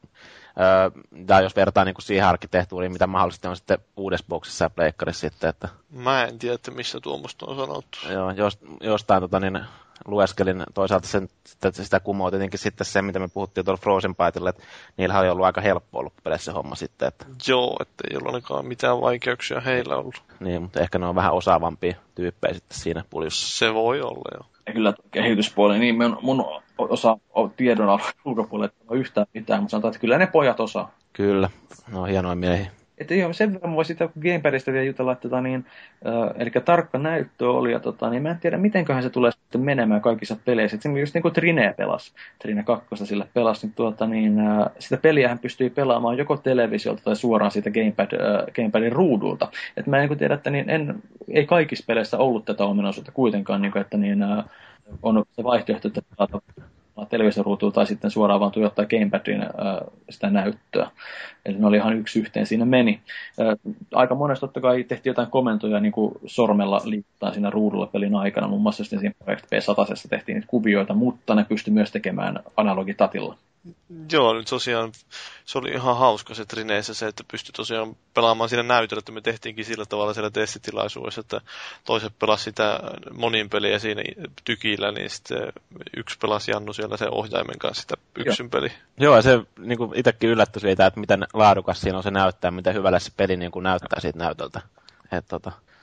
ja jos vertaa niin kuin siihen arkkitehtuuriin, mitä mahdollisesti on sitten uudessa boksissa ja pleikkarissa sitten. Että... Mä en tiedä, että missä tuommoista on sanottu. Joo, jostain niin, lueskelin toisaalta sitä kumoa tietenkin sitten se, mitä me puhuttiin tuolla Frozen Bytella, että niillä oli ollut aika helppo ollut peleissä se homma sitten. Että... Joo, että ei ole ainakaan mitään vaikeuksia heillä ollut. Niin, mutta ehkä ne on vähän osaavampia tyyppejä sitten siinä puljussa. Se voi olla, joo. Ja kyllä kehityspuoli, niin mun osa tiedon ulkopuolella ei ole yhtään mitään, mutta sanotaan, että kyllä ne pojat osaa. Kyllä, no hienoja miehiä. Että joo, sen verran voi sitä Gamepadista vielä jutella, että eli tarkka näyttö oli, ja niin mä en tiedä, mitenköhän se tulee sitten menemään kaikissa peleissä. Että just niin kuin Trine pelasi, Trine 2 sille pelasi, niin, sitä peliähän pystyy pelaamaan joko televisiolta tai suoraan siitä Gamepadin ruudulta. Että mä en tiedä, että ei kaikissa peleissä ollut tätä ominaisuutta kuitenkaan, niin kuin, että on se vaihtoehto, että televisioruutuun tai sitten suoraan vaan tuijottaa Gamepadin sitä näyttöä. Eli ne oli ihan yksi yhteen siinä meni. Aika monesti totta kai tehtiin jotain komentoja niin kuin sormella liittää siinä ruudulla pelin aikana. Muun muassa siinä Project P100 tehtiin niitä kuvioita, mutta ne pystyi myös tekemään analogitatilla. Joo, nyt tosiaan se oli ihan hauska se Trineessä se, että pystyi tosiaan pelaamaan siinä näytöllä, että me tehtiinkin sillä tavalla siellä testitilaisuudessa, että toiset pelasi sitä monin peliä siinä tykillä, niin sitten yksi pelasi Jannu siellä sen ohjaimen kanssa sitä yksin peli. Joo, ja se niin kuin itsekin yllättyi siitä, että miten laadukas siinä on se näyttää, miten hyvälle se peli niin kuin näyttää siitä näytöltä. Että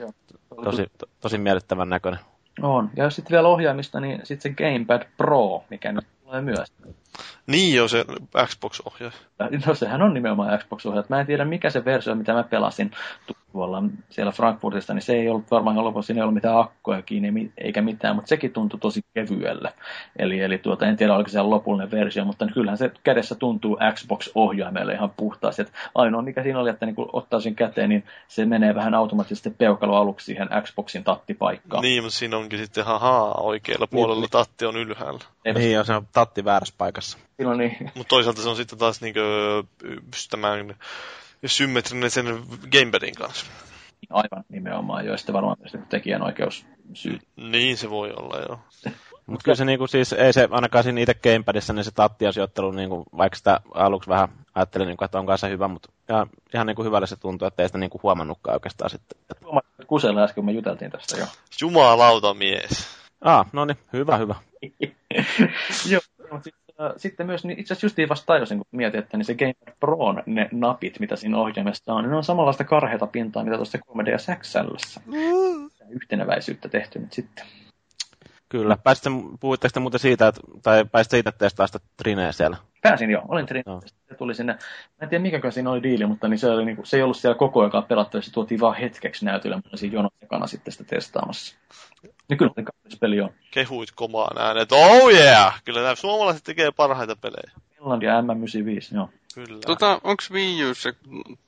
tosi miellyttävän näköinen. On, ja jos sitten vielä ohjaimista, niin sitten se Gamepad Pro, mikä nyt tulee myös. Niin jo se Xbox-ohjaaja. No sehän on nimenomaan Xbox-ohjaaja. Mä en tiedä mikä se versio, mitä mä pelasin tuolla siellä Frankfurtista, niin se ei ollut varmaan ollut, siinä ei ollut mitään akkoja kiinni eikä mitään, mutta sekin tuntui tosi kevyelle. Eli en tiedä oliko se lopullinen versio, mutta kyllähän se kädessä tuntuu Xbox-ohjaimelle ihan puhtaasti. Et ainoa mikä siinä oli, että niin kun ottaa sen käteen, niin se menee vähän automaattisesti peukalo aluksi siihen Xboxin tattipaikkaan. Niin, mutta siinä onkin sitten oikealla puolella niin, tatti on ylhäällä. Niin, jos se on tatti väärässä paikassa. Niin. Mutta toisaalta se on sitten taas niinkö tämän symmetrinen sen Gamepadin kanssa. Aivan nimenomaan, jo sitten varmaan myös tekijänoikeussyy. Niin se voi olla, joo. Mutta kyllä se niinku siis, ei se ainakaan siinä itse gamepadissa, niin se tattiasijoittelu, niinku, vaikka sitä aluksi vähän ajattelin, niinku, että on kanssa hyvä, mutta ihan niinku hyvälle se tuntuu, että ei sitä niinku huomannutkaan oikeastaan sitten. Huomasin kusella äsken, kun me juteltiin tästä jo. Jumalauta mies. No niin, hyvä. Joo, sitten myös, niin itse asiassa justiin vasta tajusin, kun mietin, että niin se Game Proon ne napit, mitä siinä ohjaimessa on, niin ne on samanlaista karheata pintaa, mitä tuossa 3DS XL:ssä. Yhteneväisyyttä tehty nyt sitten. Kyllä. Puhuitteko te muuten siitä, tai pääsitte itse testaamaan sitä Trinea siellä? Pääsin jo, olin Trineessä. Se tuli sinne, mä en tiedä mikäkään siinä oli diili, mutta niin se ei ollut siellä koko ajan pelattavissa, se tuotiin vaan hetkeksi näytölle, mutta siinä jonon takana sitten sitä testaamassa. Niin kyllä kaunis peli on. Kehuit komaan äänen, että oh yeah! Kyllä nämä suomalaiset tekee parhaita pelejä. Finlandia M95, joo. Kyllä. Onks Wii U se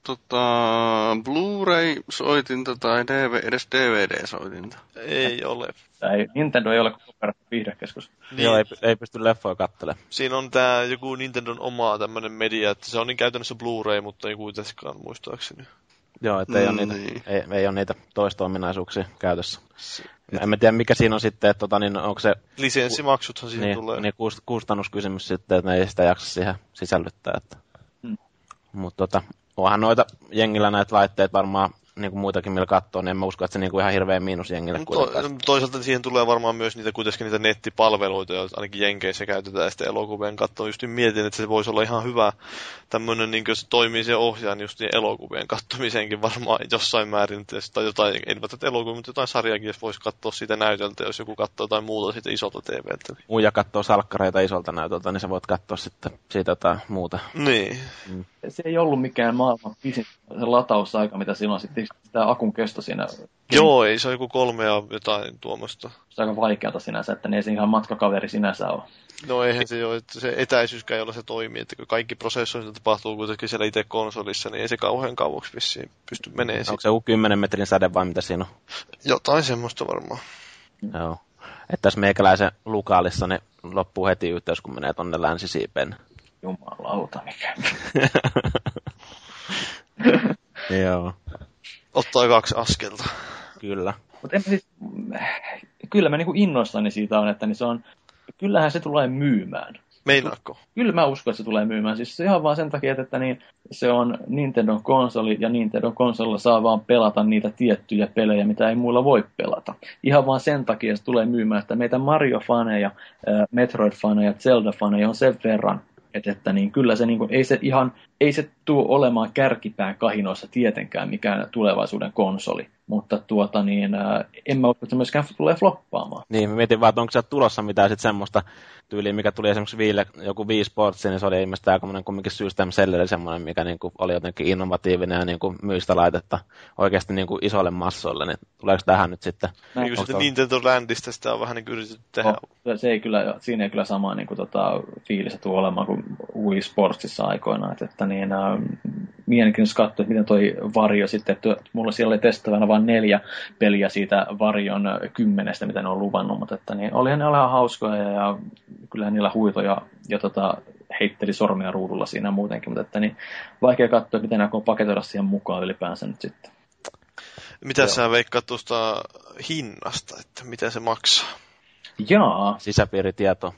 Blu-ray-soitinta tai edes DVD-soitinta? Ei ole. Nintendo ei ole koko perä viihdekeskus. Niin. Joo, ei pysty leffoja katselemaan. Siinä on tää joku Nintendon oma tämmönen media, että se on niin käytännössä Blu-ray, mutta ei kuitenkaan muistaakseni. Joo, että ei ole niitä toisto-ominaisuuksia käytössä. En mä tiedä, mikä siinä on sitten, että onko se... Lisenssimaksuthan siihen tulee. Niin, kustannuskysymys sitten, että ne ei sitä jaksa siihen sisällyttää. Että. Mutta onhan noita jengillä näitä laitteita varmaan niin kuin muitakin, millä katsoo, niin en mä usko, että se niin kuin ihan hirveä miinus jengille. Toisaalta siihen tulee varmaan myös kuitenkin niitä nettipalveluita, joita ainakin Jenkeissä käytetään ja sitten elokuvien kattoon. Just mietin, että se voisi olla ihan hyvä tämmöinen, niin jos toimii se ohjaan just niin elokuvien kattomiseenkin varmaan jossain määrin. Tai jotain, ei välttämättä elokuvia, mutta jotain sarjakin, jos voisi katsoa siitä näytöltä, jos joku katsoo jotain muuta siitä isolta TVltä. Muija katsoo salkkareita isolta näytöltä, niin sä voit katsoa sitten siitä jotain muuta. Niin. Se ei ollut mikään maailman pisin se latausaika, mitä silloin sitten sitä akun kesto siinä. Joo, ei se on joku 3 ja jotain tuommoista. Se on aika vaikeata sinänsä, että ne ei se ihan matkakaveri sinänsä ole. No eihän se ole, että se etäisyyskään, jolla se toimii, että kun kaikki prosessoinnit tapahtuu kuitenkin siellä itse konsolissa, niin ei se kauhean kauaksi vissiin pysty menemään. Onko se joku 10 metrin säde vai mitä siinä on? Jotain semmoista varmaan. Joo. Että tässä meikäläisen Lukaalissa ne loppuu heti yhteys, kun menee tonne länsisiipeen. Jumalauta mikä. Joo. Ottaa 2 askelta. Kyllä. Mutta kyllä mä niinku innoissani siitä on, että niin se on, kyllähän se tulee myymään. Meinaatko? Kyllä mä uskon, että se tulee myymään. Siis se ihan vaan sen takia, että niin, se on Nintendon konsoli ja Nintendon konsolilla saa vaan pelata niitä tiettyjä pelejä, mitä ei muilla voi pelata. Ihan vaan sen takia se tulee myymään, että meitä Mario-faneja, Metroid-faneja, Zelda-faneja on sen verran, että niin kyllä se, niin kuin, ei se tule olemaan kärkipään kahinoissa tietenkään mikään tulevaisuuden konsoli, mutta en mä usko, että se myöskään tulee floppaamaan. Niin, mä mietin vaan, että onko se tulossa mitään sit semmoista tyyliä, mikä tuli esimerkiksi Viille, joku Wii Sports, niin se oli ilmeisesti aikamoinen kumminkin System Seller, semmoinen, mikä niinku oli jotenkin innovatiivinen ja niinku myy sitä laitetta oikeasti niinku isolle massoille, niin tuleeko tähän nyt sitten? Niin kuin Nintendo Landista sitä on vähän niin kuin yritetty tehdä. Siinä ei kyllä samaa niin kuin, fiilistä tule olemaan kuin Wii Sportsissa aikoinaan, että niin, mielenkiintoista katsoa, miten toi Vario sitten, että mulla siellä oli testattavana vain 4 peliä siitä Varion 10, mitä ne on luvannut, mutta että niin, olihan ne ihan hauskoja ja kyllähän niillä huitoja ja heitteli sormia ruudulla siinä muutenkin, mutta että niin, vaikea katsoa, miten nämä paketoida siihen mukaan ylipäänsä nyt sitten. Mitä sä veikkaat tuosta hinnasta, että mitä se maksaa? Jaa. Sisäpiiritietoa,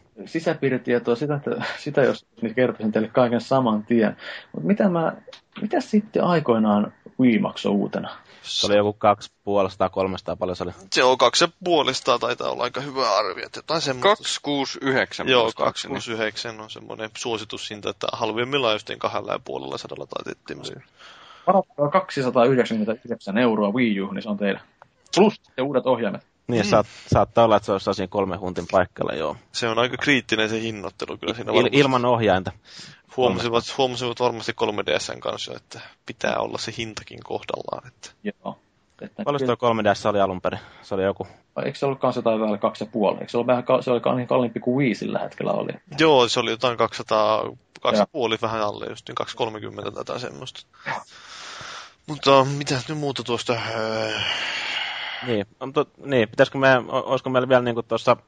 sitä jos niin kertoisin teille kaiken saman tien. Mutta mitä sitten aikoinaan Wii maksoi uutena? Se oli joku 250-300, paljon se oli. Se on 250, taitaa olla aika hyvä arvio. 269. Joo, 269 on semmoinen suositushinta, että halvimmillaan just 250 taitettiin. Varatkaa 299 € Wii U, niin se on teillä. Plus ja uudet ohjaimet. Niin, saattaa olla, että se olisi siinä 3 huntin paikalla, joo. Se on aika kriittinen se hinnoittelu kyllä siinä ilman ohjainta. Huomasivat varmasti 3DS:n kanssa, että pitää olla se hintakin kohdallaan. Että. Joo. Paljon tuo 3DS oli alun perin? Se oli joku... Eikö se ollut kanssa jotain vähän 2,5? Eikö se ollut vähän niin kalliimpi kuin Wii sillä hetkellä oli? Joo, se oli jotain 2,5 vähän alle, just niin 230 tai semmoista. Mutta mitä nyt muuta tuosta... Niin, pitäisikö olisiko meillä vielä niinku tuossa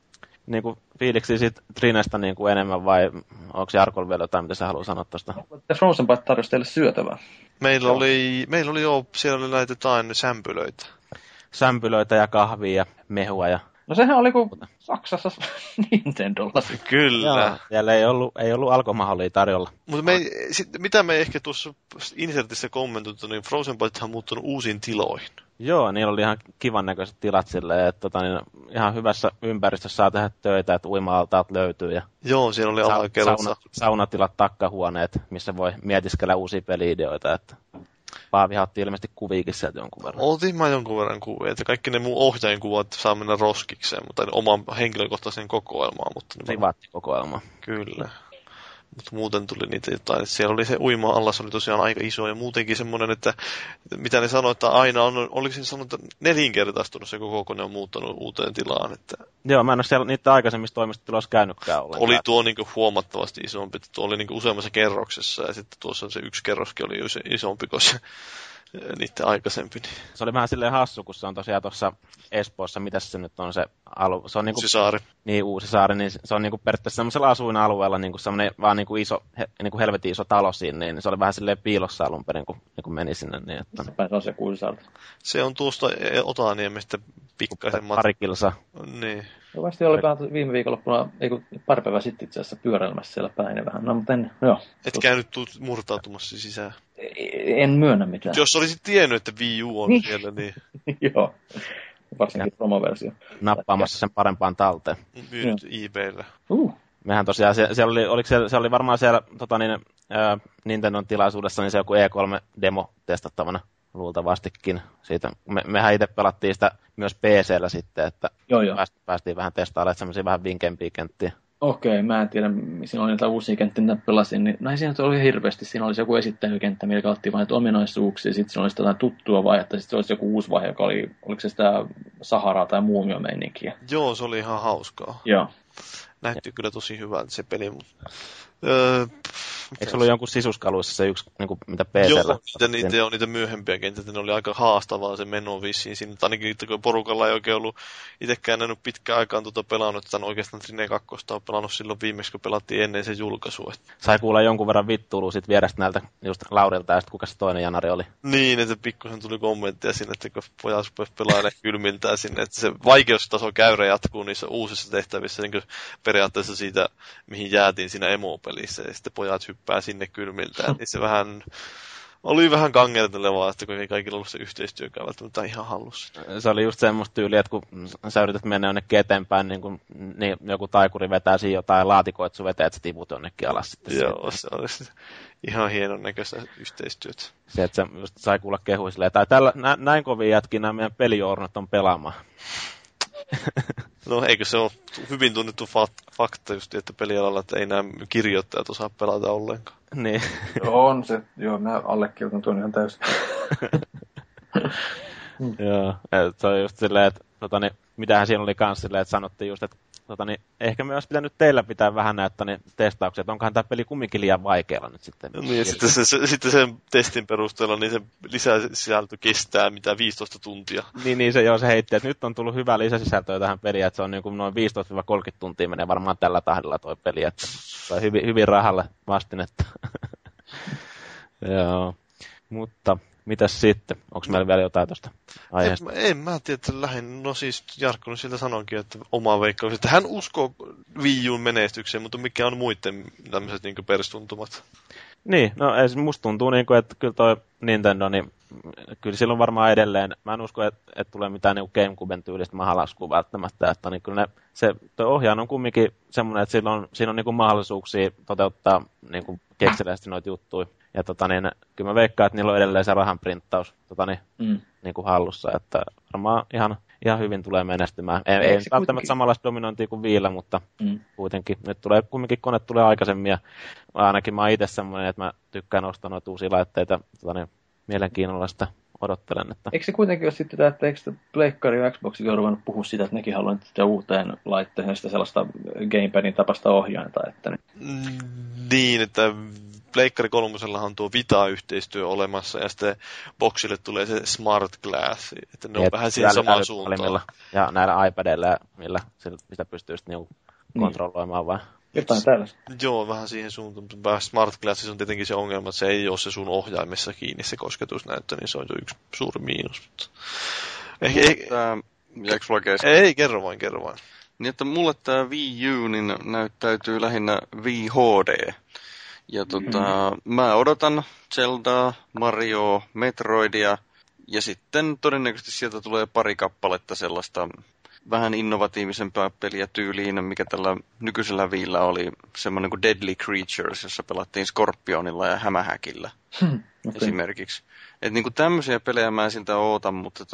niinku fiiliksi siitä Trinestä niinku enemmän vai onko Jarkolla vielä jotain, mitä sä haluaa sanoa tosta? Frozen Byte tarjosi teille syötävää. Meillä oli jo, siellä oli jotain sämpylöitä. Sämpylöitä ja kahvia ja mehua ja... No sehän oli kuin Saksassa Nintendolla. Kyllä. Joo, siellä ei ollut alkomaholia tarjolla. Mutta mitä me ehkä tuossa insertissä kommentoitu, niin Frozen Byte on muuttunut uusiin tiloihin. Joo, niillä oli ihan kivan näköiset tilat silleen, että ihan hyvässä ympäristössä saa tehdä töitä, että uima-altaat löytyy. Ja joo, siellä oli alakerrassa. Saunatilat, takkahuoneet, missä voi mietiskellä uusia peli-ideoita. Että Paavihan otti ilmeisesti kuviikin sieltä jonkun verran. Otin mä jonkun verran kuvia, että kaikki ne mun ohjaajien kuvat saa mennä roskikseen, mutta oman henkilökohtaisen kokoelmaan. Privaattikokoelmaan. Kyllä. Mutta muuten tuli niitä jotain, että siellä oli se uima-allas oli tosiaan aika iso ja muutenkin semmoinen, että mitä ne sanoi, että aina on, oliko se sanonut, että 4-kertaistunut se koko kone on muuttanut uuteen tilaan. Että joo, mä en ole siellä niitä aikaisemmista toimistotiloissa käynytkään ollenkaan. oli tuo niinku huomattavasti isompi, että tuo oli niinku useammassa kerroksessa ja sitten tuossa se yksi kerroskin oli isompi kuin se niiden aikaisempi. Se oli vähän silleen hassu, kun se on tosiaan tuossa Espoossa, mitä se nyt on se alue. Se on niinku, Uusisaari. Niin, Uusisaari, niin se on niinku periaatteessa semmoisella asuinalueella niinku semmoinen vaan niinku iso, niinku helvetin iso talo siinä, niin se oli vähän silleen piilossa alun perin, kun niinku meni sinne. Niin, että... Missä päin se on se Kuusisaari? Se on tuosta Otaniemestä pikkaisen pari kilsaa. Niin. Vasti oli viime viikonloppuna, pari päivää sitten itse asiassa pyöräilemässä siellä päin ja vähän. No, mutta joo. Et käynyt murtautumassa sisään. En myönnä mitään. Jos olisit tiennyt, että Wii U on siellä, niin... Joo. Varsinkin promoversio. Nappaamassa sen parempaan talteen. Myynyt eBayllä. Mehän tosiaan, se oli varmaan siellä Nintendon tilaisuudessa, niin se joku E3-demo testattavana luultavastikin. Siitä, mehän itse pelattiin sitä myös PC:llä sitten, että joo. Päästiin vähän testailemaan semmoisia vähän vinkempiä kenttiä. Okei, mä en tiedä, siinä oli niitä uusia kenttiä, mitä pelasin, niin no ei siinä oli hirveästi. Siinä oli joku esittäjykenttä, millä katsottiin vain ominaisuuksia, sitten siinä oli jotain tuttua vaihetta, sitten olisi joku uusi vaihe, joka oli, oliko se sitä Saharaa tai Muumio-meininkiä. Joo, se oli ihan hauskaa. Joo. Näytti kyllä tosi hyvältä se peli, mutta... Eikö se ollut jonkun sisuskaluissa se yksi, niin kuin, mitä PC:llä? Joo, niitä myöhempiä kenttiä, ne oli aika haastavaa se meno vissiin. Siinä, ainakin kun porukalla ei oikein ollut itsekään en ole pitkään aikaan pelannut, että oikeastaan Trine 2 on pelannut silloin viimeksi, kun pelattiin ennen sen julkaisua. Sai kuulla jonkun verran vittuilua sit vierestä näiltä just Laurilta ja sitten kuka se toinen janari oli. Niin, että pikkusen tuli kommentteja sinne, että kun pojat pelailee kylmiltään sinne, että se vaikeustaso käyrä jatkuu niissä uusissa tehtävissä niin periaatteessa siitä, mihin jäätiin siinä emo-pelissä ja sitten pojat hyppää sinne kylmiltään, niin se oli vähän kangertelevaa, että kun ei kaikilla ollut se yhteistyökään välttämättä ihan hallussa. Se oli just semmoista tyyliä, että kun sä yrität mennä jonnekin eteenpäin, niin joku taikuri vetää siinä jotain laatikoita, sun vetää, että sä tivut jonnekin alas sitten. Joo, se oli ihan hienon näköistä yhteistyötä. Se, että se just sai kuulla kehui silleen, tai näin kovin jätkin nämä meidän pelijournot on pelaamaan. No eikö se ole hyvin tunnettu fakta just, että pelialalla, että ei nämä kirjoittajat osaa pelata ollenkaan. Niin. On se, joo, mä allekirjoitan tuon ihan täysin. Joo, se on just silleen, että mitähän siinä oli kans silleen, että sanottiin just, että ehkä me olisi pitänyt teillä pitää vähän näyttää niin testauksia, että onkohan tämä peli kumminkin liian vaikealla nyt sitten. Niin, ja sitten sen testin perusteella niin se lisäsisältö kestää mitä 15 tuntia. Niin se heitti, että nyt on tullut hyvää lisäsisältöä tähän peliin, että se on niin kuin noin 15-30 tuntia menee varmaan tällä tahdilla toi peli, että se on hyvin rahalle vastinetta. Joo, mutta... Mitäs sitten? Onko meillä vielä jotain tuosta aiheesta? En mä tiedä, että lähinnä, no siis Jarkko siltä sanoinkin, että oma veikkaus, että hän uskoo Wii U:n menestykseen, mutta mikä on muiden tämmöiset niin perstuntumat? Niin, no musta tuntuu, niin kuin, että kyllä toi Nintendo, niin kyllä silloin varmaan edelleen, mä en usko, että tulee mitään niin GameCuben tyylistä mahalaskua välttämättä, että niin kyllä toi ohjaan on kumminkin semmoinen, että siinä on niin kuin mahdollisuuksia toteuttaa niin kuin kekseliästi noita juttuja. Ja kyllä mä veikkaan, että niillä on edelleen se rahanprinttaus niin kuin hallussa, että varmaan ihan hyvin tulee menestymään. Ei välttämättä samanlaista dominointia kuin Viillä, mutta kuitenkin. Nyt kumminkin kone tulee aikaisemmin ja ainakin mä oon itse semmoinen, että mä tykkään ostaa noita uusia laitteita mielenkiinnolla sitä odottelen. Että... Eikö se kuitenkin ole sitten, että eikö Pleikkari ja Xboxin ole ruvennut puhua siitä, että nekin haluaa sitä uuteen laitteeseen sitä sellaista gamepadin tapasta ohjainta? Että... Niin, että Pleikkari 3:llahan on tuo Vita-yhteistyö olemassa, ja sitten Boxille tulee se Smart Glass, että ne on vähän siihen samaan suuntaan. Ja näillä iPadilla, millä sitä pystyy sitten niinku kontrolloimaan vai? Jotain tällaista. Joo, vähän siihen suuntaan. Smart Glassissa on tietenkin se ongelma, että se ei ole se sun ohjaimessa kiinni se kosketusnäyttö, niin se on jo yksi suuri miinus. Jääkö sulla kesken? Ei, kerro vain. Niin, että mulle tää Wii U niin näyttäytyy lähinnä VHD. Ja mä odotan Zeldaa, Marioa, Metroidia, ja sitten todennäköisesti sieltä tulee pari kappaletta sellaista vähän innovatiivisempaa peliä tyyliin, mikä tällä nykyisellä Wiillä oli semmoinen kuin Deadly Creatures, jossa pelattiin Skorpionilla ja hämähäkillä esimerkiksi. Että niinku tämmöisiä pelejä mä siltä ootan, mutta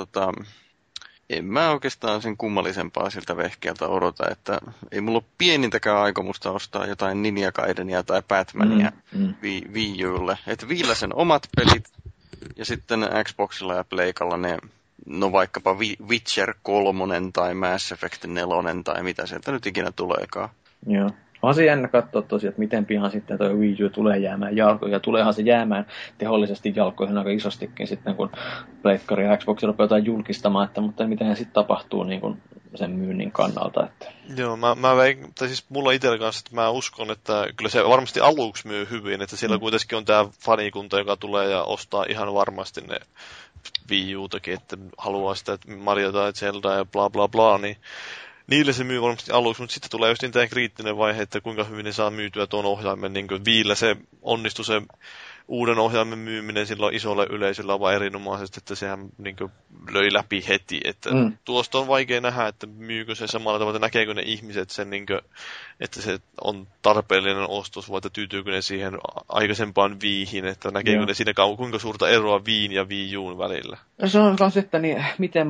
en mä oikeastaan sen kummallisempaa siltä vehkeältä odota, että ei mulla ole pienintäkään aikomusta ostaa jotain Ninja Gaidenia tai Batmania Wii Ulle. Että Wiillä sen omat pelit ja sitten Xboxilla ja Pleikalla ne, no vaikkapa Witcher 3 tai Mass Effect 4 tai mitä sieltä nyt ikinä tuleekaan. Joo. On se jännä katsoa tosiaan, että miten pian sitten tuo Wii U tulee jäämään jalkoihin. Ja tuleehan se jäämään tehollisesti jalkoihin aika isostikin sitten, kun Pleikkari ja Xbox rupeataan julkistamaan, mutta miten sitten tapahtuu niin kuin sen myynnin kannalta. Että. Joo, siis mulla itsellä kanssa, että mä uskon, että kyllä se varmasti aluksi myy hyvin, että siellä kuitenkin on tää fanikunta, joka tulee ja ostaa ihan varmasti ne Wii Utakin, että haluaa sitä, että Mario tai Zelda ja bla bla bla, niin niille se myy varmasti aluksi, mutta sitten tulee just tämä kriittinen vaihe, että kuinka hyvin ne saa myytyä tuon ohjaimen. Niin Wiillä se onnistui se uuden ohjaimen myyminen silloin isolle yleisöllä vaan erinomaisesti, että sehän niin löi läpi heti. Että tuosta on vaikea nähdä, että myykö se samalla tavalla, että näkeekö ne ihmiset sen, niin kuin, että se on tarpeellinen ostos, vai että tyytyykö ne siihen aikaisempaan Wiihin, että näkeekö ne siinä kuinka suurta eroa Wiin ja Wii Uun välillä. Se on myös, että niin,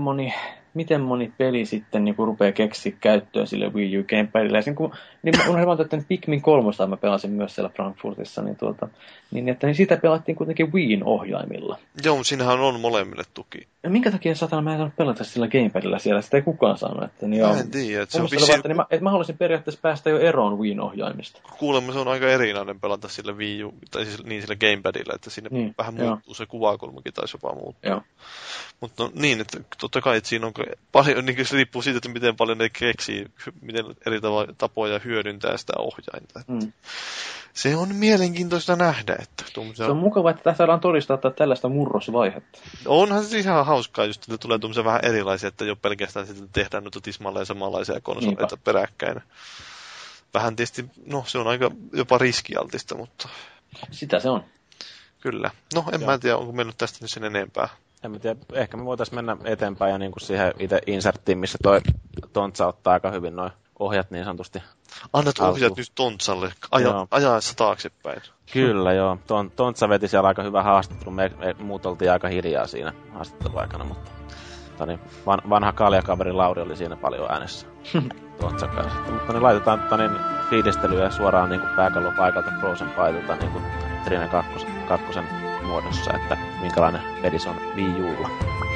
miten moni peli sitten niin rupeaa keksiä käyttöön sille Wii U Gamepadille. Ja niin mä unohdin että Pikmin 3 mä pelasin myös siellä Frankfurtissa, niin sitä pelattiin kuitenkin Wiin ohjaimilla. Joo, siinähän on molemmille tuki. Ja minkä takia satana mä en saanut pelata sillä Gamepadilla siellä? Sitä ei kukaan sanonut. Että niin mä en tiedä. Että se on että mä haluaisin periaatteessa päästä jo eroon Wiin ohjaimista. Kuulemma se on aika erinäinen pelata sillä Wii U, tai siis niin sillä Gamepadilla, että siinä vähän muuttuu se kuvakulmakin taisi jopa muuttua. Joo. Mutta no, niin, että totta kai, että siinä on paljon, niin se riippuu siitä, että miten paljon ne keksii, miten eri tapoja hyödyntää sitä ohjainta. Se on mielenkiintoista nähdä. Että se on mukava, että tässä saadaan todistaa tällaista murrosvaihetta. Onhan se ihan hauskaa, just, että tulee tuommoisia vähän erilaisia, että ei ole pelkästään sitä, että tehdään nyt tismalleen samanlaisia konsoleita peräkkäin. Vähän tietysti, no se on aika jopa riskialtista, mutta sitä se on. Kyllä. No en mä tiedä, onko mennyt tästä nyt sen enempää. En mä tiedä, ehkä me voitaisiin mennä eteenpäin ja niin kuin siihen itse inserttiin, missä toi Tontsa ottaa aika hyvin noin ohjat niin sanotusti. Annat ohjat nyt Tontsalle ajaessa taaksepäin. Kyllä joo, Tontsa veti siellä aika hyvä haastattelu, me muut oltiin aika hiljaa siinä haastatteluaikana, mutta vanha kaljakaveri Lauri oli siinä paljon äänessä Tontsan kanssa. Mutta niin laitetaan fiilistelyä suoraan niin kuin pääkallopaikalta Frozen Bytelta niin kuin Trine 2 muodossa, että minkälainen peli se on Wii Ulla.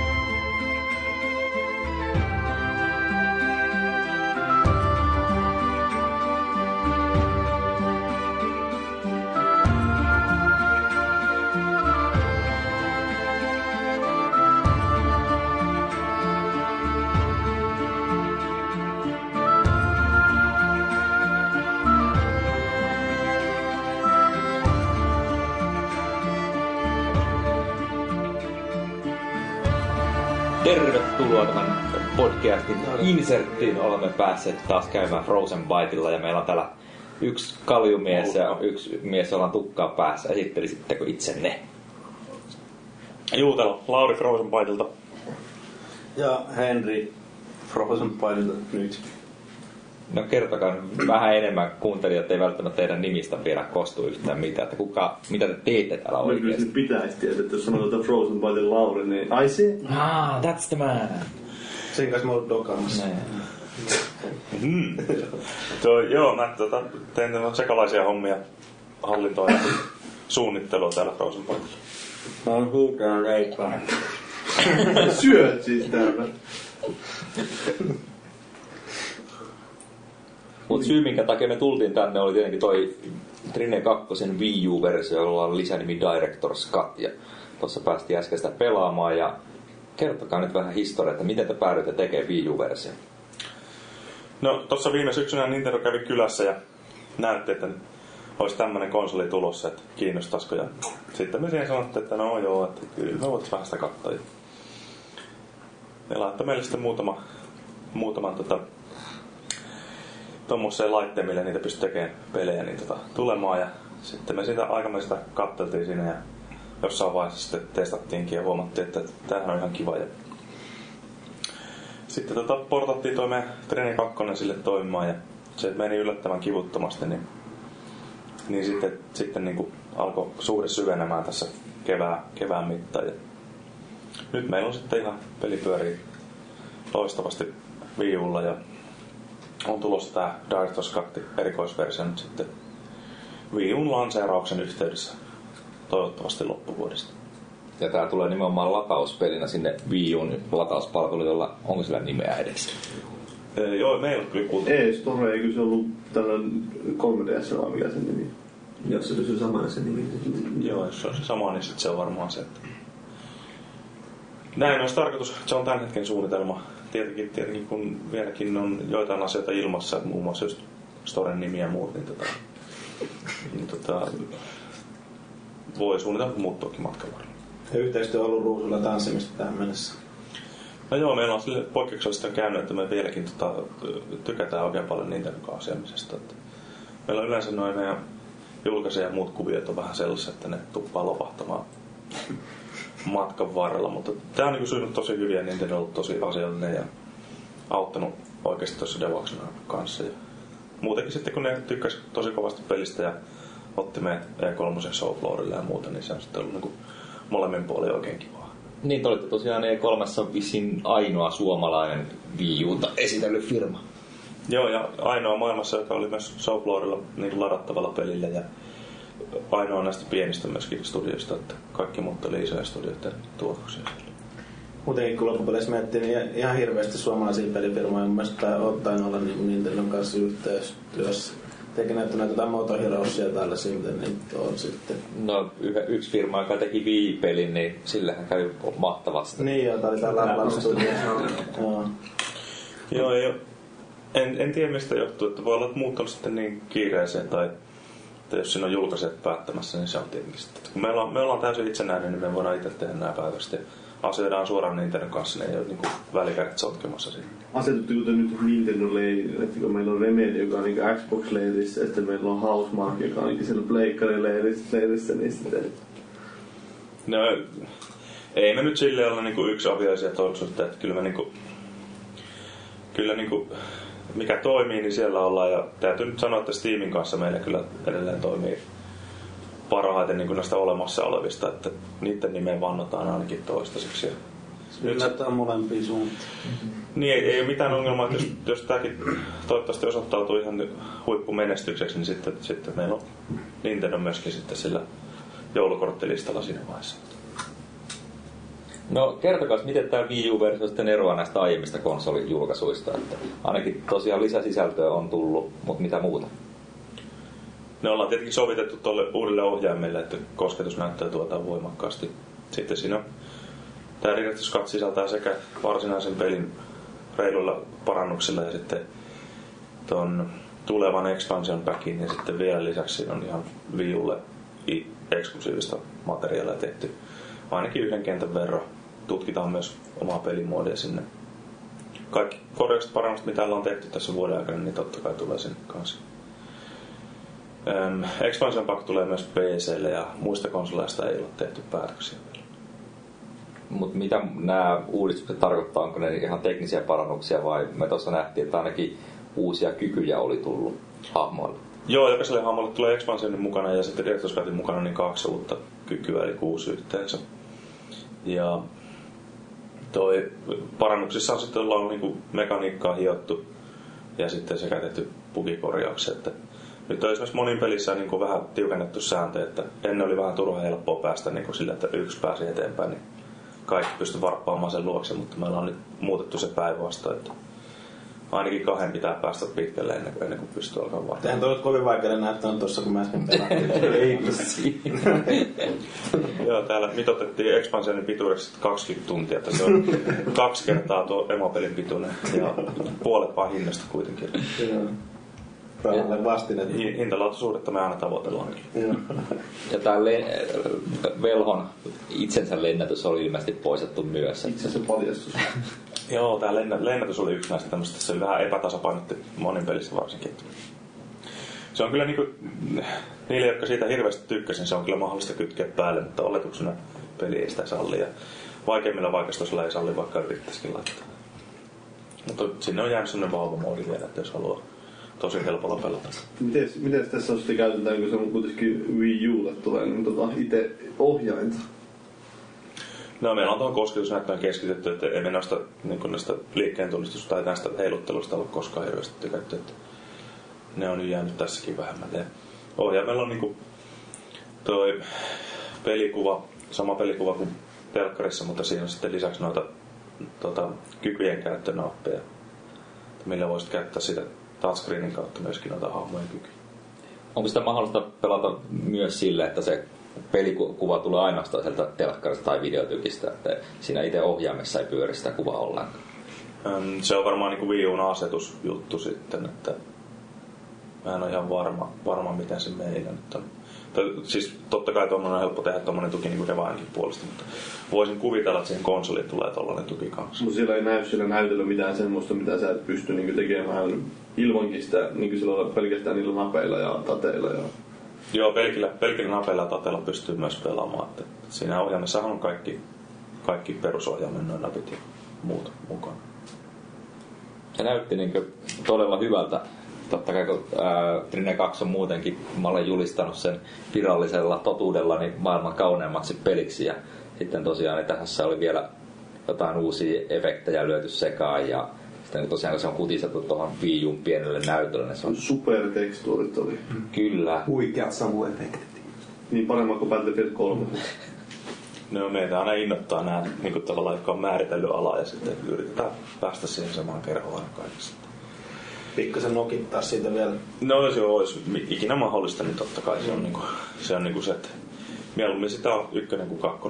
Tervetuloa tämän podcastin inserttiin. Olemme päässeet taas käymään Frozen Bytella ja meillä on täällä yksi kaljumies ja yksi mies, jolla on tukkaa päässä. Esittelisittekö itsenne? Juutelo, Lauri Frozen Bytelta. Ja Henri Frozen Bytelta nyt. No kertokaa vähän enemmän, kuuntelijat ei välttämättä teidän nimistä vielä kostu yhtään mitään. Että mitä te teette täällä oikeasti? Kyllä pitäisi tietää, että jos sanotaan Frozen Byte Lauri, niin I see. That's the man. Sen kanssa mä oon dokaamassa. Joo, mä teen sekalaisia hommia, hallintoa ja suunnittelua täällä Frozen Bytella. Mä oon huukaan reippainen. Syöt siis täällä. Mutta syy, minkä takia me tultiin tänne, oli tietenkin toi Trine 2 Wii U-versio, jolla on lisänimi Director's Cut, ja tuossa päästiin äsken sitä pelaamaan, ja kertokaa nyt vähän historiaa, että miten te päädyitte tekemään Wii U-versio? No, tuossa viime syksynä Nintendo kävi kylässä ja näytti, että olisi tämmöinen konsoli tulossa, että kiinnostaisiko. Ja sitten me siihen sanottiin, että no joo, että kyllä me voitaisiin vähän sitä katsoa. Ne laittoi meille sitten muutaman tommoseen laitteen, millä niitä pystyi tekemään pelejä niin tulemaan. Ja sitten me sitä aikaisesta katteltiin siinä ja jossain vaiheessa sitten testattiinkin ja huomattiin, että tämähän on ihan kiva. Ja sitten portattiin toi meidän Trine 2 sille toimimaan ja se meni yllättävän kivuttomasti, niin sitten niin kuin alkoi suhde syvenemään tässä kevään mittaan. Ja nyt meillä on sitten ihan pelipyöriä loistavasti Wii U:lla ja on tulossa tää Director's Cut erikoisversio nyt sitten Wii U:n lanseerauksen yhteydessä toivottavasti loppuvuodesta. Ja tää tulee nimenomaan latauspelinä sinne Wii U:n latauspalveluun, jolla onko sillä nimeä edes? Joo, meillä on kyllä kuultu. E-Store, eikö se ollut tällainen 3DS vai mikä sen nimi? Jos se pysyy samana sen nimi. Joo, jos se on se sama, niin sit se on varmaan se, että näin olisi tarkoitus. Se on tämän hetken suunnitelma. Tietenkin kun vieläkin on joitain asioita ilmassa, muun muassa just Storen nimi ja muut, niin voi suunnitelma muuttuakin matkan varrella. Ja yhteistyö on ollut ruusulla tanssimista tähän mennessä. No joo, meillä on sille poikkeuksellisesti käynyt, että me vieläkin tykätään oikein paljon Nintendo asiamisesta. Meillä on yleensä noin meidän julkaisia ja muut kuviot on vähän sellaisia, että ne tuppaa lopahtamaan matkan varrella. Mutta tää on niin sujunut tosi hyvin ja Nintendo on ollut tosi asiallinen ja auttanut oikeasti tuossa devoksena kanssa. Ja muutenkin sitten kun ne tykkäsi tosi kovasti pelistä ja otti meidät E3 showfloorille ja muuta, niin se on sitten ollut niin molemmin puolin oikein kivaa. Niin, te olitte tosiaan E3 vissiin ainoa suomalainen Wii U:ta esitellyt firma. Joo, ja ainoa maailmassa, joka oli myös showfloorilla niin ladattavalla pelillä ja ainoa näistä pienistä myöskin studioista, että kaikki muut oli isoja studioiden tuotoksia. Muutenkin kun loppupeleissä miettii, niin ihan hirveästi suomalaisia pelifirmoja mun mielestä ottaen olla niin Nintendon kanssa yhteistyössä. Tekin näyttänyt jotain Moto Heroesia tällaisia, miten niitä on sitten. No yksi firma, joka teki Wii-pelin, niin sillähän käy mahtavasti. Niin joo, tää oli tää Lapland Studio. Joo, en tiedä mistä johtuu, että voi olla, että muut on sitten niin kiireeseen tai että jos siinä on julkaisijat päättämässä, niin se on tietenkin sitten. Kun me ollaan täysin itsenäinen, niin me voidaan itse tehdä nämä päätökset ja asioidaan suoraan Nintendon kanssa, niin ei ole niin välikädet sotkemassa siinä. Asetutteko te nyt Nintendo-leirille, että kun meillä on Remedy, joka on niin Xbox-leirissä, ja sitten meillä on Housemarque, joka on niin siellä Pleikkari-leirissä, niin sitten... No, ei me nyt silleen olla niin yksi aviaisia tolsuutta, että kyllä me kyllä mikä toimii, niin siellä ollaan. Ja täytyy nyt sanoa, että Steamin kanssa meillä kyllä edelleen toimii parhaiten niin näistä olemassa olevista, että niiden nimeen vannotaan ainakin toistaiseksi. Yllättää molempia suuntaan. Niin, ei ole mitään ongelmaa, että jos tämäkin toivottavasti osoittautuu ihan huippumenestykseksi, niin sitten meillä on Nintendo myöskin sitten sillä joulukorttilistalla siinä vaiheessa. No kertokaa, miten tämä Wii U-versio sitten eroaa näistä aiemmista konsolijulkaisuista? Että ainakin tosiaan lisäsisältöä on tullut, mutta mitä muuta? Ne ollaan tietenkin sovitettu tuolle uudelle ohjaimelle, että kosketusnäyttöä tuotaan voimakkaasti. Sitten siinä on tämä Director's Cut sisältää sekä varsinaisen pelin reiluilla parannuksilla ja sitten tuon tulevan expansion packin ja sitten vielä lisäksi siinä on ihan Wii Ulle eksklusiivista materiaalia tehty. Ainakin yhden kentän verran. Tutkitaan myös omaa pelimuodia sinne. Kaikki korjaukset parannukset, mitä ollaan tehty tässä vuoden aikana, niin totta kai tulee sinne kanssa. Expansion Pack tulee myös PC:lle ja muista konsoleista ei ole tehty päätöksiä vielä. Mutta mitä nämä uudistukset tarkoittaa? Onko ne ihan teknisiä parannuksia vai me tuossa nähtiin, että ainakin uusia kykyjä oli tullut hahmoille? Joo, jokaiselle hahmolle tulee expansionin mukana ja sitten Director's Cutin mukana niin 2 uutta kykyä, eli 6 yhteensä. Ja toi parannuksissa on sitten ollaan niinku mekaniikkaa hiottu ja sitten sekä tehty bugikorjauksia, että nyt on esimerkiksi monin pelissä niin vähän tiukennettu sääntö, että ennen oli vähän turha helppoa päästä niin sillä, että yksi pääsi eteenpäin, niin kaikki pystyi varppaamaan sen luokse, mutta meillä on nyt muutettu se päinvastoin, että ainakin 2 pitää päästä pitkälle ennen kuin pystyy alkaa vaihtaa. Eihän toi kovin vaikeaa näyttänyt tuossa, kun mä äsken pelattiin. Ei siinä. Joo, täällä mitoitettiin expansionin pituudeksi 20 tuntia, että se on 2 kertaa tuo emopelin pituinen ja puolet vaan hinnasta kuitenkin. Rahalle vastinetta. Hintalaatuisuudetta me aina tavoitellaan. Ja tää velhon itsensä lennätys oli ilmeisesti poistettu myös. Itsensä paljastus. Joo, tää lennätys oli yksi näistä tämmöistä, se oli vähän epätasapainotti monin pelissä varsinkin. Se on kyllä niinku, niille, jotka siitä hirveästi tykkäsin, se on kyllä mahdollista kytkeä päälle, mutta oletuksena peli ei sitä salli. Ja vaikeimmilla vaikeustasolla ei salli, vaikka yrittäisikin laittaa. Mutta sinne on jäänyt sellainen vauvamoodi vielä, että jos haluaa tosi helpolla pelata. Miten tässä on sitten käytetään, kun se on kuitenkin Wii Ulle tulee niin itse ohjainta? No meillä on tuohon kosketusnäyttöön keskitytty, että ei me näistä liikkeen tunnistusta tai näistä heiluttelusta ole koskaan hirveästi tykätty. Ne on jäänyt tässäkin vähemmän. Ohjaimella on niinku toi pelikuva, sama pelikuva kuin telkkarissa, mutta siinä on sitten lisäksi noita kykyjen käyttönappeja, millä voisit käyttää sitä touchscreenin kautta myöskin noita hahmojen kykyjä. Onko sitä mahdollista pelata myös sille, että se pelikuva tulee ainoastaan sieltä telkkarista tai videotykistä, että siinä itse ohjaimessa ei pyöri sitä kuvaa ollenkaan? Se on varmaan niin Wii U:n asetusjuttu sitten, että mä en ole ihan varma miten se meillä nyt on. Siis totta kai tuommoinen on helppo tehdä tuommoinen tuki niin kuin Devainkin puolesta, mutta voisin kuvitella, että siihen konsoliin tulee tuollainen tuki kanssa. Mutta siellä ei näy siellä näytöllä mitään semmoista, mitä sä et pysty niin tekemään ilmankin sitä, niin kuin sillä pelkästään niillä napeilla ja tateilla. Ja... Joo, pelkillä napeilla ja tateilla pystyy myös pelaamaan. Että siinä ohjaimessahan on kaikki perusohjaimen noin napit ja muut mukaan. Se näytti niin todella hyvältä. Totta kai kun Trine 2 on muutenkin, mä olen julistanut sen virallisella totuudella niin maailman kauneimmaksi peliksi. Ja sitten tosiaan niin tässä oli vielä jotain uusia efektejä lyöty sekaan. Ja sitten tosiaan kun se on kutistettu tuohon Wii U:n pienelle näytölle. Niin se on supertekstuurit oli. Kyllä. Huikeat savuefektit. Niin paremmin kuin Battlefield 3. No meitä aina innoittaa nämä niin tavalla, jotka on määritellyt alaa ja sitten yritetään päästä siihen samaan kerhoon kaikessa. Pikkasen nokittaa siitä vielä. No se olisi ikinä mahdollista, niin totta kai se on se, että mieluummin sitä on 1 kuin 2.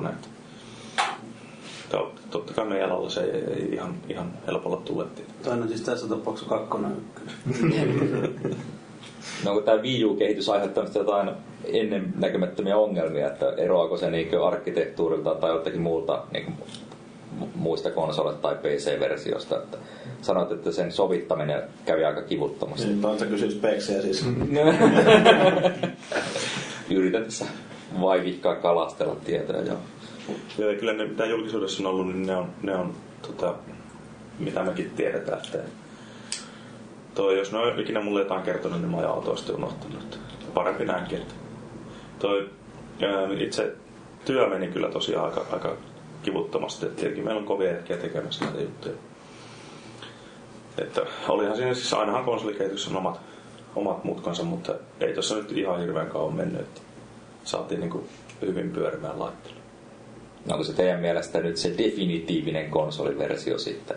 Totta kai meidän alalla se ei ihan helpolla tule. Toinen siis tässä tapauksessa 2 ja 1. No kun tämä Wii U-kehitys aiheuttanut jotain ennennäkemättömiä ongelmia, että eroako se niin arkkitehtuurilta tai jotakin muulta niin muista konsolista tai PC-versiosta. Että sanoit, että sen sovittaminen kävi aika kivuttomasti. Niin, sä kysyt speksejä siis. Yritän tässä vaivihkaa kalastella tietoja. Joo. Ja kyllä ne, mitä julkisuudessa on ollut, niin ne on mitä mekin tiedetään. Että jos ne on ikinä mulle jotain kertonut, niin mä oon autoisesti unohtanut. Parempi näinkin. Itse työ meni kyllä tosiaan aika kivuttomasti. Tietenkin meillä on kovia hetkiä tekemässä näitä juttuja. Että olihan siinä siis ainahan konsolikehityksessä on omat mutkansa, mutta ei tuossa nyt ihan hirveän kauan mennyt. Että saatiin niin kuin hyvin pyörimään laittelu. Onko se teidän mielestä nyt se definitiivinen konsoliversio sitten?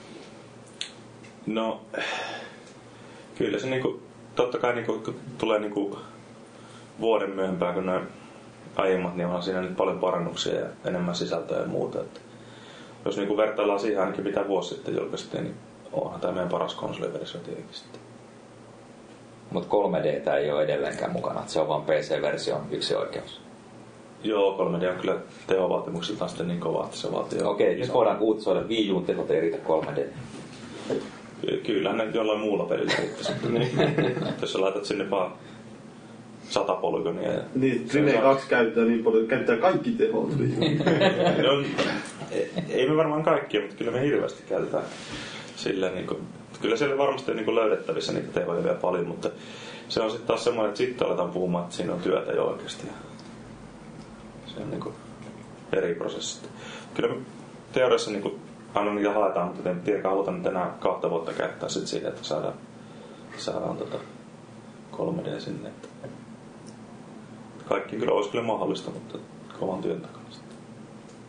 No, kyllä se niinku, totta kai niinku, tulee niinku vuoden myöhempään kuin nämä aiemmat, niin onhan siinä nyt paljon parannuksia ja enemmän sisältöä ja muuta. Että jos niinku vertaillaan siihen ainakin mitä vuosi sitten julkaistiin, niin onhan tämä meidän paras konsoliversio tietenkin sitten. Mutta 3D ei ole edelleenkään mukana, se on vaan PC-version yksi oikeus. Joo, 3D on kyllä tehovaatimuksiltaan sitten niin kova, että se vaatii... Okei, nyt voidaan uutisoida, että Wii U:n tehot ei riitä 3D. Kyllähän ne jollain muulla pelillä riittäisi. Jos sä laitat sinne vaan 100 polygonia. Ja niin, Trine 2 käyttää niin paljon, käyttää kaikki tehot. No, ei me varmaan kaikkia, mutta kyllä me hirveästi käytetään sillä niin kuin, kyllä siellä varmasti on niin kuin löydettävissä niitä tehoja vielä paljon, mutta se on sitten taas semmoinen, että sitten aletaan puhumaan, että siinä on työtä jo oikeasti. Se on niin kuin eri prosessit. Kyllä me teoriassa niin kuin aina niitä haetaan, mutta en tiedä, halutaan nyt enää 2 vuotta käyttää sit siitä, että saadaan 3D sinne. Kaikki kyllä olisi kyllä mahdollista, mutta kovan työn takana sitten.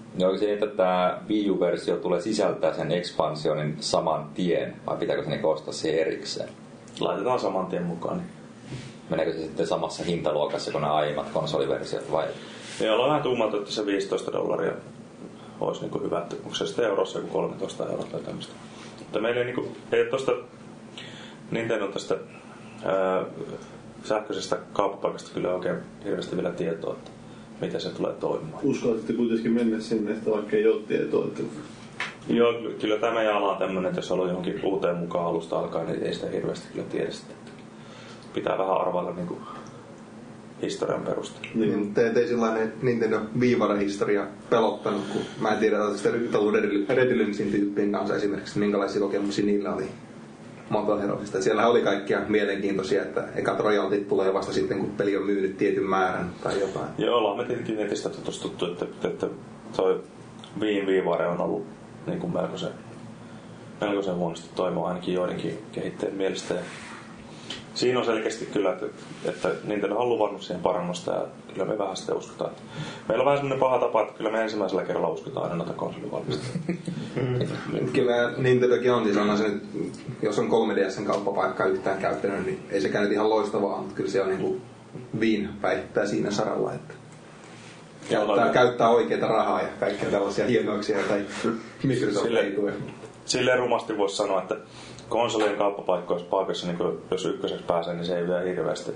Niin onko se niin, että tämä Wii U-versio tulee sisältää sen ekspansionin saman tien, vai pitääkö se ostaa siihen erikseen? Laitetaan saman tien mukaan. Niin. Meneekö se sitten samassa hintaluokassa kuin nämä aiemmat konsoliversiot, vai? Niin, ollaan vähän tuumaltu, että se $15 olisi niin kuin hyvä, että onko se sitten eurossa joku 13 € tai tämmöistä. Mutta meillä ei ole tuosta Nintendon tästä sähköisestä kauppapaikasta kyllä oikein hirveästi vielä tietoa, että miten se tulee toimimaan. Uskoisitte kuitenkin mennä sinne, että vaikka ei ole tietoa. Että... Joo, kyllä tämä meidän ala on tämmöinen, että jos haluaa johonkin uuteen mukaan alusta alkaen, niin ei sitä hirveästi kyllä tiedä sitä. Pitää vähän arvailla niin kuin historian perusteella. Niin. Ei sellainen Nintendo Viivara-historia pelottanut, kun mä en tiedä, että sitä nyt ollut Red Lynxin tyyppien kanssa esimerkiksi, minkälaisia kokemuksia niillä oli Motoherosista. Siellä oli kaikkia mielenkiintoisia, että ekat royaltit tulee vasta sitten, kun peli on myynyt tietyn määrän tai jotain. Joo, ollaan me tietenkin netistä tutustuttu, että toi Viivare on ollut niin kuin melkoisen huonosti toimiva ainakin joidenkin kehittäjien mielestä. Ja siinä on selkeästi kyllä, että Nintendo on luvannut siihen parannusta ja kyllä me vähän sitten uskotaan. Meillä on vähän semmoinen paha tapa, että kyllä me ensimmäisellä kerralla uskotaan aina noita konsolivalmistajia. Kyllä Nintendokin on, siis onhan se nyt, jos on 3DS:n kauppapaikkaa yhtään käyttänyt, niin ei sekään nyt ihan loistavaa, mutta kyllä se on niin kuin Viin väittää siinä saralla, että käyttää oikeita rahaa ja kaikkea tällaisia hienouksia, joita ei Microsoft ei tue. Silleen rumasti voisi sanoa, että konsolien kauppapaikoissa, niin jos ykköseksi pääsee, niin se ei vielä hirveästi.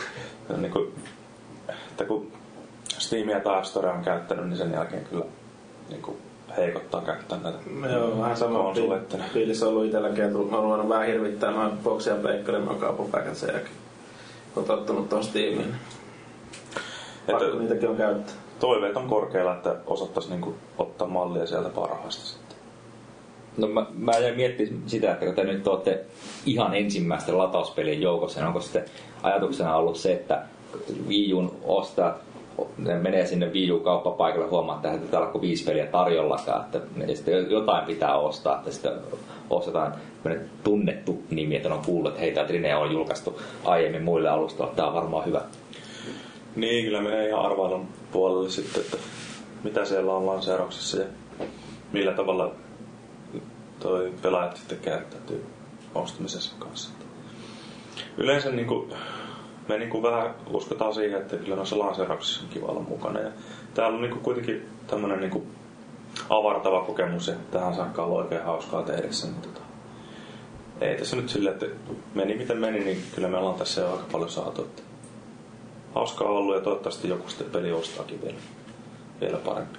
Että kun Steamia tai App Storea on käyttänyt, niin sen jälkeen kyllä niin heikottaa käyttää näitä joo, vähän sama fiilissä on ollut itselläkin, että on ruvennut vähän hirvittää noin boksia ja pleikkailemaan kauppapäikät sen jälkeen. On tottunut tuon Steamiin. Pakko niitäkin on käyttää. Toiveet on korkealla, että osattaisiin niin ottaa mallia sieltä parhaasta sitten. No mä jäin miettimään sitä, että kun te nyt olette ihan ensimmäisten latauspelien joukossa, niin onko sitten ajatuksena ollut se, että Wii U:n ostajat menee sinne Wii U-kauppapaikalle huomaa, että eihän täällä ole 5 peliä tarjollakaan, että jotain pitää ostaa, että sitten ostetaan tunnettu nimi, että on kuullut, että hei, tämä Trinea on julkaistu aiemmin muille alustoille, tämä on varmaan hyvä. Niin, kyllä menee ihan arvailun puolelle sitten, että mitä siellä on lanseerauksessa ja millä tavalla toi pelaajat sitten käyttäytyy ostamisessa kanssa. Yleensä me vähän uskotaan siihen, että kyllä noissa lanseerauksissa on kiva olla mukana. Ja täällä on kuitenkin tämmöinen avartava kokemus ja tähän saakka on oikein hauskaa tehdä sen. Ei tässä nyt silleen, että meni miten meni, niin kyllä me ollaan tässä jo aika paljon saatu. Että hauskaa ollut ja toivottavasti joku sitten peli ostaakin vielä parempi.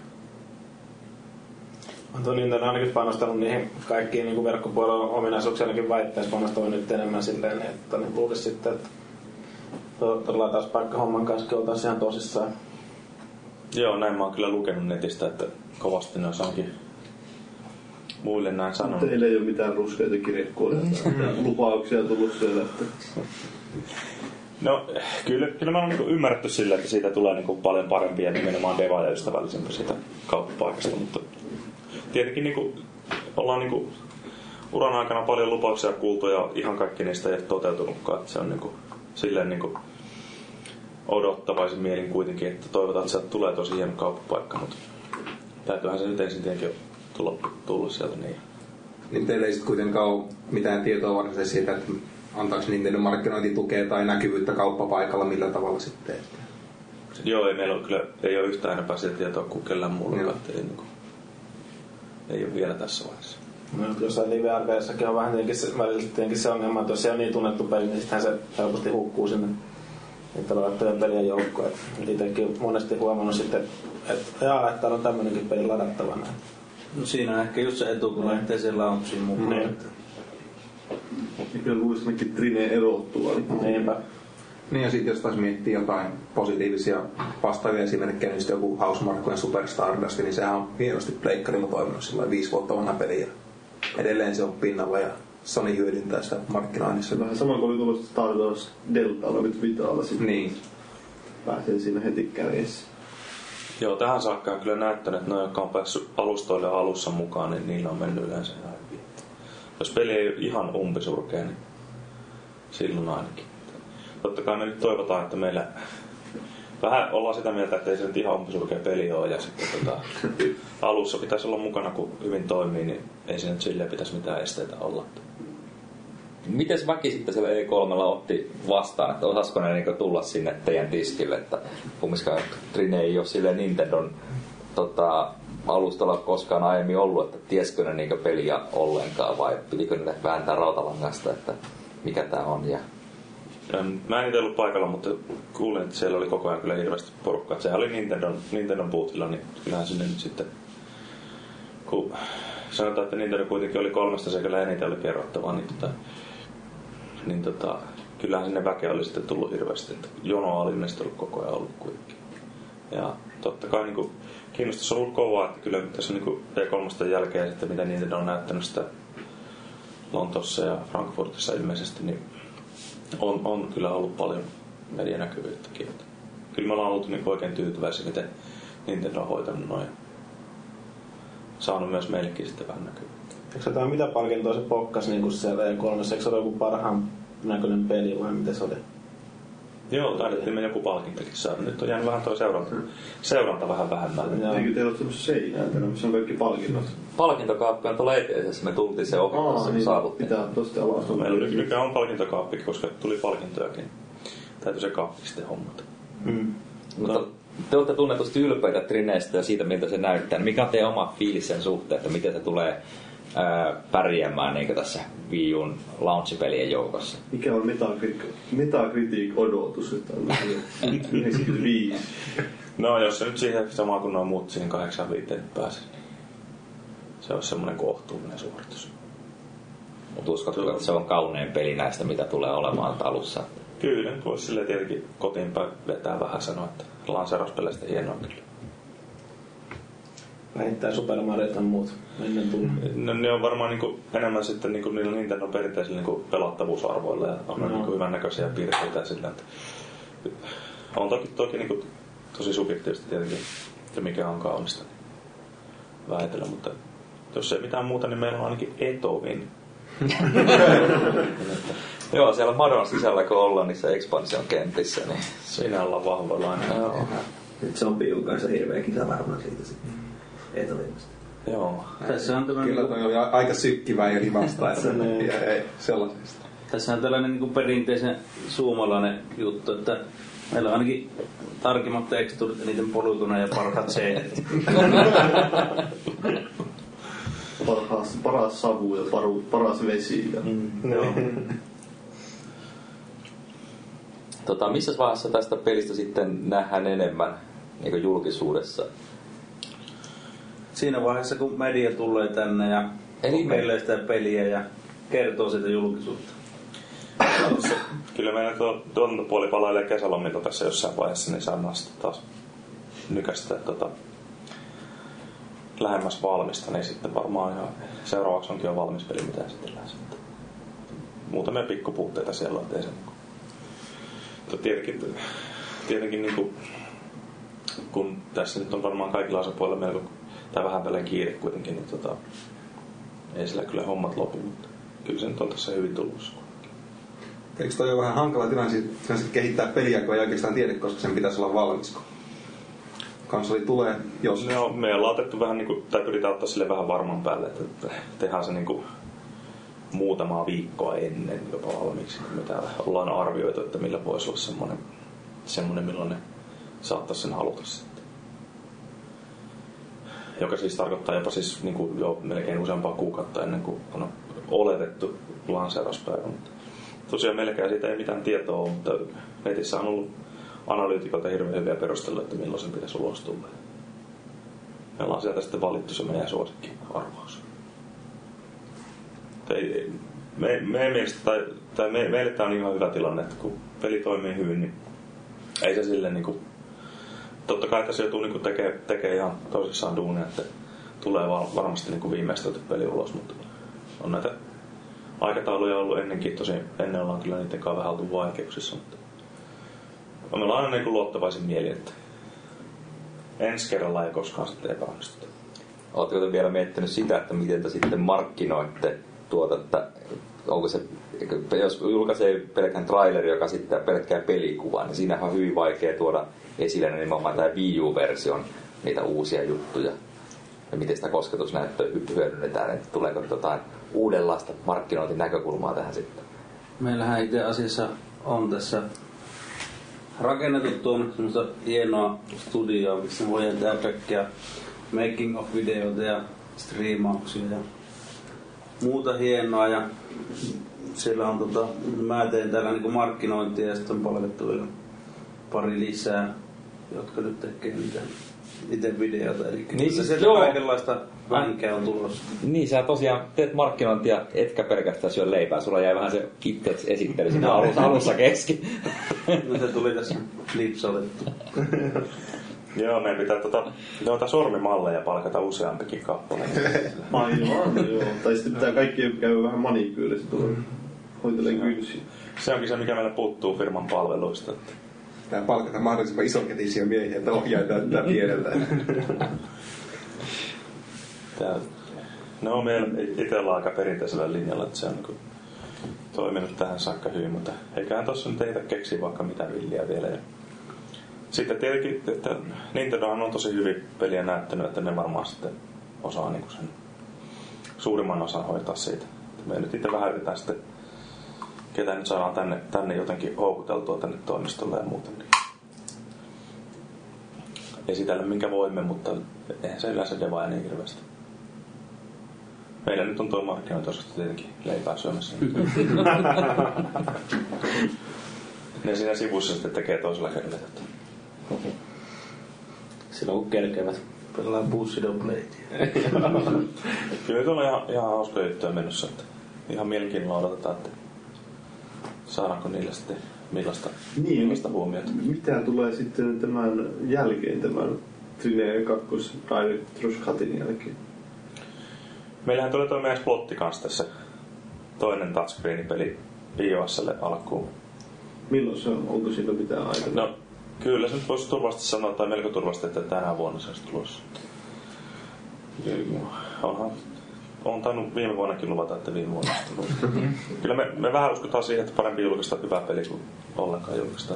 On tuo Nintendo ainakin panostanut niihin kaikkiin verkkopuolella ominaisuuksia ainakin väittäisi panostavan nyt enemmän silleen, että niin luulisi sitten, että todella taas paikkahomman kanssa oltaisiin ihan tosissaan. Joo, näin mä oon kyllä lukenut netistä, että kovasti ne osaankin muille näin sanonut. Teillä ei ole mitään ruskeita kirjekuolia. Lupauksia tullut siellä. Että... No, kyllä mä oon ymmärretty sillä, että siitä tulee paljon parempi ja nimenomaan devaaja ystävällisempi siitä kauppapaikasta, mutta tietenkin ollaan uran aikana paljon lupauksia kuultu ja ihan kaikki niistä ei ole toteutunutkaan, että se on silleen odottavaisin mielin kuitenkin, että toivotaan, että sieltä tulee tosi hieno kauppapaikka, mutta täytyyhän se nyt ensin tietenkin tullut sieltä niin. Niin teillä ei sitten kuitenkaan ole mitään tietoa varsinaisesti siitä, että antaako Nintendo markkinointitukea tai näkyvyyttä kauppapaikalla millä tavalla sitten? Joo, ei meillä kyllä ei ole yhtään enempää sitä tietoa kuin kellään muulla, ei ole vielä tässä vaiheessa. No, jossain live-arkeissakin on vähän tietenkin se ongelma, että jos se on niin tunnettu peli, niin sittenhän se helposti hukkuu sinne niitä ladattujen pelien joukkoon. Itsekin monesti huomannut sitten, että täällä on tämmöinenkin peli ladattavana. No siinä on ehkä just se etu, kun lähtee sen launchiin mukaan. Niin. Ja kyllä luulisi ainakin Trineen erottua. Niinpä. Niin ja sitten jos taas miettii jotain positiivisia vastaavia esimerkkejä, niin joku Housemarque Super Stardust, niin sehän on hienosti pleikkarilla toiminut sillä 5 vuotta vanha peli. Ja edelleen se on pinnalla ja Sony hyödyntää sitä markkinoinnissa. Vähän sama kuin oli tullut Stardust Deltalla nyt Vitalla. Niin. Pääsee siinä heti kärjessä. Joo, tähän saakka on kyllä näyttänyt, että ne, jotka on päässyt alustoille alussa mukaan, niin niillä on mennyt yleensä ihan hyvin. Jos peli ei ole ihan umpisurkea, niin silloin ainakin. Totta kai me nyt toivotaan, että meillä vähän ollaan sitä mieltä, että ei se nyt ihan umpisurkea peli ole. Ja sitten alussa pitäisi olla mukana, kun hyvin toimii, niin ei se nyt silleen pitäisi mitään esteitä olla. Mites väki sitten siellä E3 otti vastaan, että osasko ne niinku tulla sinne teidän tiskille, että kumminkaan Trine ei ole silleen Nintendon alustalla koskaan aiemmin ollut, että tieskö ne niinku peliä ollenkaan vai pitikö ne vääntää rautalangasta, että mikä tää on. Ja... Mä en itse ollut paikalla, mutta kuulin, että siellä oli koko ajan kyllä hirveästi porukkaa. Sehän oli Nintendon bootilla, niin kyllähän sinne nyt sitten, kun sanotaan, että Nintendo kuitenkin oli 3 sekä eniten oli kerrottavaa, niin kyllähän sinne väkeä oli sitten tullut hirveästi. Että jonoa oli ilmeisesti ollut koko ajan ollut kuitenkin. Ja totta kai niin kiinnostus on ollut kovaa, että kyllä tässä niin D3 jälkeen sitten, mitä Nintendo on näyttänyt sitä Lontoossa ja Frankfurtissa ilmeisesti, niin on kyllä ollut paljon medianäkyvyyttäkin. Kyllä me ollaan oltu niin oikein tyytyväisiä, miten Nintendo on hoitanut noin. Saanut myös meillekin sitten vähän näkyvyyttä. Eikö tämä mitä palkintoa se pokkas niin siellä E3? Eikö se ole joku parhaan näköinen peli vai miten se oli? Joo, taidettiin me joku palkintokin saada. Nyt on jäänyt vähän tuo seuranta vähän vähemmälle. Eikö teillä ole semmoista seinää, missä on kaikki palkinnot? Palkintokaappi on tuolla eteisessä. Me tultiin se ohjelmassa, niin saavuttiin. Pitää tosta alas. Meillä oli nykyään on palkintokaappi, koska tuli palkintojakin. Täytyy se kaappi sitten hommata. Mutta te olette tunnetusti ylpeitä Trineistä ja siitä, miltä se näyttää. Mikä on teidän oma fiilis sen suhteen, että miten se tulee pärjäämään niin tässä Wii U:n launchipelien joukossa? Mikä on Metacritic-odotus? Että on 95. No jos se nyt siihen samaan kuin noin muut siihen 85 pääsee, niin se olisi semmoinen kohtuullinen suoritus. Mutta uskotko, että se on kaunein peli näistä, mitä tulee olemaan alussa? Kyllä, nyt voisi silleen tietenkin kotiin päin vetää vähän sanoa, että lanseerauspeleistä hienoa kyllä. Vähittää Super Mario ja muut ennen tullut. No, ne on varmaan niinku enemmän sitten niinku niillä Nintendo perinteisillä niinku pelattavuusarvoilla ja on niinku hyvännäköisiä piirteitä sillä, että on toki niinku tosi subjektiivisesti tietenkin, että mikä on kaunista niin väitellä, mutta jos ei mitään muuta, niin meillä on ainakin Etovin. Joo, siellä Madon sisällä kun ollaan niissä expansion kentissä, niin siinä ollaan vahvoilla aina. Nyt Zombie kanssa hirveä kisa varmaan siitä sitten. Etovimasta. Joo. Tässä on kyllä toi oli aika sykkivää ja rivasta, että ei sellaisesta. Tässä on tällainen niin kuin perinteisen suomalainen juttu, että meillä on ainakin tarkimmat teksturit, eniten polutunut ja parhaat seinät. Paras savu ja paras vesi. Missä vaiheessa tästä pelistä sitten nähdään enemmän niin julkisuudessa? Siinä vaiheessa, kun media tulee tänne ja meille sitä peliä ja kertoo siitä julkisuutta. Kyllä meidän tuotantopuoli palailee kesälomilta tässä jossain vaiheessa, niin saadaan sitten taas nykästä lähemmäs valmista, niin sitten varmaan ihan seuraavaksi onkin jo valmis peli, mitä esitellään sitten. Muutamia pikkupuutteita siellä on teisen. Tietenkin niin kuin, kun tässä nyt on varmaan kaikilla osapuolilla melko tai vähän tällainen kiire kuitenkin, niin ei sillä kyllä hommat lopu, mutta kyllä se nyt on tässä hyvin tullut. Eikö toi ole vähän hankala tilanne kehittää peliä, kun ei oikeastaan tiedä, koska sen pitäisi olla valmis? Konsoli tulee, jos... No, me ollaan otettu vähän, niin kuin, tai pyritään ottaa sille vähän varman päälle, että tehdään se niin kuin muutamaa viikkoa ennen jopa valmiiksi. Me täällä ollaan arvioitu, että millä voisi olla semmoinen millainen saattaisi sen haluta sitten. Joka siis tarkoittaa jopa siis niin kuin jo melkein useampaa kuukautta ennen kuin on oletettu lanseerauspäivä. Tosiaan melkein siitä ei mitään tietoa ole, mutta netissä on ollut analyytikoilta hirveän hyviä perusteluja, että milloin sen pitäisi ulos tulla. Me ollaan sieltä sitten valittu se meidän suosikkiarvaus. Meidän mielestä, tai meille tämä on ihan hyvä tilanne, että kun peli toimii hyvin, niin ei se silleen niin kuin, totta kai tässä joutuu niin tekee ihan tosissaan duunia, että tulee varmasti niin viimeistelty peli ulos, mutta on näitä aikatauluja ollut ennenkin, tosin ennen ollaan kyllä niiden kanssa vähän oltu vaikeuksissa, mutta meillä on aina niin luottavaisin mieli, että ensi kerralla ei koskaan sitten epäonnistuta. Oletteko te vielä miettinyt sitä, että miten te sitten markkinoitte tuota, että onko se jos julkaisee pelkän traileri, joka sitten pelkkää pelikuvaa, niin siinähän on hyvin vaikea tuoda esille nimenomaan tämä Wii U-version niitä uusia juttuja. Ja miten sitä kosketusnäyttöä hyödynnetään, että tuleeko jotain uudenlaista markkinointinäkökulmaa tähän sitten. Meillähän itse asiassa on tässä rakennettu tuon semmoista hienoa studioa, missä voidaan tehdä kaikkia making of videoita ja striimauksia ja muuta hienoa. Ja siellä on mä teen täällä niinku markkinointia ja sitten on palkattu vielä pari lisää, jotka nyt tekee niitä itse videota. Eli niin siis sieltä kaikenlaista vänkää on tulossa. Niin, sä tosiaan teet markkinointia, etkä pelkästään syö leipää. Sulla jäi vähän se itse esittely siinä alussa kesken. No se tuli tässä lipsautettu. Joo, meidän pitää noita sormimalleja palkata useampikin kappaleen. Aivan, joo. Tai sitten pitää kaikki käydä vähän manikyyrissä tuolla. Hoitelen kynsiä. Se onkin se, mikä meillä puuttuu firman palveluista. Pitää palkata mahdollisimman isonkätisiä miehiä, että ohjaa näyttää pieneltä. No, meillä itsellä aika perinteisellä linjalla, että se on niin toiminut tähän saakka hyvin, mutta eiköhän tossa nyt ehitä keksiä vaikka mitä villiä vielä. Ja sitten tietenkin, että Nintendohan on tosi hyvin peliä näyttänyt, että ne varmaan sitten osaa niin sen suurimman osan hoitaa siitä. Me nyt itse vähän yritetään sitten, ketä nyt saadaan tänne jotenkin houkuteltua tänne toimistolle ja muuten. Esitellä minkä voimme, mutta eihän se yleensä devaa niin hirveästi. Meillä nyt on tuo markkinointiosasto tietenkin leipää syömässä. Ne siinä sivussa sitten tekee toisella kädellä. Silloin kun kerkevät pelaa Bushido Bladea. Kyllä nyt on ihan hauska juttuja menossa. Että ihan mielenkiinnolla odotetaan, että saadaanko niillä sitten millaista huomiota. Mitä tulee sitten tämän jälkeen, tämän Trine 2 Director's Cutin jälkeen? Meillähän tulee tuo meidän Splotti kanssa tässä toinen touchscreen-peli iOSlle alkuun. Milloin se on? Onko siinä mitään aikaa? No, kyllä se nyt voisi turvasti sanoa, tai melko turvasti, että tänä vuonna se olisi tulossa. On tainnut viime vuonnakin luvata, että viime vuonna se tulossa. Kyllä me vähän uskotaan siihen, että parempi julkaista hyvä peli kuin ollenkaan julkaista.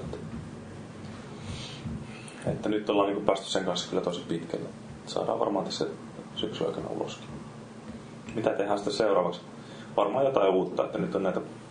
Että nyt ollaan niin päästy sen kanssa kyllä tosi pitkälle. Saadaan varmaan tässä syksyn aikana uloskin. Mitä tehdään sitten seuraavaksi? Varmaan jotain uutta, että nyt on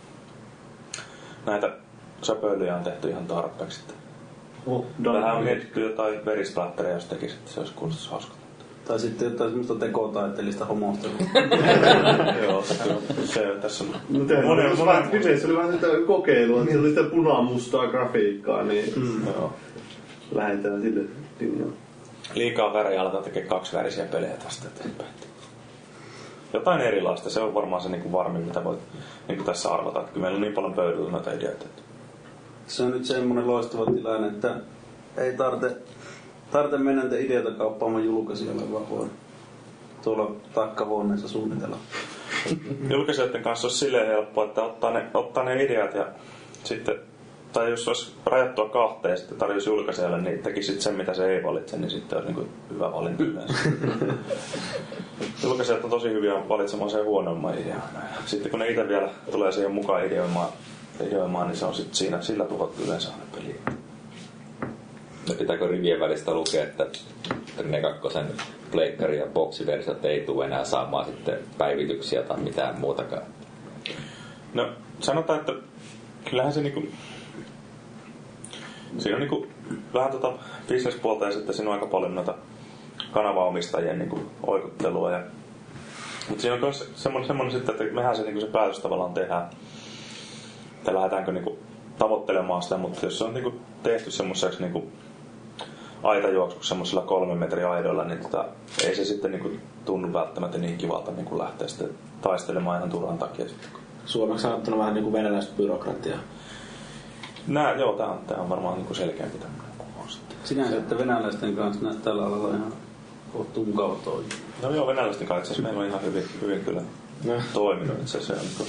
näitä söpöilyjä on tehty ihan tarpeeksi. Vähän on mietitty jotain verisplatteria, jos tekisi, että se olisi kuulostus hauska. Tai sitten jotain semmoista tekotaiteellista homostelua. Joo, se tässä on. Kyseessä oli vähän sitä kokeilua, että se oli sitä punamustaa grafiikkaa, niin lähdetään sille linjaan. Liikaa väriä aletaan tekemään kaksivärisiä pelejä tästä eteenpäin. Jotain erilaista, se on varmaan se niin varmin, mitä voit niin tässä arvata. Että kyllä meillä on niin paljon pöydällä noita ideoita. Se on nyt semmoinen loistava tilanne, että ei tarvitse mennä niitä ideoita kauppaamaan julkaisijalle, vaan voi tuolla takkahuoneessa suunnitella. Julkaisijoiden kanssa olisi silleen helppoa, että ottaa ne ideat ja sitten, tai jos olisi rajattua kahteen ja sitten tarjosi julkaisijalle, niin tekisit sen, mitä se ei valitse, niin sitten olisi niin hyvä valinta yleensä. Julkaisijat on tosi hyviä valitsemaan sen huonomman idean. Sitten kun ne itse vielä tulee siihen mukaan ideoimaan, niin se on sitten siinä, sillä tuhottu yleensä peliä. No pitääkö rivien välistä lukea, että Trine 2 pleikkari- ja boksiversiot ei tule enää saamaan sitten päivityksiä tai mitään muutakaan? No sanotaan, että kyllähän se niinku... Siinä on niinku vähän business-puolta ja sitten siinä on aika paljon noita kanavaomistajien niinku oikuttelua. Mutta siinä on myös semmoinen sitten, että mehän se, niinku se päätös tavallaan tehdään. Että lähdetäänkö niinku tavoittelemaan sitä, mutta jos se on niinku tehty semmoiseksi niinku aitajuoksuksi semmoisilla 3 metrin aidoilla, niin ei se sitten niinku tunnu välttämättä niin kivalta niinku lähteä sitten taistelemaan ihan turhan takia. Suomeksi sanottuna vähän niin kuin venäläistä byrokratiaa. Joo, tää on varmaan niinku selkeämpi tämmöinen kuva sitten. Sinänsä, että venäläisten kanssa näet tällä alalla ihan kohtuun mukava toimia. No joo, venäläisten kanssa itse meillä on ihan hyvin kyllä toiminut. Se on niinku...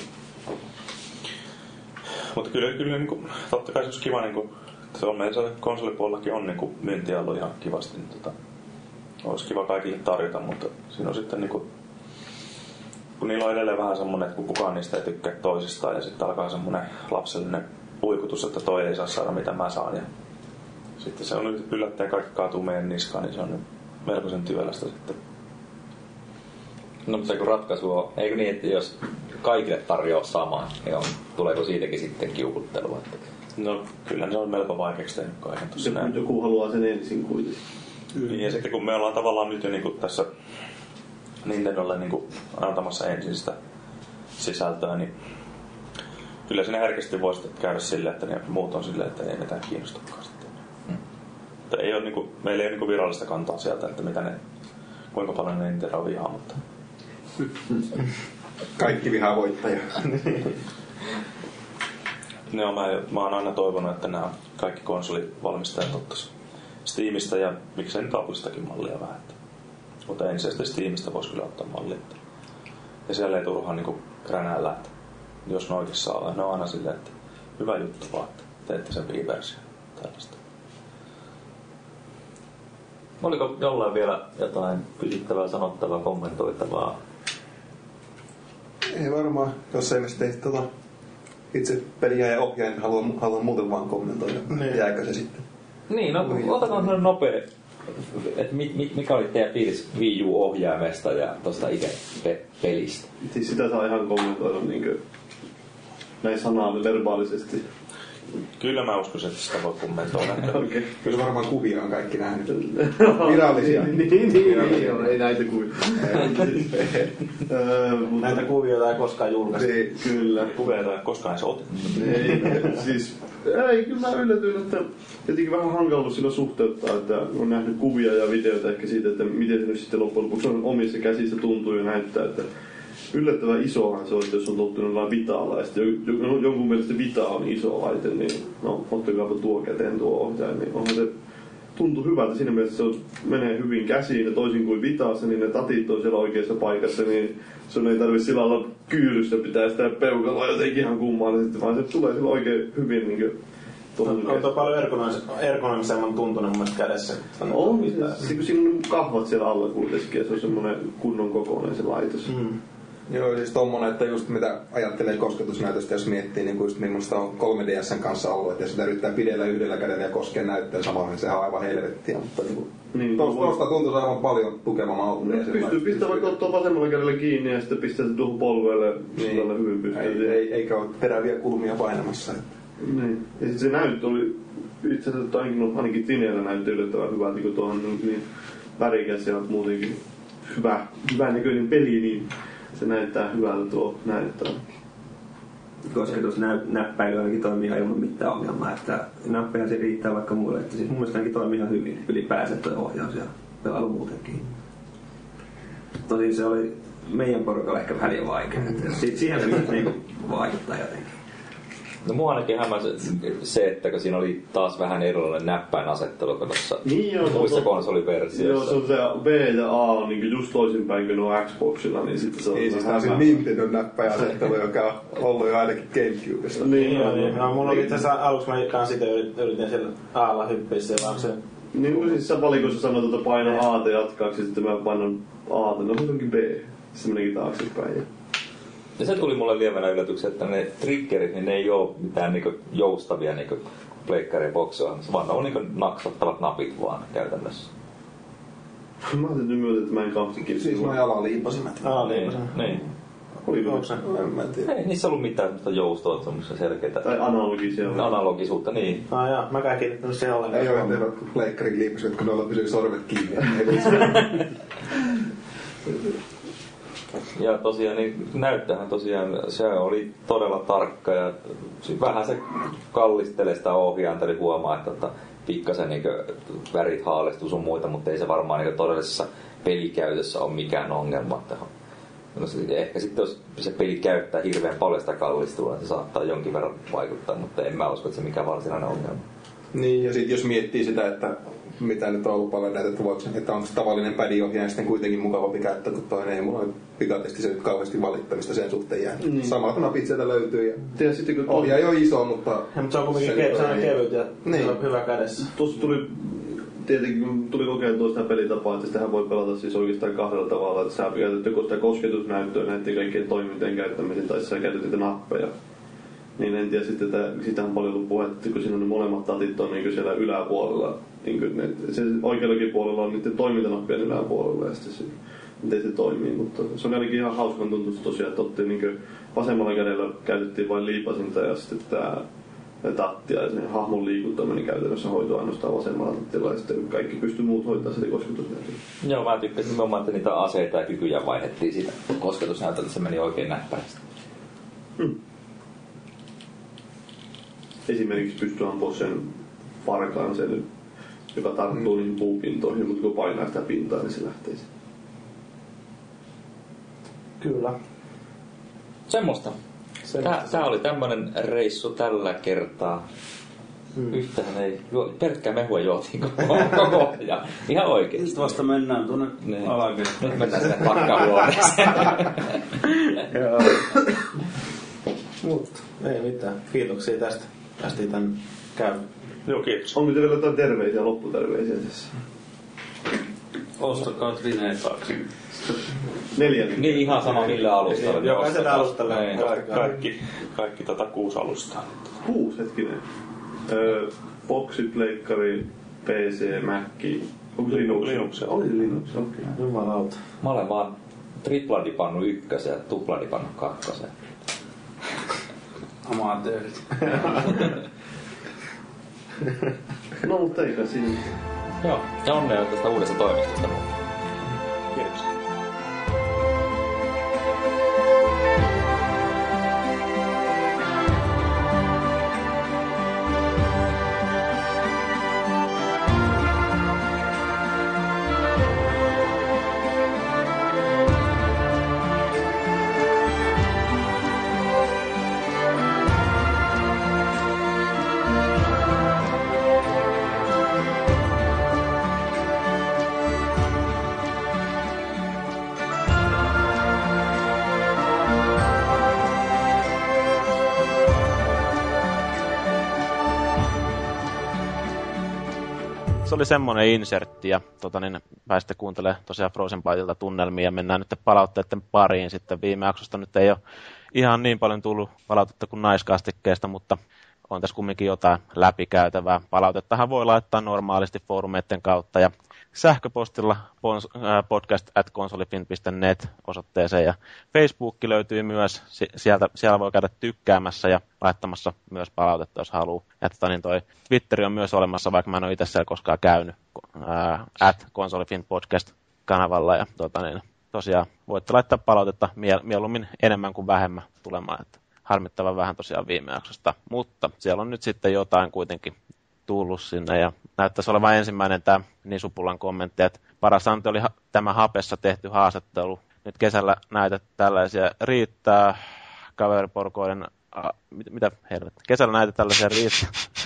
Mutta kyllä niinku, totta kai se olisi kiva, niinku, se on meidän konsolipuolellakin on niinku myyntiä ollut ihan kivasti. Niin olisi kiva kaikille tarjota, mutta siinä on sitten niinku kun niillä on edelleen vähän semmonen, että kun kukaan niistä ei tykkää toisistaan ja sitten alkaa semmonen lapsellinen uikutus, että toi ei saa saada mitä mä saan. Ja sitten se on yllättäen kaikki kaatuu meidän niskaan, niin se on melkoisen työlästä sitten. No mutta se kun ratkaisu on, eikö niin, että jos kaikille tarjoaa samaa, niin tuleeko siitäkin sitten kiukuttelua? No kyllä se on melko vaikeaksi tehnyt kaiken tuossa näin. Joku haluaa sen ensin kuitenkin. Niin, ja sitten kun me ollaan tavallaan nyt jo niinku tässä Nintendolle niinku antamassa ensin sitä sisältöä, niin kyllä siinä herkästi voisi käydä silleen, että ne muut on silleen, että ei mitään kiinnostakaan sitten. Ei ole niinku, meillä ei ole niinku virallista kantaa sieltä, että mitä ne, kuinka paljon ne Nintendo vihaa, mutta kaikki vihaa voittajia. Mä oon aina toivonut, että nämä kaikki konsolivalmistajat ottaisi Steamista ja miksei nyt Applestakin mallia vähän. Mutta ensisijaisesti Steamista voisi kyllä ottaa mallia. Ja siellä ei turhaan niinku kränäällä, että jos ne oikein saa, ne on aina silleen, että hyvä juttu vaan, että teette sen Wii-versio. Tällaista. Oliko jollain vielä jotain kysyttävää, sanottavaa, kommentoitavaa? Ei varmaan, jos ei me sitten itse peliä ja ohjaajan haluan muuten vaan kommentoida. Niin. Jääkö se sitten? Niin, no otetaan sellainen nopea, että mikä oli teidän fiilis Wii U-ohjaimesta ja tuosta itse pelistä? Siis sitä saa ihan kommentoida niinkö näin sanaa verbaalisesti. Kyllä mä uskoisin, että sitä voi kommentoida. Okay. Kyllä varmaan kuvia on kaikki nähnyt. Virallisia. niin, ei näitä kuvia. Näitä kuvia ei koskaan julkaistu. Kyllä. Kuvia ei koskaan edes otettu. Ei, kyllä mä yllätyin, että jotenkin vähän hankaluus sillä suhteuttaa, että on nähnyt kuvia ja videoita ehkä siitä, että miten se nyt sitten loppujen lopuksi on omissa käsissä tuntuu ja näyttää, että yllättävän isohan se on, jos on tottunut vain Vitalla. Ja sitten jonkun mielestä Vita on iso laite, niin no, ottakaapa tuo käteen tuo ohjaaja. Niin onhan se tuntuu hyvältä. Siinä mielessä se menee hyvin käsiin ja toisin kuin Vitassa, niin ne tatit on siellä oikeassa paikassa, niin sun ei tarvitse sillä lailla kyyryssä pitää sitä peukaloa jotenkin ihan kummallisesti, vaan se tulee sillä oikein hyvin niin kuin on tuo paljon ergonomisemman tuntunen mun mielestä kädessä. On, siinä on kahvat siellä alla kuitenkin ja se on semmoinen kunnon kokoinen se laitos. Joo, siis tommonen, että just mitä ajattelee kosketusnäytöstä, jos miettii niin just millaista on 3DS:n kanssa ollut, että jos sitä yrittää pidellä yhdellä kädellä ja koskea näyttöön samaan, niin sehän on aivan helvettiä, mutta tuosta tuntuu aivan paljon tukevamman autoa. Pistää vaikka ottaa vasemmalla kädellä kiinni ja sitten pistää se tuohon polveelle, niin hyvin pystyy. Eikä ole teräviä kulmia painamassa. Niin. Ja sitten se näyttö oli itse asiassa ainakin Tineellä näyttö yllättävän hyvältä, kun tuohon niin värikäs ja muutenkin hyvän näköinen peli, niin se näyttää hyvältä tuo näyttää. Kosketusnäppäily ainakin toimii ihan ilman mitään ongelmaa, että nappeja se riittää vaikka mulle, että siis mun mielestä ainakin toimii ihan hyvin ylipäänsä tuo ohjaus ja pelailu muutenkin. Tosin se oli meidän porukalla ehkä vähän liian vaikea, että siihen pitäisi niinku vaikuttaa jotenkin. No mua ainakin hämäsi se, että kun siinä oli taas vähän erilainen näppäinasettelu kuin tuossa muissa konsoliversioissa. Joo, se on se B ja A on niin just toisinpäin kuin nuo Xboxilla, niin sitten se on... Ei siis tää on se Nintendo näppäinasettelu, joka on ollut jo ainakin Gamecubesta. Niin. No, mulla oli tässä aluksi mä kanssa sitä yritin siellä A:lla hyppiä siellä, se... Niin siis sä valikossa sanoit, että paina A:ta jatkaaksi, sitten mä painan A:ta, no se onkin B. Sitten menikin taaksepäin. Ja se tuli mulle lievänä yllätyksen, että ne triggerit, niin ne ei ole mitään niinku joustavia niinku pleikkarien boxoa, vaan ne on niinku naksattavat napit vaan käytännössä. Mä ajattelin myötä, että mä en kauheasti siis noi alaliipasimet. Niin. Oliko se? Mä en tiedä. Ei niissä ollut mitään joustoa, semmoisia selkeitä. Tai analogisia. Analogisuutta, niin. Joo, mäkään kiinnittänyt se ollenkaan. Ei ole tehnyt pleikkarin liipasimet, kun noilla pysyy sormet kiinni. Ja tosiaan niin näyttöhän tosiaan se oli todella tarkka ja vähän se kallistelee sitä ohjainta, eli huomaa, että pikkasen niin värit haalistuu sun muita, mutta ei se varmaan niin todellisessa pelikäytössä ole mikään ongelma. No, ehkä sitten jos se peli käyttää hirveän paljon sitä kallistua, niin se saattaa jonkin verran vaikuttaa, mutta en mä usko, että se mikään varsinainen ongelma. Niin, ja sitten jos miettii sitä, että mitä nyt on ollut paljon näitä, että onko se tavallinen padiohjaaja sitten kuitenkin mukavampi käyttää kuin toinen, ei mulla ole pikatesti se nyt kauheasti valittamista sen suhteen jäänyt. Niin. Samat napit sieltä löytyy ja sitten kun ohjaaja ei ole iso, mutta... Se on kuitenkin kevyt ja hyvä kädessä. Tuossa tuli tietenkin kun tuli kokeiltua sitä pelitapaa, että sitähän voi pelata siis oikeastaan kahdella tavalla, että sä käytät joko sitä kosketusnäyttöä näiden kaikkien toimintojen käyttämisen, tai sä käytät niitä nappeja. Niin en tiedä sitten, että siitä on paljon ollut puhetta, että kun siinä on ne molemmat tatit on niin siellä yläpuolella, niin se oikeallakin puolella on niiden toimintanappien yläpuolella ja sitten se, miten se toimii, mutta se on ainakin ihan hauskan tuntusta tosiaan, että otti niin vasemmalla kädellä käytettiin vain liipasinta ja sitten tämä tattia ja sen hahmon liikuttaminen käytännössä hoitoi ainoastaan vasemmalla tattilla ja sitten kaikki pystyi muut hoitaa sitä kosketusnäytöllä. Joo, mä tykkäsin nimenomaan, että niitä aseita ja kykyjä vaihdettiin siitä kosketusnäytöllä, se meni oikein näppärästi. Esimerkiksi pystyy ampumaan sen farkaan sen, joka tarttuu niihin puupintoihin, mutta kun painaa sitä pintaa, niin se lähtee sitten. Kyllä. Semmosta. Tää oli tämmönen reissu tällä kertaa. Yhtähän ei... Pelkkää mehua juotiin koko ajan. Ihan oikein. Sitten vasta mennään tuonne alakertaan. Nyt mennään sinne pakkahuoneeseen. Joo. Mutta ei mitään. Kiitoksia tästä. Päästiin tän käymään. Joo, kiitos. Onko teillä jotain terveisiä, lopputerveisiä tässä? Ostakaa Trineen taakse. 4. Niin ihan sama millä alustalla. Jokaisen alustalle. Kaikki 6 alustaa. 6 hetkinen. Boxi, pleikkari, PC, Mac. Onko Linux? Oli Linux, okei. Jumalauta. Mä olen vaan tripladipannu 1 ja tupladipannu 2. Amatöörit. No, mutta eikä siinä. Joo, ja onnea tästä uudesta toimistosta. Kiitos. Se oli semmoinen insertti ja pääsitte kuuntelemaan tosiaan Frozen Bytelta tunnelmia ja mennään nyt palautteiden pariin sitten. Viime jaksosta nyt ei ole ihan niin paljon tullut palautetta kuin naiskastikkeesta, mutta on tässä kumminkin jotain läpikäytävää. Palautettahan voi laittaa normaalisti foorumeiden kautta ja sähköpostilla podcast@consolifin.net osoitteeseen ja Facebook löytyy myös, siellä voi käydä tykkäämässä ja laittamassa myös palautetta, jos haluaa. Ja toi Twitteri on myös olemassa, vaikka mä en ole itse siellä koskaan käynyt, @consolifin-podcast-kanavalla ja tosiaan voitte laittaa palautetta mieluummin enemmän kuin vähemmän tulemaan, että harmittavan vähän tosiaan viime jaksosta, mutta siellä on nyt sitten jotain kuitenkin tullut sinne ja näyttäisi olevan ensimmäinen tämä Nisupulan kommentti, että paras anti oli tämä Hapessa tehty haastattelu. Nyt kesällä näitä tällaisia riittää kaveriporukoiden, mitä helvettä, kesällä näitä tällaisia riittää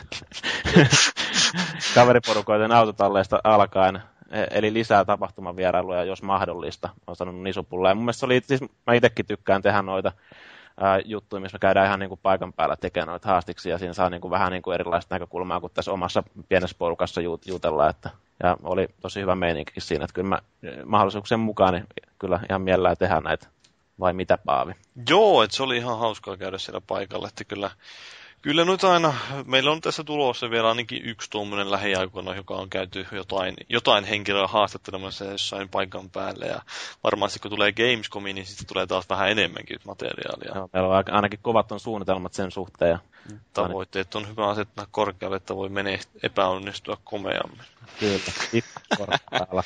kaveriporukoiden autotalleista alkaen, eli lisää tapahtumavierailuja, jos mahdollista, on sanonut Nisupulla. Ja mun mielestä se oli, siis mä itsekin tykkään tehdä noita juttuja, missä me käydään ihan niin kuin paikan päällä tekemään noita haastiksi, ja siinä saa niin kuin vähän niin kuin erilaista näkökulmaa, kun tässä omassa pienessä porukassa jutellaan, ja oli tosi hyvä meininki siinä, että kyllä mä mahdollisuuksien mukaan niin kyllä ihan mielellään tehdään näitä, vai mitä Paavi? Joo, että se oli ihan hauskaa käydä siellä paikalla, että kyllä nyt aina, meillä on tässä tulossa vielä ainakin yksi tuommoinen lähiaikoina, joka on käyty jotain henkilöä haastattelemassa jossain paikan päälle. Ja varmasti kun tulee Gamescomiin, niin sitten tulee taas vähän enemmänkin materiaalia. Joo, meillä on ainakin kovat on suunnitelmat sen suhteen. Ja tavoitteet on hyvä asettaa korkealle, että voi epäonnistua komeammin. Kyllä, itse korkealla.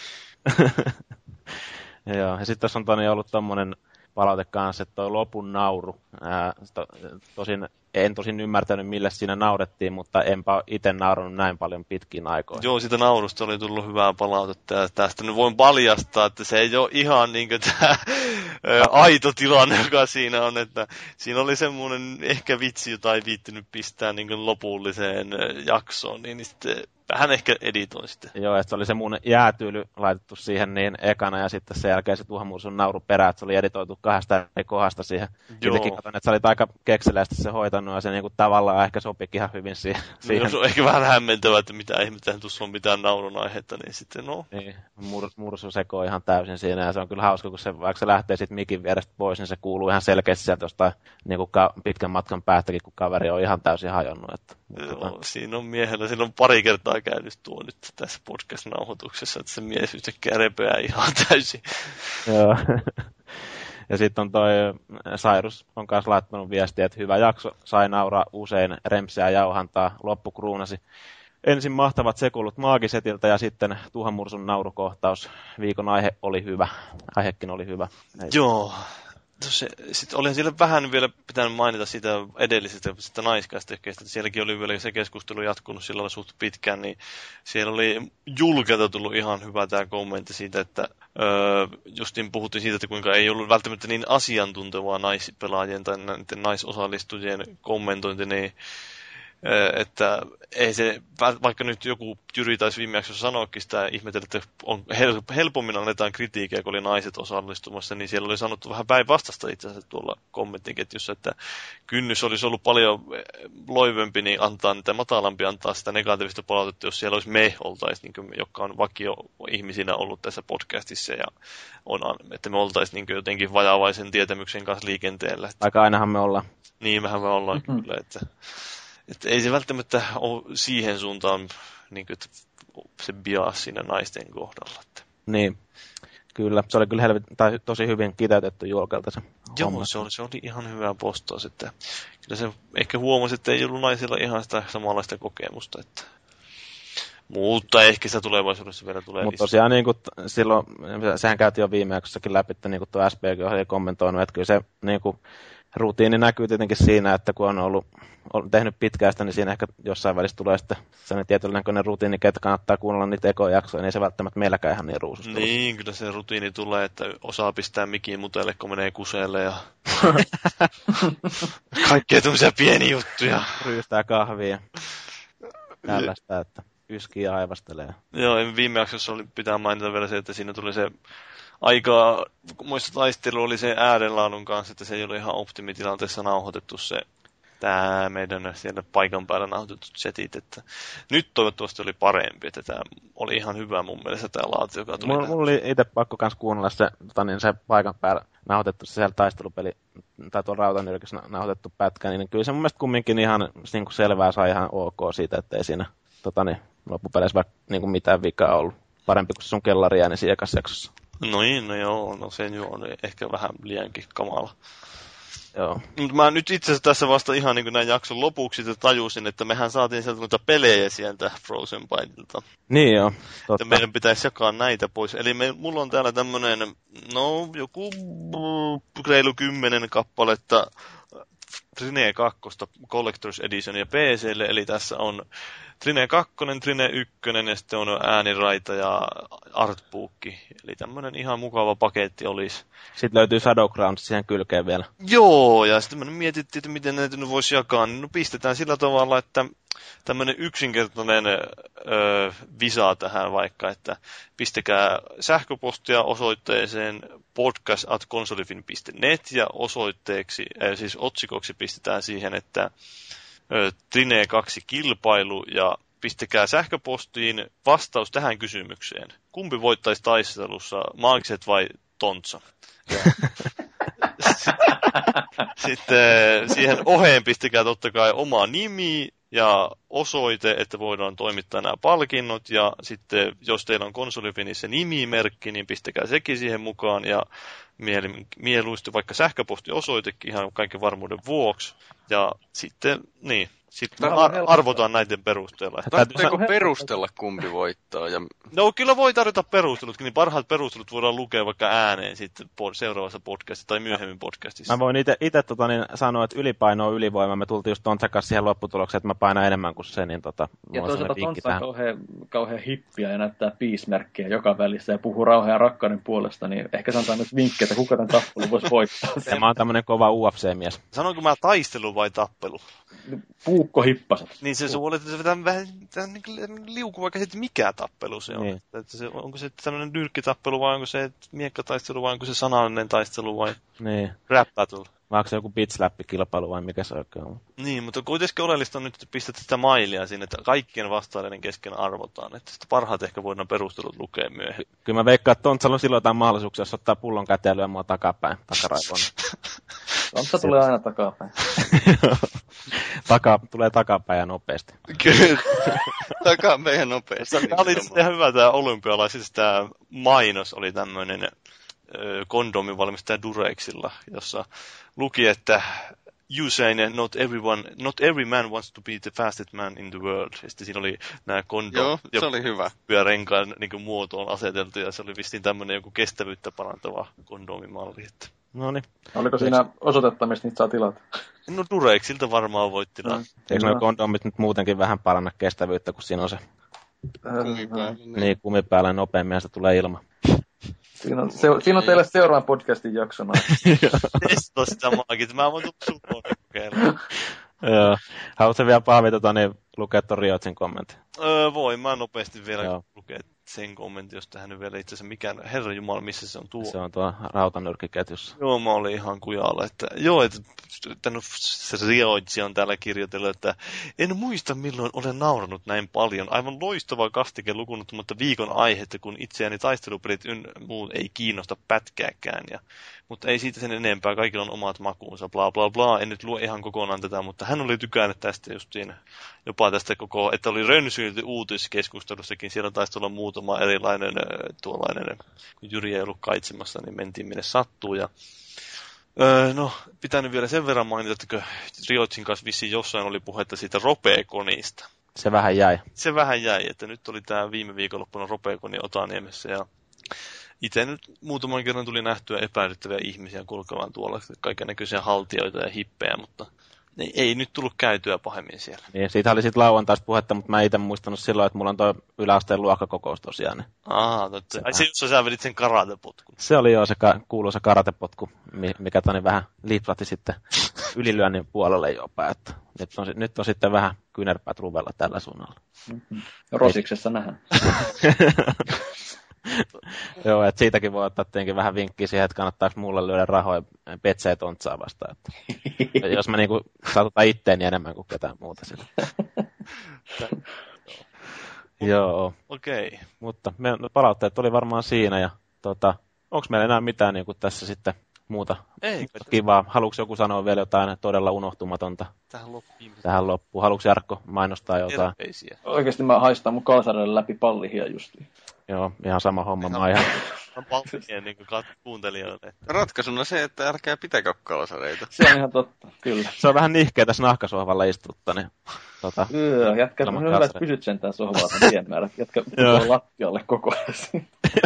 Joo, ja sitten tässä on ollut tommonen palaute kanssa, että toi lopun nauru. En tosin ymmärtänyt, millä siinä naurettiin, mutta enpä itse naurannut näin paljon pitkin aikoihin. Joo, siitä naurusta oli tullut hyvää palautetta ja tästä nyt voin paljastaa, että se ei ole ihan niin kuin tämä aito tilanne, joka siinä on, että siinä oli semmoinen ehkä vitsi, jota ei viittinyt pistää niin kuin lopulliseen jaksoon, niin sitten Vähän ehkä editoin sitten. Joo, että se oli se mun jäätyyly laitettu siihen niin ekana ja sitten sen jälkeen se Tuohon Mursun nauru perään, että se oli editoitu 2 eri kohdasta siihen. Itsekin katson, että sä olit aika kekseliästi se hoitanut ja se niinku tavallaan ehkä sopikin ihan hyvin siihen. No, se on ehkä vähän hämmentävää, että mitä ihmetään tuossa on mitään naurun aihetta, niin sitten no. Niin, Mursu sekoo ihan täysin siinä ja se on kyllä hauska, kun se, vaikka se lähtee sitten mikin vierestä pois, niin se kuuluu ihan selkeästi sieltä jostain niinku pitkän matkan päästäkin, kun kaveri on ihan täysin hajonnut. Että, joo, siinä on miehellä, siinä on pari kertaa käynyt tuo nyt tässä podcast-nauhoituksessa, että se mies yhtäkkiä repeää ihan täysin. Joo. Ja sitten on toi Cyrus on kanssa laittanut viestiä, että hyvä jakso, sai nauraa usein, remseä jauhantaa, loppu kruunasi. Ensin mahtavat sekulut maagisetiltä ja sitten Tuohon Mursun naurukohtaus. Viikon aihe oli hyvä. Aihekin oli hyvä. Joo. Sitten olihan siellä vähän vielä pitänyt mainita sitä edellisestä sitä naiskästekkeestä, että sielläkin oli vielä se keskustelu jatkunut sillä suht pitkään, niin siellä oli julkelta tullut ihan hyvä tämä kommentti siitä, että justiin puhuttiin siitä, että kuinka ei ollut välttämättä niin asiantuntevaa naispelaajien tai naisosallistujien kommentointi, niin että ei se, vaikka nyt joku Jyri taisi viime jaksossa sanoakin sitä ihmetellä, että on helpommin annetaan kritiikkiä, kun oli naiset osallistumassa, niin siellä oli sanottu vähän päinvastasta itse asiassa tuolla kommenttiketjussa, että kynnys olisi ollut paljon loivempi, niin antaa niitä matalampi, antaa sitä negatiivista palautetta, jos siellä olisi me oltaisiin, niin jotka on vakio ihmisinä ollut tässä podcastissa, ja että me oltaisiin niin jotenkin vajavaisen tietämyksen kanssa liikenteellä. Aika ainahan me ollaan. Niin, mehän me ollaan kyllä, että ei se välttämättä ole siihen suuntaan niin kuin, se bias siinä naisten kohdalla. Että. Niin, kyllä. Se oli kyllä tosi hyvin kiteytetty julkelta se homma. Joo, se oli ihan hyvä postaus. Että kyllä se ehkä huomasi, että ei ollut naisilla ihan sitä samanlaista kokemusta. Että. Mutta ehkä sitä tulevaisuudessa vielä tulee lisää. Mutta tosiaan niin kuin, silloin, sehän käytiin jo viime jaksossakin läpi, että niin kuin tuo SPG oli kommentoinut, että kyllä se niin kuin, rutiini näkyy tietenkin siinä, että kun on tehnyt pitkään sitä, niin siinä ehkä jossain välissä tulee sitten sellainen tietynlainen rutiini, että kannattaa kuunnella niitä ekojaksoja, niin ei se välttämättä meilläkään ihan niin ruususta. Niin, kyllä se rutiini tulee, että osaa pistää mikin mutelle, kun menee kuseelle ja kaikkea tämmöisiä pieniä juttuja. Ryystää kahvia. Tällaista, että yskii ja aivastelee. Joo, viime jaksossa pitää mainita vielä se, että siinä tuli se aika, muista taistelu oli se äärenlaadun kanssa, että se ei ole ihan optimitilanteessa nauhoitettu se tämä meidän siellä paikan päällä nauhoitetut setit, että nyt toivottavasti oli parempi, että tämä oli ihan hyvä mun mielestä tämä laatu, joka tuli. Mulla oli itse pakko kans kuunnella se, se paikan päällä nauhoitettu se siellä taistelupeli, tai tuolla Rautanyrkissä nauhoitettu pätkä, niin kyllä se mun mielestä kumminkin ihan niin kuin selvää sai ihan ok siitä, että ei siinä loppupeleissä vaikka niin kuin mitään vikaa ollut. Parempi kuin sun kellariääni siinä ekassa jaksossa. No joo, no se on ehkä vähän liiankin kamala. Joo. Mutta mä nyt itse asiassa tässä vasta ihan niin kuin näin jakson lopuksi tajusin, että mehän saatiin sieltä noita pelejä sieltä Frozen Byteilta. Niin joo, totta. Että meidän pitäisi jakaa näitä pois. Eli mulla on täällä tämmönen, joku reilu 10 kappaletta Trine 2 Collector's Editionia PC:lle, eli tässä on Trine 2, Trine 1 ja sitten on ääniraita ja artbookki. Eli tämmönen ihan mukava paketti olisi. Sitten löytyy Shadowgrounds siihen kylkeen vielä. Joo, ja sitten me mietittiin, että miten näitä nyt voisi jakaa. Niin pistetään sillä tavalla, että tämmöinen yksinkertainen visa tähän vaikka, että pistäkää sähköpostia osoitteeseen podcast@consolifin.net ja osoitteeksi, siis otsikoksi pistetään siihen, että Trine 2 kilpailu ja pistäkää sähköpostiin vastaus tähän kysymykseen. Kumpi voittaisi taistelussa, Maagset vai Tontsa? Sitten siihen oheen pistäkää totta kai oma nimi ja osoite, että voidaan toimittaa nämä palkinnot. Ja sitten jos teillä on konsolifinissä nimimerkki, niin pistäkää sekin siihen mukaan. Ja mieluusti vaikka sähköpostiosoitekin ihan kaiken varmuuden vuoksi. Ja sitten, niin. Sitten arvotaan näiden perusteella. Tarvitseeko perustella, kumpi voittaa? Ja. No kyllä voi tarjota perustelutkin, niin parhaat perustelut voidaan lukea vaikka ääneen sitten seuraavassa podcastissa tai myöhemmin podcastissa. Mä voin itse sanoa, että ylipaino on ylivoima. Me tultiin just Tontsan kanssa siihen lopputulokseen, että mä painan enemmän kuin se, niin ja toisaalta Tontsa on kauhean hippiä ja näyttää piismerkkiä joka välissä ja puhuu rauhan ja rakkauden puolesta, niin ehkä se antaa nyt vinkkejä, että kuka tämän tappelun voisi voittaa. Mä oon tämmönen kova UFC-mies. Sanonko mä taistelu vai tappelu? puukkohippaset. Niin se suolet, että se vetää vähän niin liuku, vaikka sitten mikä tappelu se on. Niin. Että se, onko se tämmöinen nyrkkitappelu vai onko se miekkataistelu vai onko se sanallinen taistelu vai Niin. rap battle. Vai onko se joku bitch-läppikilpailu vai mikä se oikein on? Niin, mutta kuitenkin oleellista on nyt, että pistät sitä mailia sinne, että kaikkien vastaajien kesken arvotaan. Että sitä parhaat ehkä voidaan perustelut lukea myöhemmin. Kyllä mä veikkaan, että Tontsalla on silloin jotain mahdollisuuksia, jos ottaa pullon käteen ja lyö mua takapäin, takaraivoon. Tontsa tulee aina takapäin. Tulee takapäin ja nopeasti. Kyllä. Takapäin ja nopeasti. Tämä oli ihan hyvä tämä olympialaisista, tämä mainos oli tämmöinen kondomivalmistaja Durexilla, jossa luki, että Usain, not every man wants to be the fastest man in the world. Ja sitten siinä oli nämä Joo, se oli hyvä. Pyörenkaan niin muotoon aseteltu, ja se oli vistiin tämmöinen joku kestävyyttä parantava kondomimalli. Että. Noniin. Oliko siinä osoitetta, mistä niitä saa tilata? No Durexilta varmaan voit tilata. Eikö nuo kondomit nyt muutenkin vähän paranna kestävyyttä, kun siinä on se kumipäällä nopeammin ja sitä tulee ilma. Siinä on teille seuraavan podcastin jaksona. Testo sitä maakin, mä voin tulla kokeilla. Joo. Haluatko vielä Paavi lukea tuon Riotsin kommentin? Voin, mä nopeasti vielä lukea sen kommentin, jos tähän nyt vielä itse asiassa mikään, herranjumala, missä se on tuo. Se on tuo rautanyrkkiketjussa. Joo, mä olin ihan kujalla, että joo, että se Riotsi on täällä kirjoitellut, että en muista milloin olen nauranut näin paljon. Aivan loistava kastike lukunut, mutta viikon aihetta, kun itseäni taistelupelit muut ei kiinnosta pätkääkään. Mutta ei siitä sen enempää, kaikilla on omat makuunsa, bla bla bla. En nyt lue ihan kokonaan tätä, mutta hän oli tykännyt tästä just siinä, jopa tästä koko, että oli rönsyilty uutiskeskustelussakin. Siellä taisi olla muutama erilainen tuollainen, kun Jyri ei ollut kaitsemassa, niin mentiin minne sattuu. Ja no, pitää nyt vielä sen verran mainita, että Riotsin kanssa vissiin jossain oli puhetta siitä Ropeekonista. Se vähän jäi. Se vähän jäi, että nyt oli tämä viime viikonloppuna Ropeekoni Otaniemessä ja itse nyt muutaman kerran tuli nähtyä epäilyttäviä ihmisiä kulkemaan tuolla, kaikennäköisiä haltioita ja hippejä, mutta ei nyt tullut käytyä pahemmin siellä. Niin, siitä oli sitten lauantais puhetta, mutta mä en itse muistanut silloin, että mulla on toi yläasteen luokkakokous tosiaan. Niin se jossa sä vedit sen karatepotkun. Se oli jo se kuuluisa karatepotku, mikä vähän lipsahti sitten ylilyönnin puolelle jopa. Että nyt on sitten vähän kyynärpäät ruvella tällä suunnalla. Mm-hmm. Rosiksessa nähdään. Joo, että siitäkin voi ottaa tietenkin vähän vinkkiä siihen, että kannattaako mulle lyödä rahoja Petsä ja Tontsaa vastaan. Että jos mä niinku satutan itteeni enemmän kuin ketään muuta sillä. Joo. Okei. Mutta palautteet oli varmaan siinä ja onko meillä enää mitään niinku tässä sitten muuta kivaa? Haluatko joku sanoa vielä jotain todella unohtumatonta tähän loppuun? Haluatko Jarkko mainostaa jotain? Terveisiä. Oikeasti mä haistan mun kalsareille läpi pallihia justiin. Joo, ihan sama homma. Mä ihan palkien niin kuuntelijoille. Ratkaisuna se, että älkää pitäkö kalsareita. Se on ihan totta, kyllä. Se on vähän nihkeä tässä nahkasohvalla istuttaa, niin jätkä, on hyvä, että pysyt sentään sohvalla tämän tien määrät. Jätkä puhuu lattialle koko ajan.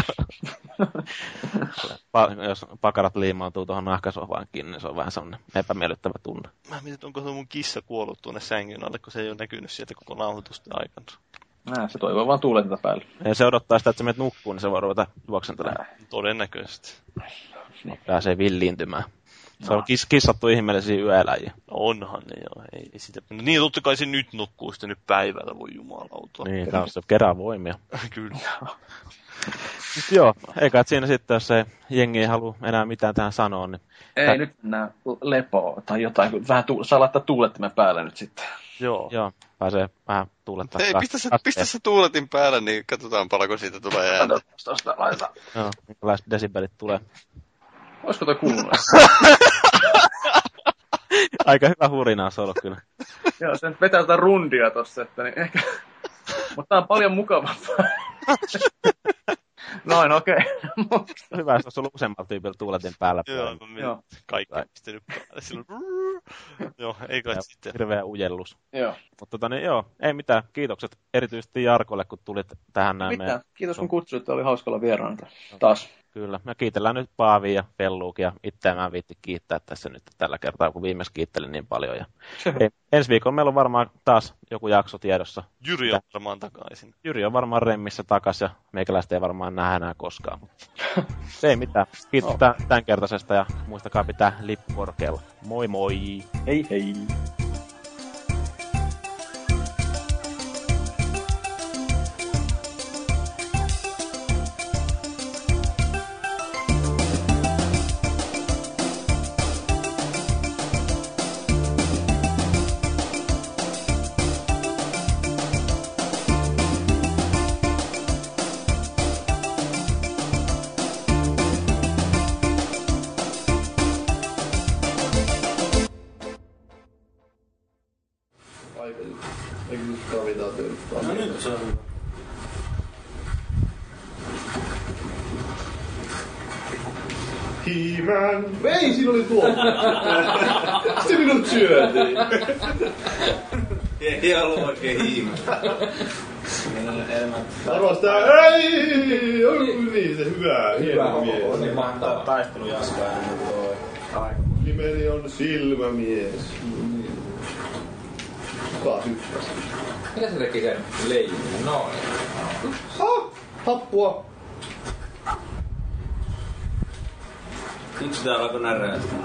Jos pakarat liimautuu tuohon nahkasohvaan kiinni, niin se on vähän sellainen epämiellyttävä tunne. Mä mietin, että onko mun kissa kuollut tuonne sängyn alle, kun se ei ole näkynyt sieltä koko nauhoitusten aikana. Se toivoo vaan tuuletinta päälle. Ja se odottaa sitä, että sä menet nukkuun, niin se voi ruveta juoksentelemaan. Todennäköisesti. Niin. Pääsee villiintymään. Se on kissattu ihmeellisiä yöeläjiä. Onhan ne joo. Ei sitä. Niin totta kai se nyt nukkuu sitten nyt päivällä, voi jumalautua. Niin, tämä on se kerää voimia. Kyllä. Joo, eikä siinä sitten, jos ei jengi ei halua enää mitään tähän sanoa, niin... Ei nyt nää lepoa tai jotain, vähän saa laittaa tuulettimen päälle nyt sitten. Joo, pääsee vähän tuulettaa. Hei, pistä se tuuletin päälle, niin katsotaan paljonko siitä tulee ääntä. Joo, minkälaiset desibelit tulee. Olisiko toi kuulunut? Aika hyvä hurina se on ollut kyllä. Joo, se vetää tätä rundia tossa, että niin ehkä... Mutta tää on paljon mukavampaa. Noin, okei. Hyvä, jos olisi ollut useammalla tyypillä tuuletin päällä. Joo. Kaikki on pistänyt päälle. Silloin... Joo, ei kai sitten. Hirveä ujellus. Joo. Mutta ei mitään. Kiitokset erityisesti Jarkolle, kun tulit tähän näin. Mitään. Kiitos kun kutsuit, oli hauskalla vieraana taas. Kyllä. Me kiitellään nyt Paavia ja Pelluukin ja itseään mä viitti kiittää tässä nyt tällä kertaa, kun viimeksi kiittelin niin paljon. Ja ensi viikolla meillä on varmaan taas joku jakso tiedossa. Jyri on varmaan takaisin. Jyri on varmaan remmissä takaisin ja meikäläistä ei varmaan nähdä enää koskaan. Ei mitään. Kiitos tämänkertaisesta ja muistakaa pitää lippu korkealla. Moi moi! Hei hei! Eikö nyt gravitaatio? No nyt se on hyvä. He-Man! Ei, siinä oli tuo! Se minut syötiin! Ei ollut oikein He-Man. Arvas tää, ei! On niin se hyvä, hieno mies. Niin mahtaa taistelujaskaa ennen kuin toi. Nimeni on Silmämies. Kuka hyppäsi? Mitä se teki sen leijun? Noin. Happua! Yksi täällä alkoi näräistä.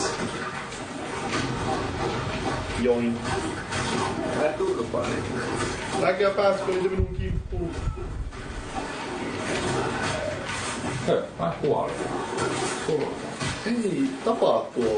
Join. Älä turpaa niin. Äkää pääskö niitä minun kimppuun? Mä kuolin. Ei, tapaa tuo.